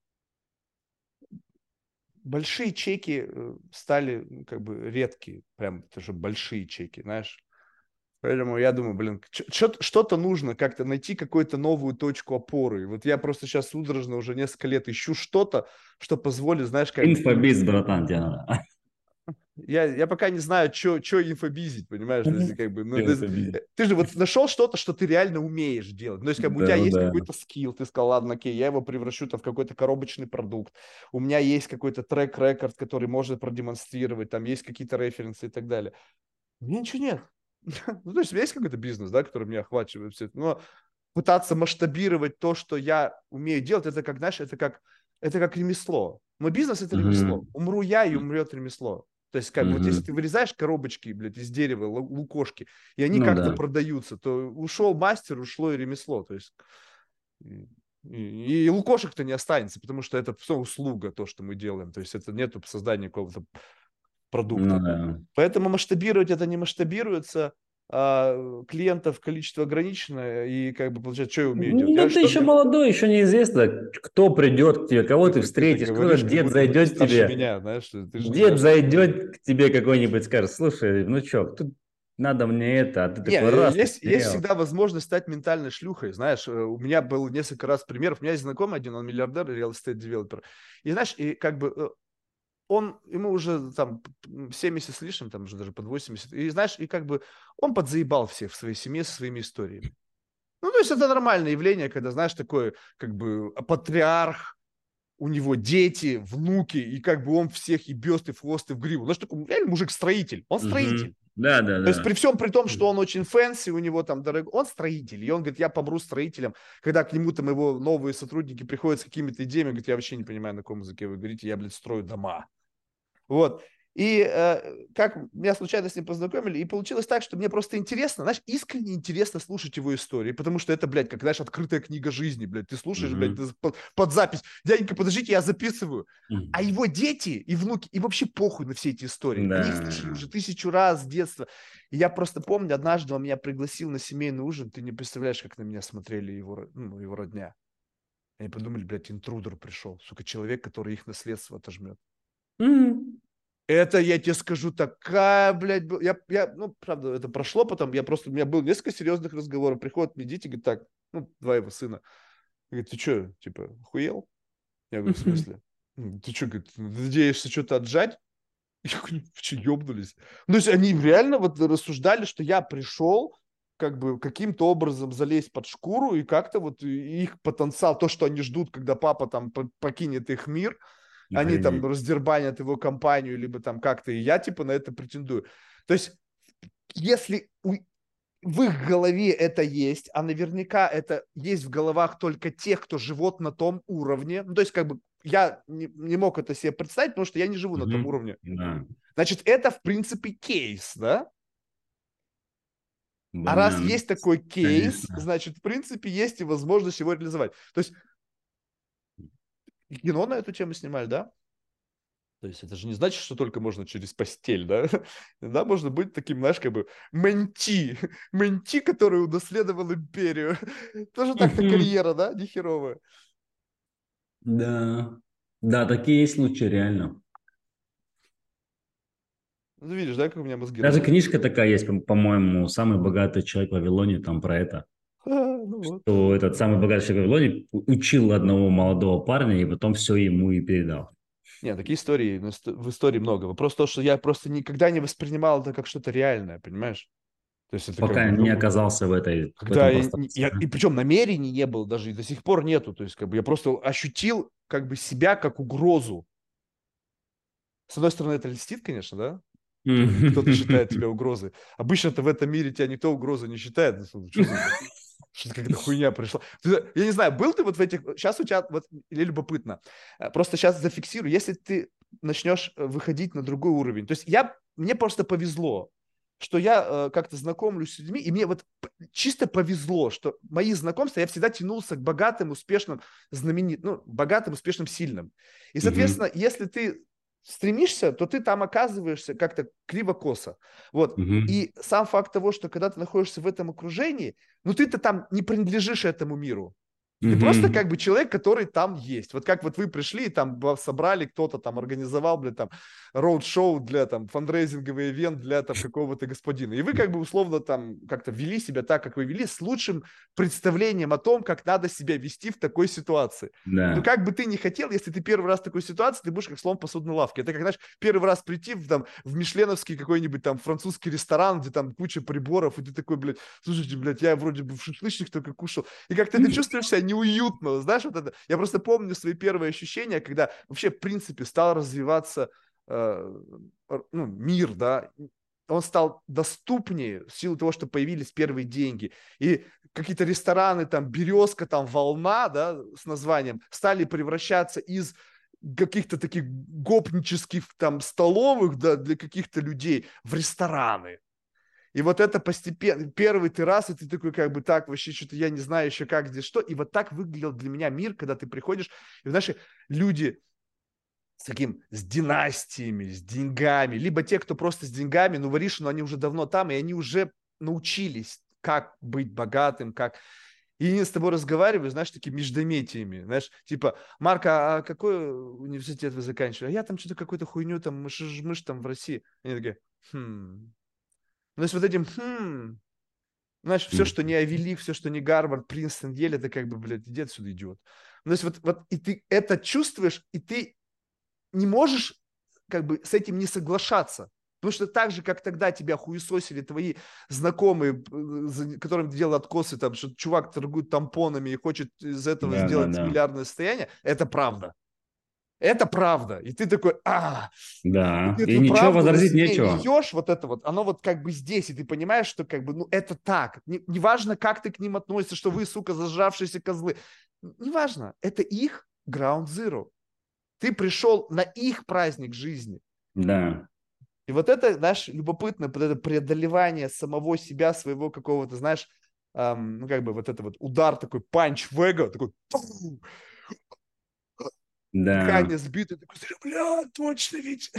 Большие чеки э, стали ну, как бы редкие, прям тоже большие чеки, знаешь? Поэтому я думаю, блин, чё- что-то нужно как-то найти какую-то новую точку опоры. Вот я просто сейчас судорожно уже несколько лет ищу что-то, что позволит, знаешь, как бы... им- Инфобиз, братан, тебе надо. Я, я пока не знаю, что инфобизить, понимаешь? То есть, как бы, ну, то есть, Инфобиз. э, ты же вот нашел что-то, что ты реально умеешь делать. Ну, то есть, как бы у Да, тебя ну есть да. какой-то скилл, ты сказал, ладно, окей, я его превращу там в какой-то коробочный продукт. У меня есть какой-то трек-рекорд, который можно продемонстрировать, там есть какие-то референсы и так далее. У меня ничего нет. Ну, то есть, у меня есть какой-то бизнес, да, который меня охватывает все это. Но пытаться масштабировать то, что я умею делать, это как, знаешь, это как, это как ремесло. Мой бизнес – это ремесло. Мгм. Умру я, и умрет ремесло. То есть, как бы, вот если Мгм. ты вырезаешь коробочки, блядь, из дерева, лу- лукошки, и они Ну как-то да. продаются, то ушел мастер, ушло и ремесло. То есть, и, и- и лукошек-то не останется, потому что это все услуга, то, что мы делаем. То есть, это нету создания какого-то Ну продукта. да. Поэтому масштабировать это не масштабируется, а клиентов количество ограничено, и как бы получается, что я умею делать? Я Ну, ты что, еще молодой, еще неизвестно, кто придет к тебе, кого ты, ты ты, ты так встретишь, кто-то говоришь, как дед будто бы ты зайдет к старше тебе, меня, знаешь, что ты же не дед знаешь. зайдет к тебе какой-нибудь, скажет, слушай, внучок, тут надо мне это, а ты Не, такой э, раз и есть, есть сделал. всегда возможность стать ментальной шлюхой, знаешь, э, у меня было несколько раз примеров, у меня есть знакомый один, он миллиардер, real estate девелопер, и знаешь, и как бы э, он, ему уже там семьдесят с лишним, там уже даже под восемьдесят, и знаешь, и как бы он подзаебал всех в своей семье со своими историями. Ну, то есть это нормальное явление, когда, знаешь, такой, как бы, патриарх, у него дети, внуки, и как бы он всех и бёст, и в хвост, и в гриву. Знаешь, такой реально мужик-строитель. Он Мгм. строитель. Да, да, То есть да. при всем при том, что он очень фэнси, у него там дорогой, он строитель, и он говорит, я помру строителем, когда к нему там его новые сотрудники приходят с какими-то идеями, говорит, я вообще не понимаю, на каком языке вы говорите, я, блядь, строю дома. Вот. И э, как меня случайно с ним познакомили, и получилось так, что мне просто интересно, знаешь, искренне интересно слушать его истории, потому что это, блядь, как, знаешь, открытая книга жизни, блядь, ты слушаешь, блядь, Мгм. ты под, под запись, дяденька, подождите, я записываю. Мгм. А его дети и внуки, и вообще похуй на все эти истории. Они их слышали Да. уже тысячу раз с детства. И я просто помню, однажды он меня пригласил на семейный ужин, ты не представляешь, как на меня смотрели его, ро- ну, его родня. Они подумали, блядь, интрудер пришел, сука, человек, который их наследство отожмет. Мгм. Это, я тебе скажу, такая, блядь, был- я, я, ну, правда, это прошло потом, я просто, у меня было несколько серьезных разговоров, приходят мне дети, говорят, так, ну, два его сына, говорит, ты что, типа, охуел? Я говорю, в Мгм. смысле? «Ну, ты что, говорит, надеешься что-то отжать? Я говорю, вы что, ёбнулись? Ну, то есть они реально вот рассуждали, что я пришел, как бы каким-то образом залезть под шкуру и как-то вот их потенциал, то, что они ждут, когда папа там по- покинет их мир, они там Охренеть. раздербанят его компанию, либо там как-то, и я типа на это претендую. То есть, если у, в их голове это есть, а наверняка это есть в головах только тех, кто живет на том уровне, ну, то есть, как бы, я не, не мог это себе представить, потому что я не живу на том Мгм. уровне. Да. Значит, это, в принципе, кейс, да? А раз Банан. есть такой кейс, Конечно. значит, в принципе, есть и возможность его реализовать. То есть, кино на эту тему снимали, да? То есть это же не значит, что только можно через постель, да? Да, можно быть таким, знаешь, как бы менти, менти, который унаследовал империю. Тоже так-то Мгм. карьера, да, нехеровая. Да. Да, такие есть случаи, реально. Ну, видишь, да, как у меня мозги Даже работают. книжка такая есть, по- по-моему, «Самый богатый человек в Вавилоне», там про это. А, ну вот. Что этот самый богатый человек в Вавилоне у- учил одного молодого парня и потом все ему и передал. Нет, такие истории, ну, ст- в истории много. Вопрос в том, что я просто никогда не воспринимал это как что-то реальное, понимаешь? То есть это как Пока бы, не ну, оказался в, этой, в когда этом я, я- пространстве. и причем намерений не было даже, и до сих пор нету. То есть как бы я просто ощутил как бы себя как угрозу. С одной стороны, это льстит, конечно, да? Когда кто-то считает тебя угрозой. Обычно-то в этом мире тебя никто угрозой не считает. Ну, что за, блядь, что-то какая-то хуйня пришла. Ты- я не знаю, был ты вот в этих... Сейчас у тебя вот или любопытно. Э, Просто сейчас зафиксирую. Если ты начнешь э, выходить на другой уровень. То есть я... Мне просто повезло, что я э, как-то знакомлюсь с людьми, и мне вот п- чисто повезло, что мои знакомства, я всегда тянулся к богатым, успешным, знаменитым, ну, богатым, успешным, сильным. И, Мгм. соответственно, если ты стремишься, то ты там оказываешься как-то криво-косо. Вот. Мгм. И сам факт того, что когда ты находишься в этом окружении, ну ты-то там не принадлежишь этому миру. Ты просто Мгм. как бы человек, который там есть. Вот как вот вы пришли, и там вас собрали, кто-то там организовал, блядь, там, роуд-шоу для там фандрейзинговый ивент для там какого-то господина. И вы как бы условно там как-то вели себя так, как вы вели, с лучшим представлением о том, как надо себя вести в такой ситуации. Ну, Да. как бы ты ни хотел, если ты первый раз в такой ситуации, ты будешь как слон в посудной лавке. Это как, знаешь, первый раз прийти в, там, в мишленовский какой-нибудь там французский ресторан, где там куча приборов, и ты такой, блядь, слушайте, блядь, я вроде бы в шашлычник только кушал. И как-то ты чувствуешь себя неуютно, знаешь, вот это. Я просто помню свои первые ощущения, когда вообще, в принципе, стал развиваться э, ну, мир, да, он стал доступнее в силу того, что появились первые деньги. И какие-то рестораны, там, «Березка», там, «Волна», да, с названием, стали превращаться из каких-то таких гопнических там столовых, да, для каких-то людей в рестораны. И вот это постепенно, первый ты раз, и ты такой как бы так, вообще что-то я не знаю еще как, здесь что. И вот так выглядел для меня мир, когда ты приходишь, и знаешь, люди с таким, с династиями, с деньгами, либо те, кто просто с деньгами, ну, вориши, но они уже давно там, и они уже научились, как быть богатым, как... И они с тобой разговаривают, знаешь, такими междометиями, знаешь, типа, Марк, а какой университет вы заканчивали? А я там что-то какую-то хуйню, там, мы ж, мы ж там в России. Они такие, хм. Ну, то есть вот этим, хм, знаешь, все, Мгм. что не Авели, все, что не Гарвард, Принстон, Ель, это как бы, блядь, иди отсюда, идиот. Ну, то есть вот, вот и ты это чувствуешь, и ты не можешь как бы с этим не соглашаться. Потому что так же, как тогда тебя хуесосили твои знакомые, э, которым ты делал откосы, там, что чувак торгует тампонами и хочет из этого Да, да, сделать да. миллиардное состояние, это правда. Это правда. И ты такой, а, Да, ты и эту ничего правду возразить на себе нечего. несешь, вот это вот, оно вот как бы здесь, и ты понимаешь, что как бы, ну, это так. Не- Неважно, как ты к ним относишься, что вы, сука, зажравшиеся козлы. Неважно, это их ground zero. Ты пришел на их праздник жизни. Да. И вот это, знаешь, любопытно, вот это преодолевание самого себя, своего какого-то, знаешь, эм, ну, как бы вот это вот удар такой, панч в эго, такой, пум, Да. дыхание сбито, такой, бля, точно ведь.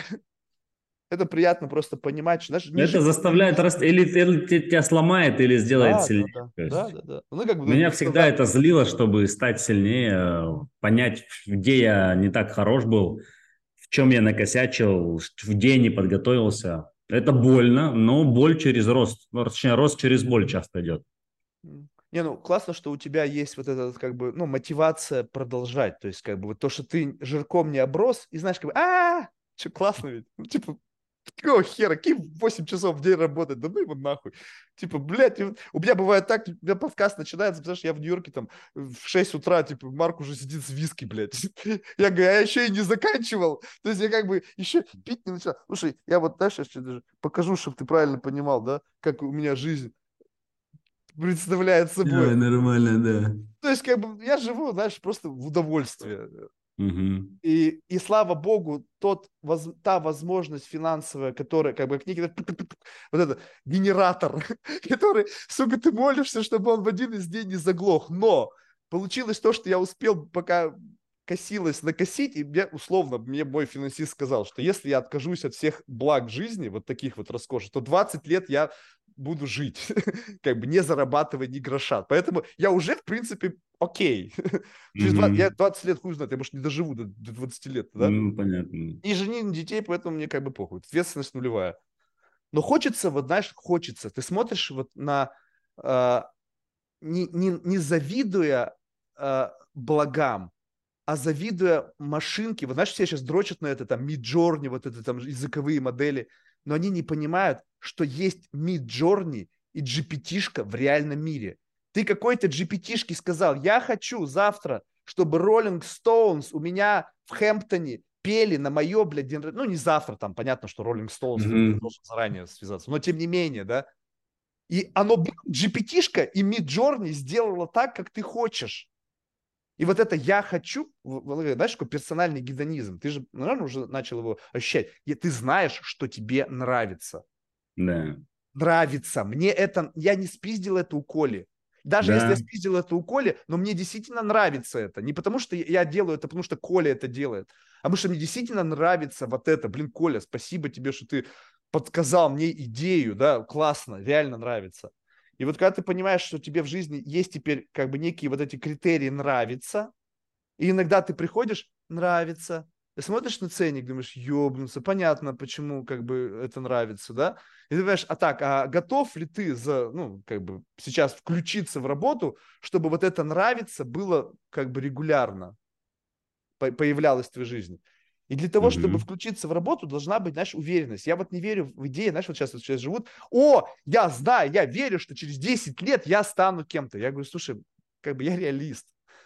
Это приятно просто понимать, что, знаешь, не Это жить. заставляет расти, или, или те- тебя сломает, или сделает Да, да, сильнее. да, То да, есть да, да. Ну, как бы меня ну, всегда сказать, это злило, чтобы стать сильнее, понять, где я не так хорош был, в чем я накосячил, где я не подготовился. Это больно, но боль через рост. Ну, точнее, рост через боль часто идет. м. Не, ну классно, что у тебя есть вот эта как бы, ну, мотивация продолжать. То есть, как бы, вот то, что ты жирком не оброс, и знаешь, как бы, а, что классно ведь. Ну, типа, какого хера, какие восемь часов в день работать, да ну его нахуй. Типа, блядь, и у меня бывает так, у меня подкаст начинается, потому что я в Нью-Йорке там в шесть утра, типа, Марк уже сидит с виски, блядь. Я говорю, а я еще и не заканчивал. То есть я как бы еще пить не начал. Слушай, я вот, знаешь, сейчас даже покажу, чтобы ты правильно понимал, да, как у меня жизнь представляет собой. Ой, нормально, да. То есть, как бы, я живу, знаешь, просто в удовольствии. Мгм. И, и слава богу, тот, воз, та возможность финансовая, которая, как бы, как некий вот это, генератор, который, сука, ты молишься, чтобы он в один из дней не заглох. Но получилось то, что я успел, пока косилось, накосить, и мне, условно, мне мой финансист сказал, что если я откажусь от всех благ жизни, вот таких вот роскошей, то двадцать лет я буду жить, как бы не зарабатывая ни гроша. Поэтому я уже, в принципе, окей. Через двадцать, я Мгм. двадцать лет хуй знает, я, может, не доживу до, до двадцати лет, да? Ну, понятно. Ни жены, ни детей, поэтому мне как бы похуй. Ответственность нулевая. Но хочется, вот знаешь, хочется. Ты смотришь вот на, э, не, не, не завидуя э, благам, а завидуя машинке. Вот знаешь, все сейчас дрочат на это, там, Midjourney, вот это там языковые модели, но они не понимают, что есть Midjourney и джи пи ти-шка в реальном мире. Ты какой-то джи пи ти-шке сказал, я хочу завтра, чтобы Rolling Stones у меня в Хэмптоне пели на мое, блядь, день рождения. Ну, не завтра, там, понятно, что Rolling Stones ты Мгм. должен заранее связаться, но тем не менее, да. И оно, джи пи ти-шка и Midjourney сделала так, как ты хочешь. И вот это «я хочу», знаешь, такой персональный гедонизм. Ты же, наверное, уже начал его ощущать. И ты знаешь, что тебе нравится. Да. Нравится. Мне это... Я не спиздил это у Коли. Даже если Да. я спиздил это у Коли, но мне действительно нравится это. Не потому, что я делаю это, потому что Коля это делает. А потому что мне действительно нравится вот это. Блин, Коля, спасибо тебе, что ты подсказал мне идею. Да, классно, реально нравится. И вот когда ты понимаешь, что тебе в жизни есть теперь как бы некие вот эти критерии нравится, и иногда ты приходишь, нравится, ты смотришь на ценник, думаешь, ёбнуться, понятно, почему как бы это нравится, да? И ты понимаешь, а так, а готов ли ты за, ну, как бы сейчас включиться в работу, чтобы вот это нравится было как бы регулярно, по- появлялось в твоей жизни? И для того, чтобы Мгм. включиться в работу, должна быть, знаешь, уверенность. Я вот не верю в идеи, знаешь, вот сейчас, вот сейчас живут, о, я знаю, я верю, что через десять лет я стану кем-то. Я говорю, слушай, как бы я реалист.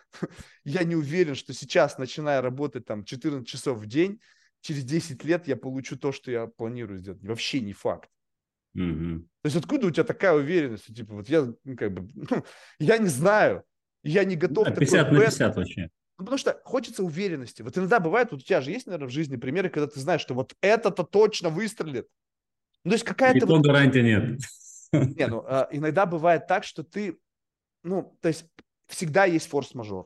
Я не уверен, что сейчас, начиная работать там четырнадцать часов в день, через десять лет я получу то, что я планирую сделать. Вообще не факт. Мгм. То есть откуда у тебя такая уверенность? Типа, вот я, ну, как бы, ну, я не знаю, я не готов Да, такой пятьдесят на бэт. пятьдесят вообще. Ну, потому что хочется уверенности. Вот иногда бывает, вот у тебя же есть, наверное, в жизни примеры, когда ты знаешь, что вот это-то точно выстрелит. Ну, то есть И какая-то то вот... гарантии нет. Не, ну, а, иногда бывает так, что ты, ну, то есть всегда есть форс-мажор.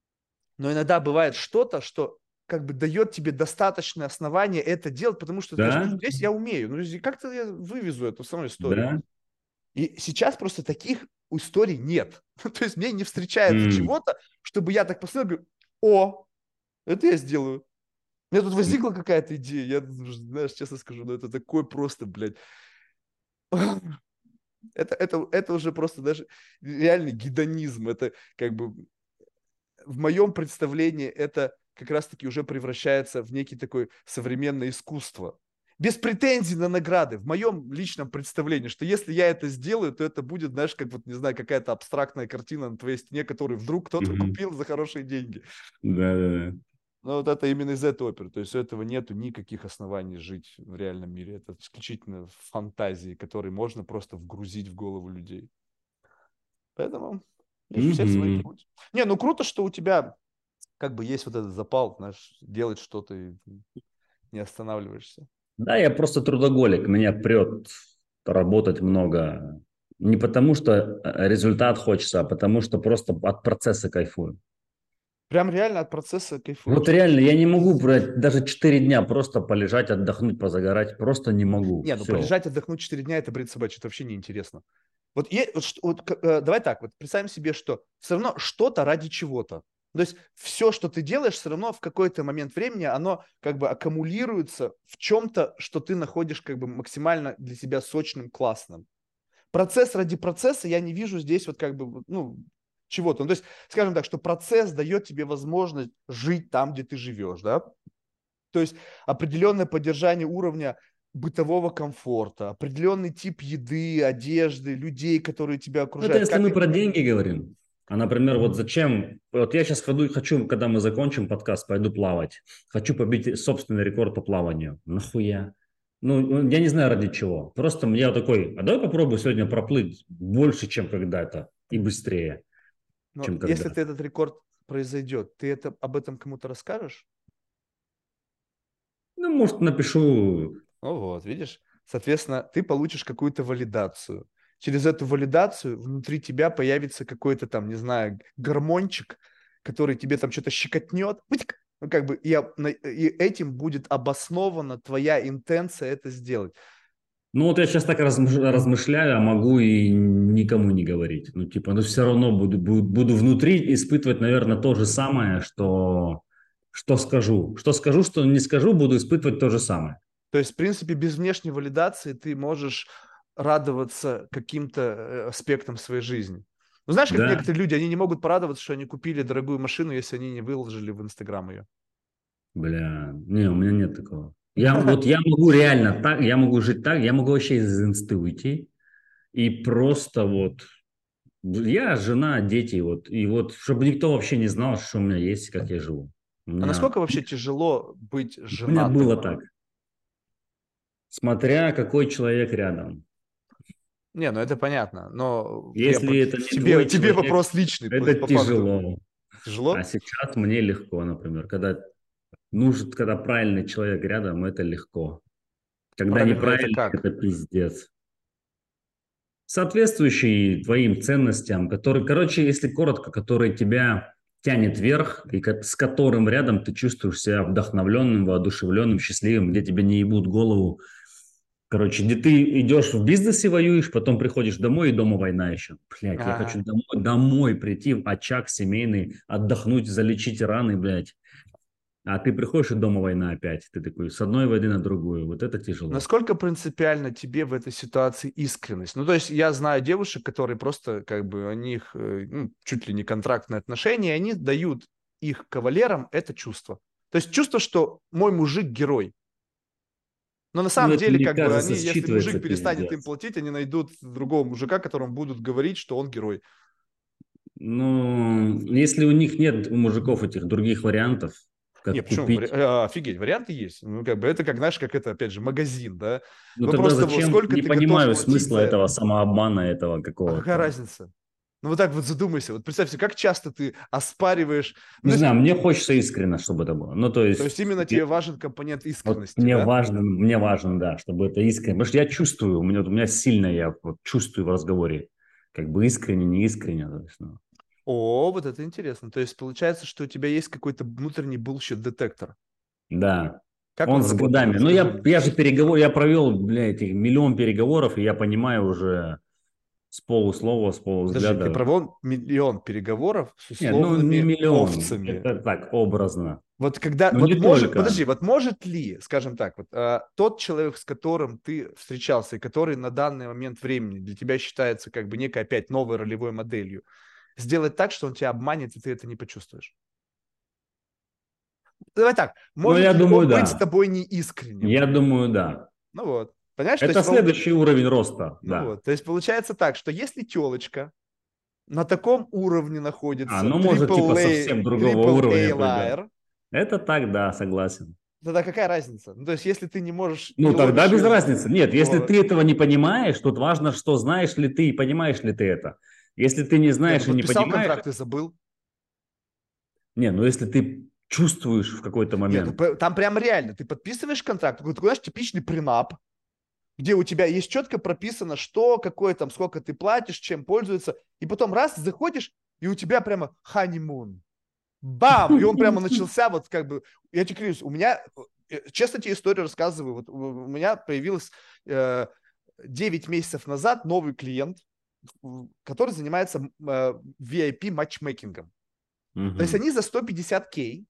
Но иногда бывает что-то, что как бы дает тебе достаточное основание это делать, потому что ты говоришь, Да, ну, здесь я умею, ну, здесь как-то я вывезу эту самую историю. да. И сейчас просто таких историй нет. То есть мне не встречается М. чего-то, чтобы я так посмотрел, говорю, о, это я сделаю. У меня тут возникла какая-то идея, я, знаешь, честно скажу, ну это такой просто, блядь, это, это, это уже просто даже реальный гедонизм, это как бы в моем представлении это как раз-таки уже превращается в некий такой современное искусство. Без претензий на награды, в моем личном представлении, что если я это сделаю, то это будет, знаешь, как вот, не знаю, какая-то абстрактная картина на твоей стене, которую вдруг кто-то Мгм. купил за хорошие деньги. Да, да, да. Ну, вот это именно из этой оперы. То есть у этого нету никаких оснований жить в реальном мире. Это исключительно фантазии, которые можно просто вгрузить в голову людей. Поэтому видишь, все свой Мгм. путь. Не, ну круто, что у тебя как бы есть вот этот запал, знаешь, делать что-то и не останавливаешься. Да, я просто трудоголик, меня прет работать много. Не потому, что э, результат хочется, а потому, что просто от процесса кайфую. Прям реально от процесса Вот кайфуешь. реально, я не могу брать даже четыре дня просто полежать, отдохнуть, позагорать. Просто не могу. Не, ну Все. полежать, отдохнуть четыре дня, это бред собачий, это вообще неинтересно. Вот, е- вот, что- вот, к- э, давай так, вот представим себе, что все равно что-то ради чего-то. То есть все, что ты делаешь, все равно в какой-то момент времени оно как бы аккумулируется в чем-то, что ты находишь как бы максимально для себя сочным, классным. Процесс ради процесса я не вижу здесь вот как бы, вот, ну, чего-то. Ну, то есть, скажем так, что процесс дает тебе возможность жить там, где ты живешь, да? То есть определенное поддержание уровня бытового комфорта, определенный тип еды, одежды, людей, которые тебя Ну, это окружают. если Как... мы про деньги говорим. А, например, вот зачем... Вот я сейчас ходу, хочу, когда мы закончим подкаст, пойду плавать. Хочу побить собственный рекорд по плаванию. Нахуя? Ну, ну, я не знаю ради чего. Просто я такой, а давай попробую сегодня проплыть больше, чем когда-то. И быстрее, Но чем если когда-то. ты этот рекорд произойдет, ты это, об этом кому-то расскажешь? Ну, может, напишу... Ну вот, видишь? Соответственно, ты получишь какую-то валидацию. Через эту валидацию внутри тебя появится какой-то там, не знаю, гормончик, который тебе там что-то щекотнет. Пытьк. Ну, как бы, и, об- на- и этим будет обоснована твоя интенция это сделать. Ну, вот я сейчас так размыш- размышляю, а могу и никому не говорить. Ну, типа, ну, все равно буду, буду, буду внутри испытывать, наверное, то же самое, что, что скажу. Что скажу, что не скажу, буду испытывать то же самое. То есть, в принципе, без внешней валидации ты можешь радоваться каким-то э, аспектам своей жизни. Ну, знаешь, как Да, некоторые люди, они не могут порадоваться, что они купили дорогую машину, если они не выложили в Инстаграм ее. бля, не, у меня нет такого. Я, вот я могу реально так, я могу жить так, я могу вообще из инсты уйти и просто вот, я, жена, дети, вот, и вот, чтобы никто вообще не знал, что у меня есть, как я живу. У А меня, насколько вообще тяжело быть у меня было женатым? так, смотря какой человек рядом. Не, ну это понятно, но я Если про- это не тебе, твой тебе человек, вопрос личный, по, это по факту. тяжело. А Тяжело? сейчас мне легко, например, когда нужен, когда правильный человек рядом, это легко. Когда Правильно, это неправильный, как? это пиздец. Соответствующий твоим ценностям, который, короче, если коротко, который тебя тянет вверх, и ко- с которым рядом ты чувствуешь себя вдохновленным, воодушевленным, счастливым, где тебе не ебут голову. Короче, где ты идешь в бизнесе, воюешь, потом приходишь домой, и дома война еще. Блядь, я хочу Ага. домой, домой прийти в очаг семейный, отдохнуть, залечить раны, блядь. А ты приходишь, и дома война опять. Ты такой, с одной войны на другую. Вот это тяжело. Насколько принципиально тебе в этой ситуации искренность? Ну, то есть я знаю девушек, которые просто, как бы, у них э, ну, чуть ли не контрактные отношения, и они дают их кавалерам это чувство. То есть чувство, что мой мужик герой. Но на Ну, самом это, деле, мне как бы кажется, они, если считывается мужик перестанет им пиздец. платить, они найдут другого мужика, которому будут говорить, что он герой. Ну, если у них нет, у мужиков этих других вариантов, Не, как почему? Вари- купить, а, Офигеть, варианты есть. Ну, как бы это, как, знаешь, как это, опять же, магазин, да? ну тогда Вопрос того, зачем? сколько Не ты готов понимаю платить смысла за этого это. самообмана, этого А какая какого-то. разница? Ну, вот так вот задумайся. Вот представь себе, как часто ты оспариваешь... Ну, Не то есть, знаю, мне хочется искренне, чтобы это было. Ну, то то есть есть, именно я- тебе важен компонент вот искренности, мне да? важно, мне важно, да, чтобы это искренне. Потому что я чувствую, у меня, вот у меня сильно я вот чувствую в разговоре, как бы искренне, не искренне. То есть, ну, О, вот это интересно. То есть получается, что у тебя есть какой-то внутренний bullshit-детектор. да. Как Он он с работает? годами. Ну, Расскажи я, мне. я же переговор, я провел, бля, этих миллион переговоров, и я понимаю уже с полуслова, с Подожди, ты полувзгляда. провел миллион переговоров с Нет, ну не условными миллион, овцами. это так, образно. Вот когда, Но вот не может, подожди, только. вот может ли, скажем так, вот а, тот человек, с которым ты встречался и который на данный момент времени для тебя считается как бы некой опять новой ролевой моделью, сделать так, что он тебя обманет, и ты это не почувствуешь? Давай так, Ну, может я ли думаю, он быть с да. тобой неискренним? Я думаю, да. Ну вот, понимаешь, то Это есть, вол- следующий уровень роста, ну да. вот, то есть получается так, что если телочка на таком уровне А, находится ну, может, типа трипл эй, совсем другого трипл уровня эй придет. liar, Это так, да, согласен. Тогда какая разница? Ну, то есть, если ты не можешь, Ну, не тогда ловишь без ее, разницы. Нет, если то... ты этого не понимаешь, тут важно, что знаешь ли ты и понимаешь ли ты это. Если ты не Не, ну знаешь и не подписал понимаешь, контракт и забыл. не, ну если ты чувствуешь в какой-то Нет, ну, момент. п- там прям реально, ты подписываешь контракт, такой, такой, знаешь, типичный пренап, где у тебя есть четко прописано, что, какое там, сколько ты платишь, чем пользуется, и потом раз, заходишь, и у тебя прямо honeymoon. Бам! И он прямо начался, вот как бы, я тебе клянусь, у меня, э, честно тебе историю рассказываю, вот у меня появилось э, девять месяцев назад новый клиент, который занимается э, ви ай пи матчмейкингом. То есть Мгм. они за сто пятьдесят кей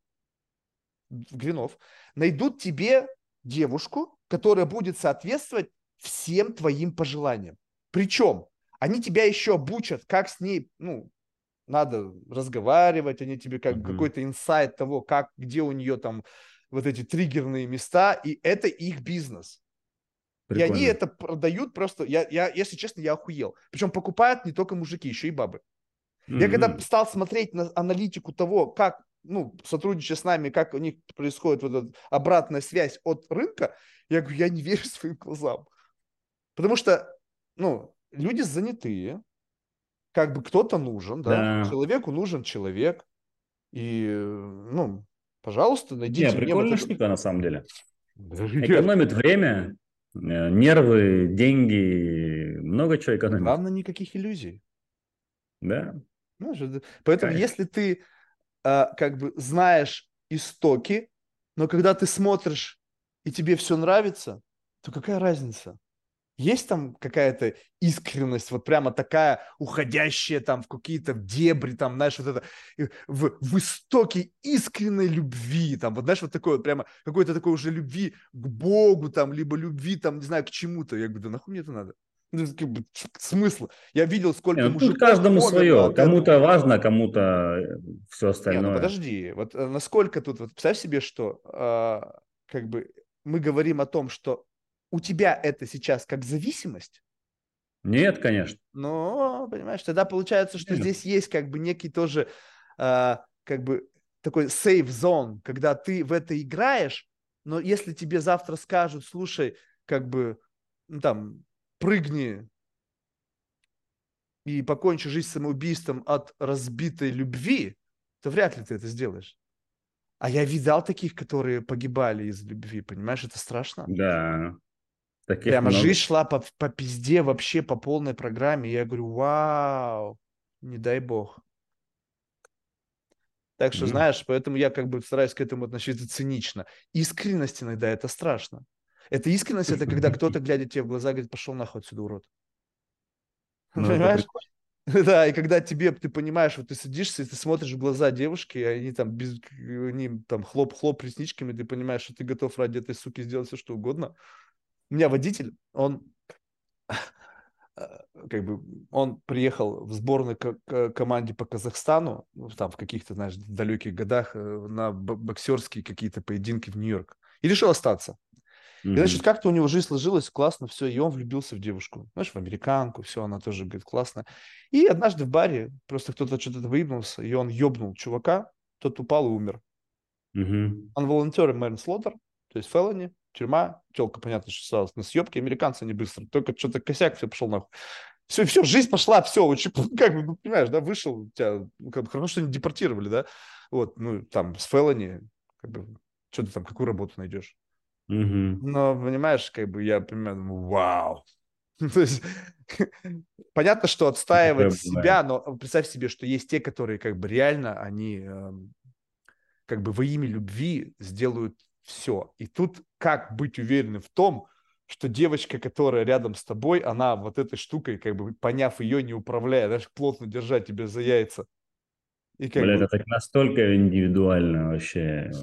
гринов найдут тебе девушку, которая будет соответствовать всем твоим пожеланиям. Причем они тебя еще обучат, как с ней, ну, надо разговаривать, они тебе как бы Мгм. какой-то инсайт того, как, где у нее там вот эти триггерные места, и это их бизнес. И они Прикольно. это продают просто, я, я, если честно, я охуел. Причем покупают не только мужики, еще и бабы. Я когда Мгм. стал смотреть на аналитику того, как, ну, сотрудничая с нами, как у них происходит вот эта обратная связь от рынка, я говорю, я не верю своим глазам. Потому что, ну, люди занятые, как бы кто-то нужен, да, Да. человеку нужен человек, и, ну, пожалуйста, Не, найдите мне вот прикольная это. штука на самом деле. Нет, Экономит время, э, нервы, деньги, много чего экономит. главное, никаких иллюзий. Да, Знаешь, это- Поэтому, кайф. если ты а, как бы знаешь истоки, но когда ты смотришь и тебе все нравится, то какая разница? Есть там какая-то искренность, вот прямо такая уходящая там в какие-то дебри, там, знаешь, вот это э, в, в истоке искренней любви, там, вот, знаешь, вот такое вот прямо какой-то такой уже любви к Богу, там, либо любви, там, не знаю, к чему-то. Я говорю, да нахуй мне это надо? Ну, как бы, смысл? Я видел, Не, сколько ну, тут мужиков каждому померло свое. от этого. Кому-то важно, кому-то все Не, ну остальное. подожди, вот э, насколько тут, вот представь себе, что а, как бы мы говорим о том, что у тебя это сейчас как зависимость, Нет, конечно. но, понимаешь, тогда получается, что Нет. здесь есть как бы некий тоже а, как бы такой safe zone, когда ты в это играешь, но если тебе завтра скажут, слушай, как бы, ну, там, прыгни и покончи жизнь самоубийством от разбитой любви, то вряд ли ты это сделаешь. А я видал таких, которые погибали из любви, понимаешь, это страшно. Да, таких Прямо много. жизнь шла по, по пизде вообще по полной программе. И я говорю, вау, не дай бог. Так что, Ну, знаешь, поэтому я как бы стараюсь к этому относиться цинично. Искренность иногда это страшно. Это искренность, это когда кто-то, глядя тебе в глаза, говорит, пошел нахуй отсюда, урод. ну, это Понимаешь? прикольно. Да, и когда тебе, ты понимаешь, вот ты садишься, и ты смотришь в глаза девушки, и они там без, они там хлоп-хлоп ресничками, ты понимаешь, что ты готов ради этой суки сделать все, что угодно. У меня водитель, он э, как бы, он приехал в сборной к, к команде по Казахстану, ну, там в каких-то, знаешь, далеких годах э, на б- боксерские какие-то поединки в Нью-Йорк. И решил остаться. И, значит, Мгм. как-то у него жизнь сложилась, классно, все, и он влюбился в девушку. Знаешь, в американку, все, она тоже, говорит, классно. И однажды в баре просто кто-то что-то выебнулся, и он ёбнул чувака, тот упал и умер. Мгм. Involuntary manslaughter, то есть felony, тюрьма, телка, понятно, что осталась на съебке, американцы не быстро, только что-то косяк, все, пошел нахуй. Все, все, жизнь пошла, все, очень, как бы, ну, понимаешь, да, вышел, тебя, ну, как бы, хорошо, что не депортировали, да, вот, ну, там, с felony, как бы, что ты там, какую работу найдешь? Мгм. Но, понимаешь, как бы, я понимаю, думаю, вау. То есть, понятно, что Такое отстаивать бывает. себя, но представь себе, что есть те, которые, как бы, реально, они эм, как бы во имя любви сделают все. И тут как быть уверенным в том, что девочка, которая рядом с тобой, она вот этой штукой, как бы поняв ее, не управляя, даже плотно держать тебя за яйца. И как Бля, бы... это так настолько индивидуально вообще.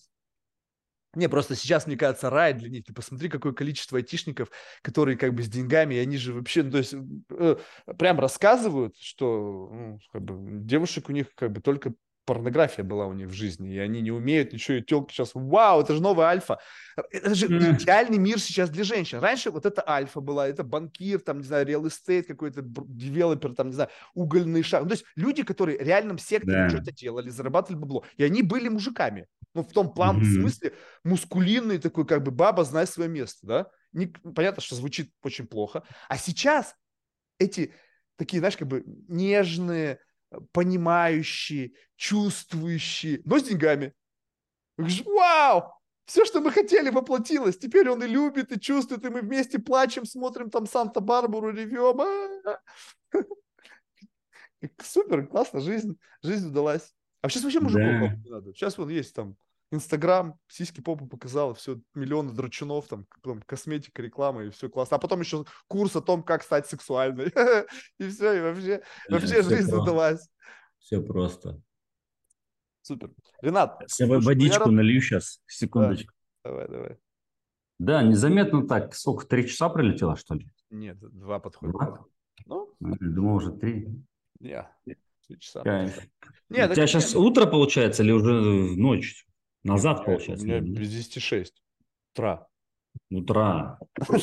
Не, просто сейчас, мне кажется, рай для них. Ты посмотри, какое количество айтишников, которые как бы с деньгами, и они же вообще, ну, то есть, э, прям рассказывают, что ну, как бы, девушек у них как бы только порнография была у них в жизни, и они не умеют ничего, и телки сейчас, вау, это же новая альфа. Это же М. идеальный мир сейчас для женщин. Раньше вот это альфа была, это банкир, там, не знаю, real estate какой-то, девелопер, там, не знаю, угольный шаг. Ну, то есть люди, которые в реальном секторе Да. что-то делали, зарабатывали бабло, и они были мужиками. Ну, в том план, в Мгм. смысле, мускулинный такой, как бы, баба, знай свое место, да? Не, понятно, что звучит очень плохо. А сейчас эти такие, знаешь, как бы нежные, понимающие, чувствующие, но с деньгами. Говоришь, вау! Все, что мы хотели, воплотилось. Теперь он и любит, и чувствует, и мы вместе плачем, смотрим там Санта-Барбару, ревем. А-а-а. Супер, классно, жизнь, жизнь удалась. А сейчас вообще мужиков Да. бабу не надо. Сейчас вон есть там Инстаграм, сиськи попу показал, все, миллионы драчунов, там, там косметика, реклама, и все классно. А потом еще курс о том, как стать сексуальной. И все, и вообще, Да, вообще все жизнь просто. удалась. Все просто. Супер. Ренат, Сейчас я слушай, ну я водичку рад... налью сейчас. Да, Секундочку. давай, давай. Да, незаметно так. Сколько, три часа прилетело, что ли? Нет, два подходит. Два? Ну, Я думал, уже три. не, три часа. Кайф. Не, У так тебя не, сейчас утро получается или уже ночь? не, у Назад меня, у получается, меня наверное, без десяти шесть утра. да? Утра.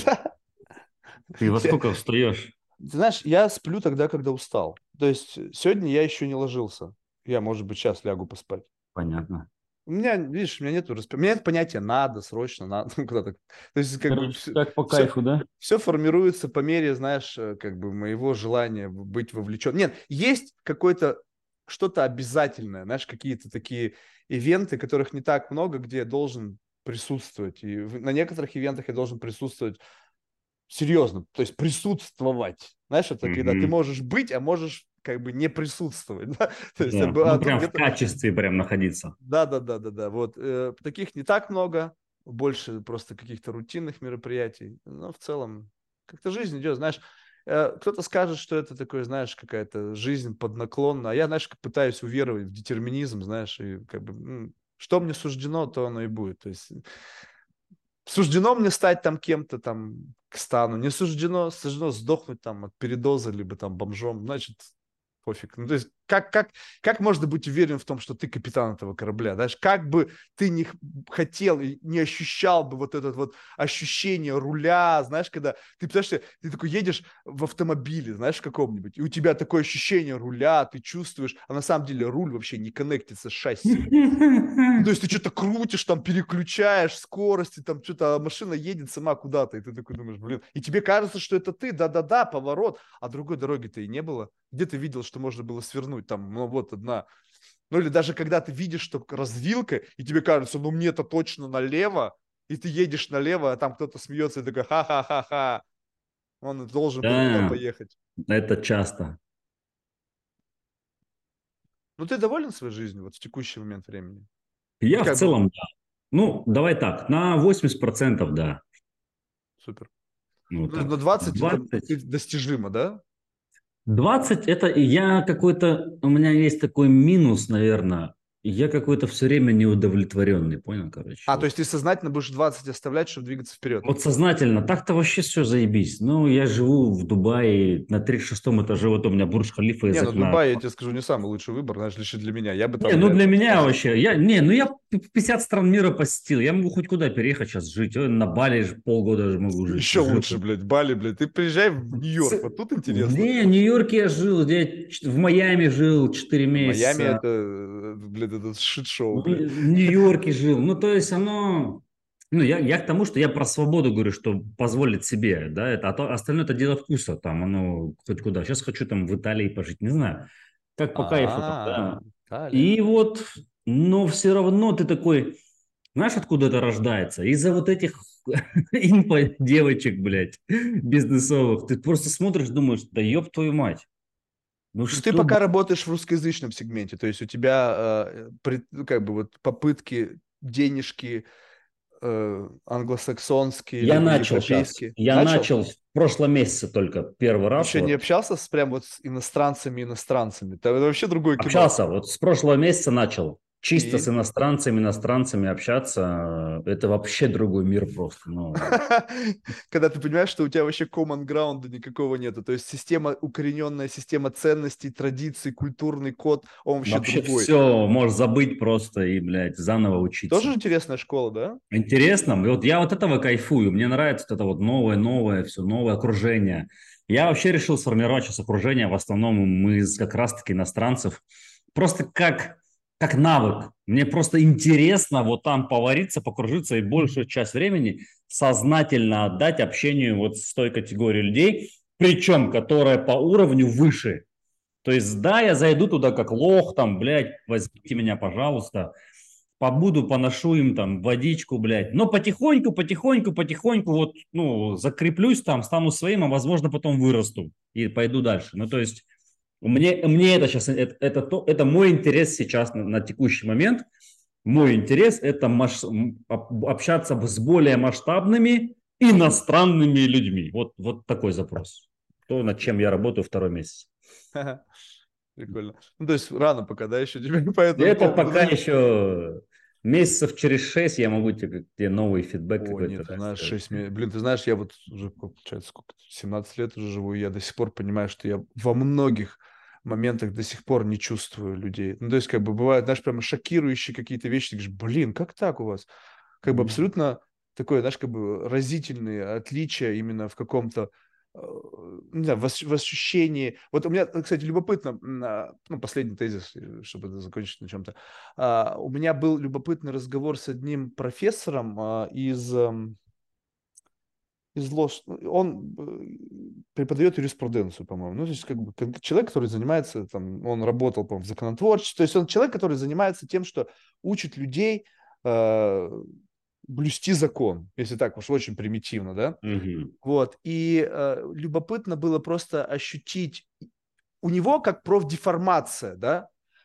Ты во Я- сколько встаешь? Ты знаешь, я сплю тогда, когда устал. То есть сегодня я еще не ложился. Я, может быть, сейчас лягу поспать. Понятно. У меня, видишь, у меня нет, расп... у меня нет понятия надо, срочно, надо, ну, куда-то. То есть, как бы, Короче, все, как по все, кайфу, да? все формируется по мере, знаешь, э, как бы моего желания в- быть вовлечен. Нет, есть какое-то что-то обязательное, знаешь, какие-то такие ивенты, которых не так много, где я должен присутствовать. И в- на некоторых ивентах я должен присутствовать серьезно, то есть присутствовать. Знаешь, это когда ты Мгм. можешь быть, а можешь как бы не присутствовать. Да? То есть, Да. об- а Ну, тут прям в где-то качестве прям находиться. да, да, да, да, да. Вот э, таких не так много, больше просто каких-то рутинных мероприятий. Но в целом как-то жизнь идет, знаешь. Э, кто-то скажет, что это такое, знаешь, какая-то жизнь под наклон, а я, знаешь, как пытаюсь уверовать в детерминизм, знаешь, и как бы м, что мне суждено, то оно и будет. То есть суждено мне стать там кем-то там к стану, не суждено, суждено сдохнуть там от передоза, либо там бомжом, значит, пофиг. Ну, то есть как, как, как можно быть уверен в том, что ты капитан этого корабля? Знаешь, как бы ты не х- хотел и не ощущал бы вот это вот ощущение руля, знаешь, когда ты, представляешь, себе, ты такой едешь в автомобиле, знаешь, в каком-нибудь, и у тебя такое ощущение руля, ты чувствуешь, а на самом деле руль вообще не коннектится с шасси. Ну, то есть ты что-то крутишь, там, переключаешь скорости, там, что-то, а машина едет сама куда-то, и ты такой думаешь, блин, и тебе кажется, что это ты, да-да-да, поворот, а другой дороги-то и не было. Где ты видел, что можно было свернуть, там, ну, вот одна. Ну, или даже когда ты видишь, что развилка, и тебе кажется, ну, мне-то точно налево, и ты едешь налево, а там кто-то смеется, и такой, ха-ха-ха-ха, он должен был туда Да, поехать. это часто. Ну, ты доволен своей жизнью вот в текущий момент времени? Вот Я в как бы вот, целом, да. Ну, давай так, на восемьдесят процентов, да. супер. Ну, Ну, на так, двадцать это двадцать. достижимо, да? двадцать это я какой-то, у меня есть такой минус, наверное. Я какой-то все время неудовлетворенный, понял, короче. А, то Вот. есть ты сознательно будешь двадцать оставлять, чтобы двигаться вперед? Вот сознательно, так-то вообще все заебись. Ну, я живу в Дубае, на тридцать шестом этаже, вот у меня Бурдж-Халифа из Не, ну окна. Дубай, я тебе скажу, не самый лучший выбор, знаешь, лишь для меня. Я бы Не, там, ну блядь, для меня пожил. вообще, я, не, ну я пятьдесят стран мира посетил, я могу хоть куда переехать сейчас жить, Ой, на Бали ж полгода же могу жить. Еще Жил. лучше, блядь, Бали, блядь. Ты приезжай в Нью-Йорк, С- вот тут В, интересно. не, в Нью-Йорке я жил, я ч- в Майами жил четыре В Майами месяца, это, э, блядь, это шит-шоу, в, блядь. в Нью-Йорке жил. Ну, то есть оно... Ну, я, я к тому, что я про свободу говорю, что позволить себе, да, это, а то остальное это дело вкуса, там, оно хоть куда. Сейчас хочу там в Италии пожить, не знаю, как по кайфу там, А, да. Италия. И вот, но все равно ты такой, знаешь, откуда это рождается? Из-за вот этих инфо-девочек, блядь, бизнесовых. Ты просто смотришь, думаешь, да ёб твою мать. Ну Ну, ты что, пока работаешь в русскоязычном сегменте, то есть у тебя, э, пред- ну, как бы, вот попытки, денежки э, англосаксонские, я либо начал сейчас. европейские. Я Начал? начал в прошлом месяце только первый раз. Еще не Вот общался с прям вот с иностранцами-иностранцами? Это вообще другое кино. общался. Вот с прошлого месяца начал. Чисто с И иностранцами, иностранцами общаться. Это вообще другой мир просто. Ну, когда ты понимаешь, что у тебя вообще common ground никакого нету, то есть система, укорененная система ценностей, традиций, культурный код, он вообще вообще другой. все можешь забыть просто и, блядь, заново учиться. Тоже интересная школа, да? Интересно. И вот я вот этого кайфую. Мне нравится вот это вот новое, новое, все новое окружение. Я вообще решил сформировать сейчас окружение. В основном мы из как раз-таки иностранцев. Просто как как навык. Мне просто интересно вот там повариться, покружиться и большую часть времени сознательно отдать общению вот с той категорией людей, причем которая по уровню выше. То есть, да, я зайду туда как лох, там, блядь, возьмите меня, пожалуйста, побуду, поношу им там водичку, блядь, но потихоньку, потихоньку, потихоньку вот, ну, закреплюсь там, стану своим, а возможно потом вырасту и пойду дальше. Ну, то есть, мне, мне это сейчас, это, это, то, это мой интерес сейчас на, на текущий момент. Мой интерес это маш, общаться с более масштабными иностранными людьми. Вот, вот такой запрос. То, над чем я работаю второй месяц. Прикольно. Ну, то есть рано пока, да, еще тебе по этому Это поводу пока говорить? еще месяцев через шесть я могу тебе, тебе новый фидбэк О, какой-то нет, ты дать. знаешь, Сказать. шесть месяцев. Блин, ты знаешь, я вот уже, получается, сколько, семнадцать лет уже живу, и я до сих пор понимаю, что я во многих моментах до сих пор не чувствую людей. Ну, то есть, как бы, бывают, знаешь, прямо шокирующие какие-то вещи. Ты говоришь, блин, как так у вас? Как бы Мгм. абсолютно такое, знаешь, как бы разительные отличия именно в каком-то, э, не знаю, в, ос- в ощущении. Вот у меня, кстати, любопытно, м, а, ну, последний тезис, э, чтобы это закончить на чем-то. А, у меня был любопытный разговор с одним профессором а, из, эм, из Лос... Он э, преподает юриспруденцию, по-моему. Ну, то есть, как бы, как человек, который занимается, там, он работал, по-моему, в законотворчестве. То есть, он человек, который занимается тем, что учит людей э, блюсти закон, если так уж очень примитивно, да. Мгм. Вот. И э, любопытно было просто ощутить у него как профдеформация, да,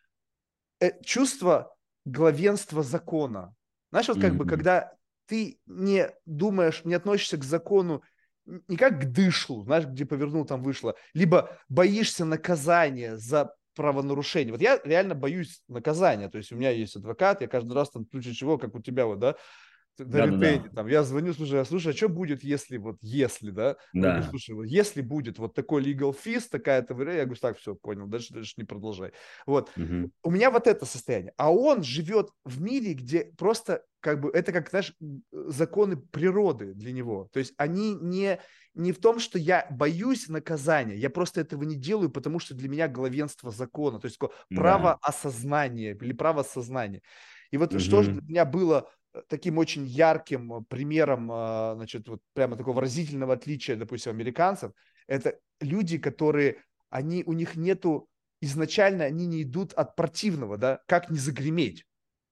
э, чувство главенства закона. Знаешь, вот как бы, Мгм. когда ты не думаешь, не относишься к закону не как к дышлу, знаешь, где повернул, там вышло, либо боишься наказания за правонарушение. Вот я реально боюсь наказания, то есть у меня есть адвокат, я каждый раз там в случае чего, как у тебя вот, да, на ретейне, Да-да-да. там, я звоню, слушай, а слушай, а что будет, если вот, если, да? Он говорит, Да. слушай, вот если будет вот такой legal fees, такая-то, я говорю, так, все, понял, дальше, дальше не продолжай. Вот. Мгм. У меня вот это состояние. А он живет в мире, где просто, как бы, это как, знаешь, законы природы для него. То есть они не, не в том, что я боюсь наказания, я просто этого не делаю, потому что для меня главенство закона, то есть такое право Да. осознания или право сознания. И вот что же для Мгм. меня было таким очень ярким примером, а, значит, вот прямо такого разительного отличия, допустим, американцев, это люди, которые, они, у них нету, изначально они не идут от противного, да, как не загреметь.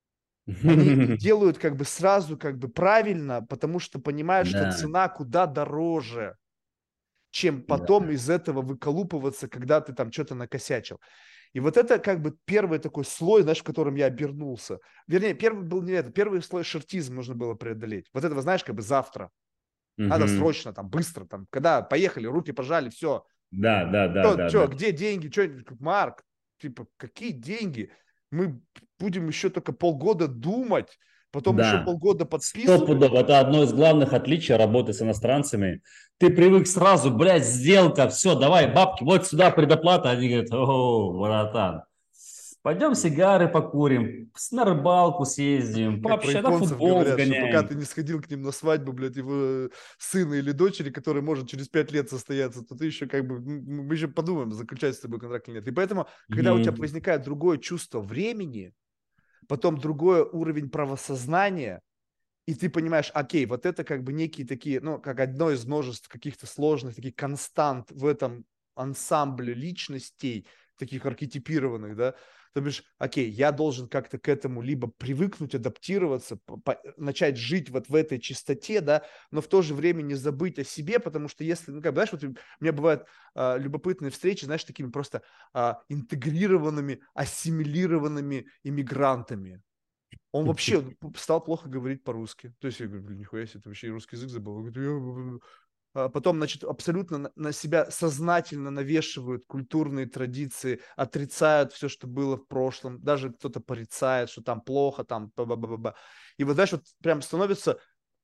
Они делают как бы сразу как бы правильно, потому что понимают, что Да. цена куда дороже, чем потом Да. из этого выколупываться, когда ты там что-то накосячил. И вот это как бы первый такой слой, знаешь, в котором я обернулся. Вернее, первый был не это, первый слой шортизм нужно было преодолеть. Вот этого, знаешь, как бы завтра. Надо Мгм. срочно, там, быстро, там, когда поехали, руки пожали, все. Да, да, да, Что, да, что, да. где деньги? Что, Марк, типа, какие деньги? Мы будем еще только полгода думать, потом еще Да, полгода сто подписывать. пудов. Это одно из главных отличий работы с иностранцами. Ты привык сразу, блядь, сделка, все, давай, бабки, вот сюда предоплата. Они говорят, о, братан, пойдем сигары покурим, на рыбалку съездим, Как про пообщаемся, на японцев футбол говорят, что пока сгоняем. ты не сходил к ним на свадьбу, блядь, его сына или дочери, который может через пять лет состояться, то ты еще как бы, мы еще подумаем, заключать с тобой контракт или нет. И поэтому, когда у тебя Мгм. возникает другое чувство времени, потом другой уровень правосознания, и ты понимаешь, окей, вот это как бы некие такие, ну, как одно из множеств каких-то сложных таких констант в этом ансамбле личностей, таких архетипированных, да, то бишь, окей, я должен как-то к этому либо привыкнуть, адаптироваться, по- по- начать жить вот в этой чистоте, да, но в то же время не забыть о себе, потому что если, ну, как бы, знаешь, вот у меня бывают а, любопытные встречи, знаешь, такими просто а, интегрированными, ассимилированными иммигрантами. Он вообще стал плохо говорить по-русски. То есть я говорю, блин, нихуя себе, ты вообще русский язык забыл. Он говорит, а потом, значит, абсолютно на, на себя сознательно навешивают культурные традиции, отрицают все, что было в прошлом, даже кто-то порицает, что там плохо, там ба-ба-ба-ба. И вот, знаешь, вот прям становится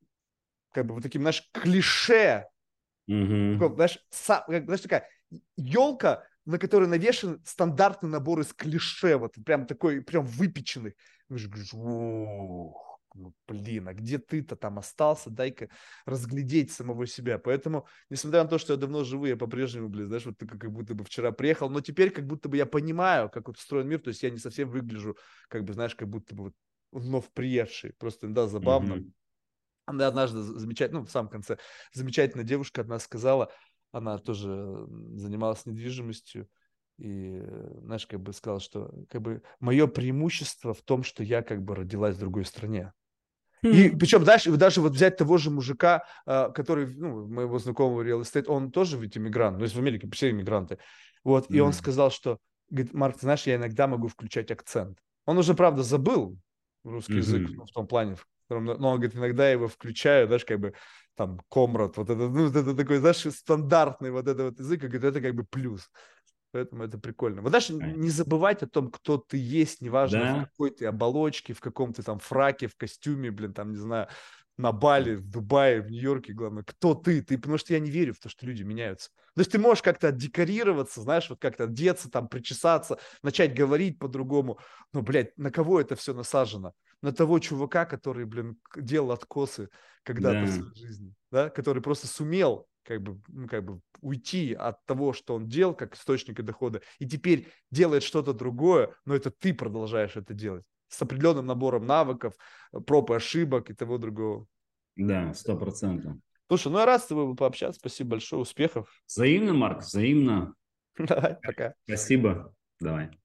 как бы вот таким, знаешь, клише, такой, Мгм. знаешь, са, как, знаешь, такая елка, на которой навешен стандартный набор из клише, вот прям такой, прям выпеченный. Говоришь, говоришь, ну, блин, а где ты-то там остался? Дай-ка разглядеть самого себя. Поэтому, несмотря на то, что я давно живу, я по-прежнему, блин, знаешь, вот ты как будто бы вчера приехал, но теперь как будто бы я понимаю, как вот устроен мир, то есть я не совсем выгляжу, как бы, знаешь, как будто бы вот вновь приехавший. Просто, да, забавно. Мгм. Она однажды замечательно, ну, в самом конце, замечательная девушка одна сказала, она тоже занималась недвижимостью, и, знаешь, как бы сказала, что как бы мое преимущество в том, что я как бы родилась в другой стране. И Хм. причем, знаешь, даже вот взять того же мужика, а, который, ну, моего знакомого real estate, он тоже ведь иммигрант, ну, есть в Америке все иммигранты. Вот, и он Мгм. сказал, что, говорит, Марк, ты знаешь, я иногда могу включать акцент. Он уже, правда, забыл русский язык, Мгм. ну, в том плане, в котором, но он говорит, иногда я его включаю, знаешь, как бы там комрад, вот это, ну, вот это такой, знаешь, стандартный вот этот вот язык, и говорит, это как бы плюс. Поэтому это прикольно. Вот даже Ай. не забывать о том, кто ты есть, неважно в Да. какой ты оболочке, в каком ты там фраке, в костюме, блин, там, не знаю, на Бали, в Дубае, в Нью-Йорке, главное, кто ты? Ты, потому что я не верю в то, что люди меняются. То есть ты можешь как-то отдекорироваться, знаешь, вот как-то одеться, там, причесаться, начать говорить по-другому. Но, блядь, на кого это все насажено? На того чувака, который, блин, к- делал откосы когда-то в Да. своей жизни, да, который просто сумел как бы, ну, как бы уйти от того, что он делал как источника дохода, и теперь делает что-то другое, но это ты продолжаешь это делать с определенным набором навыков, проб и ошибок и того другого. Да, сто процентов. Слушай, ну я рад с тобой пообщаться. Спасибо большое. Успехов. Взаимно, Марк, взаимно. Давай, пока. Спасибо. Давай.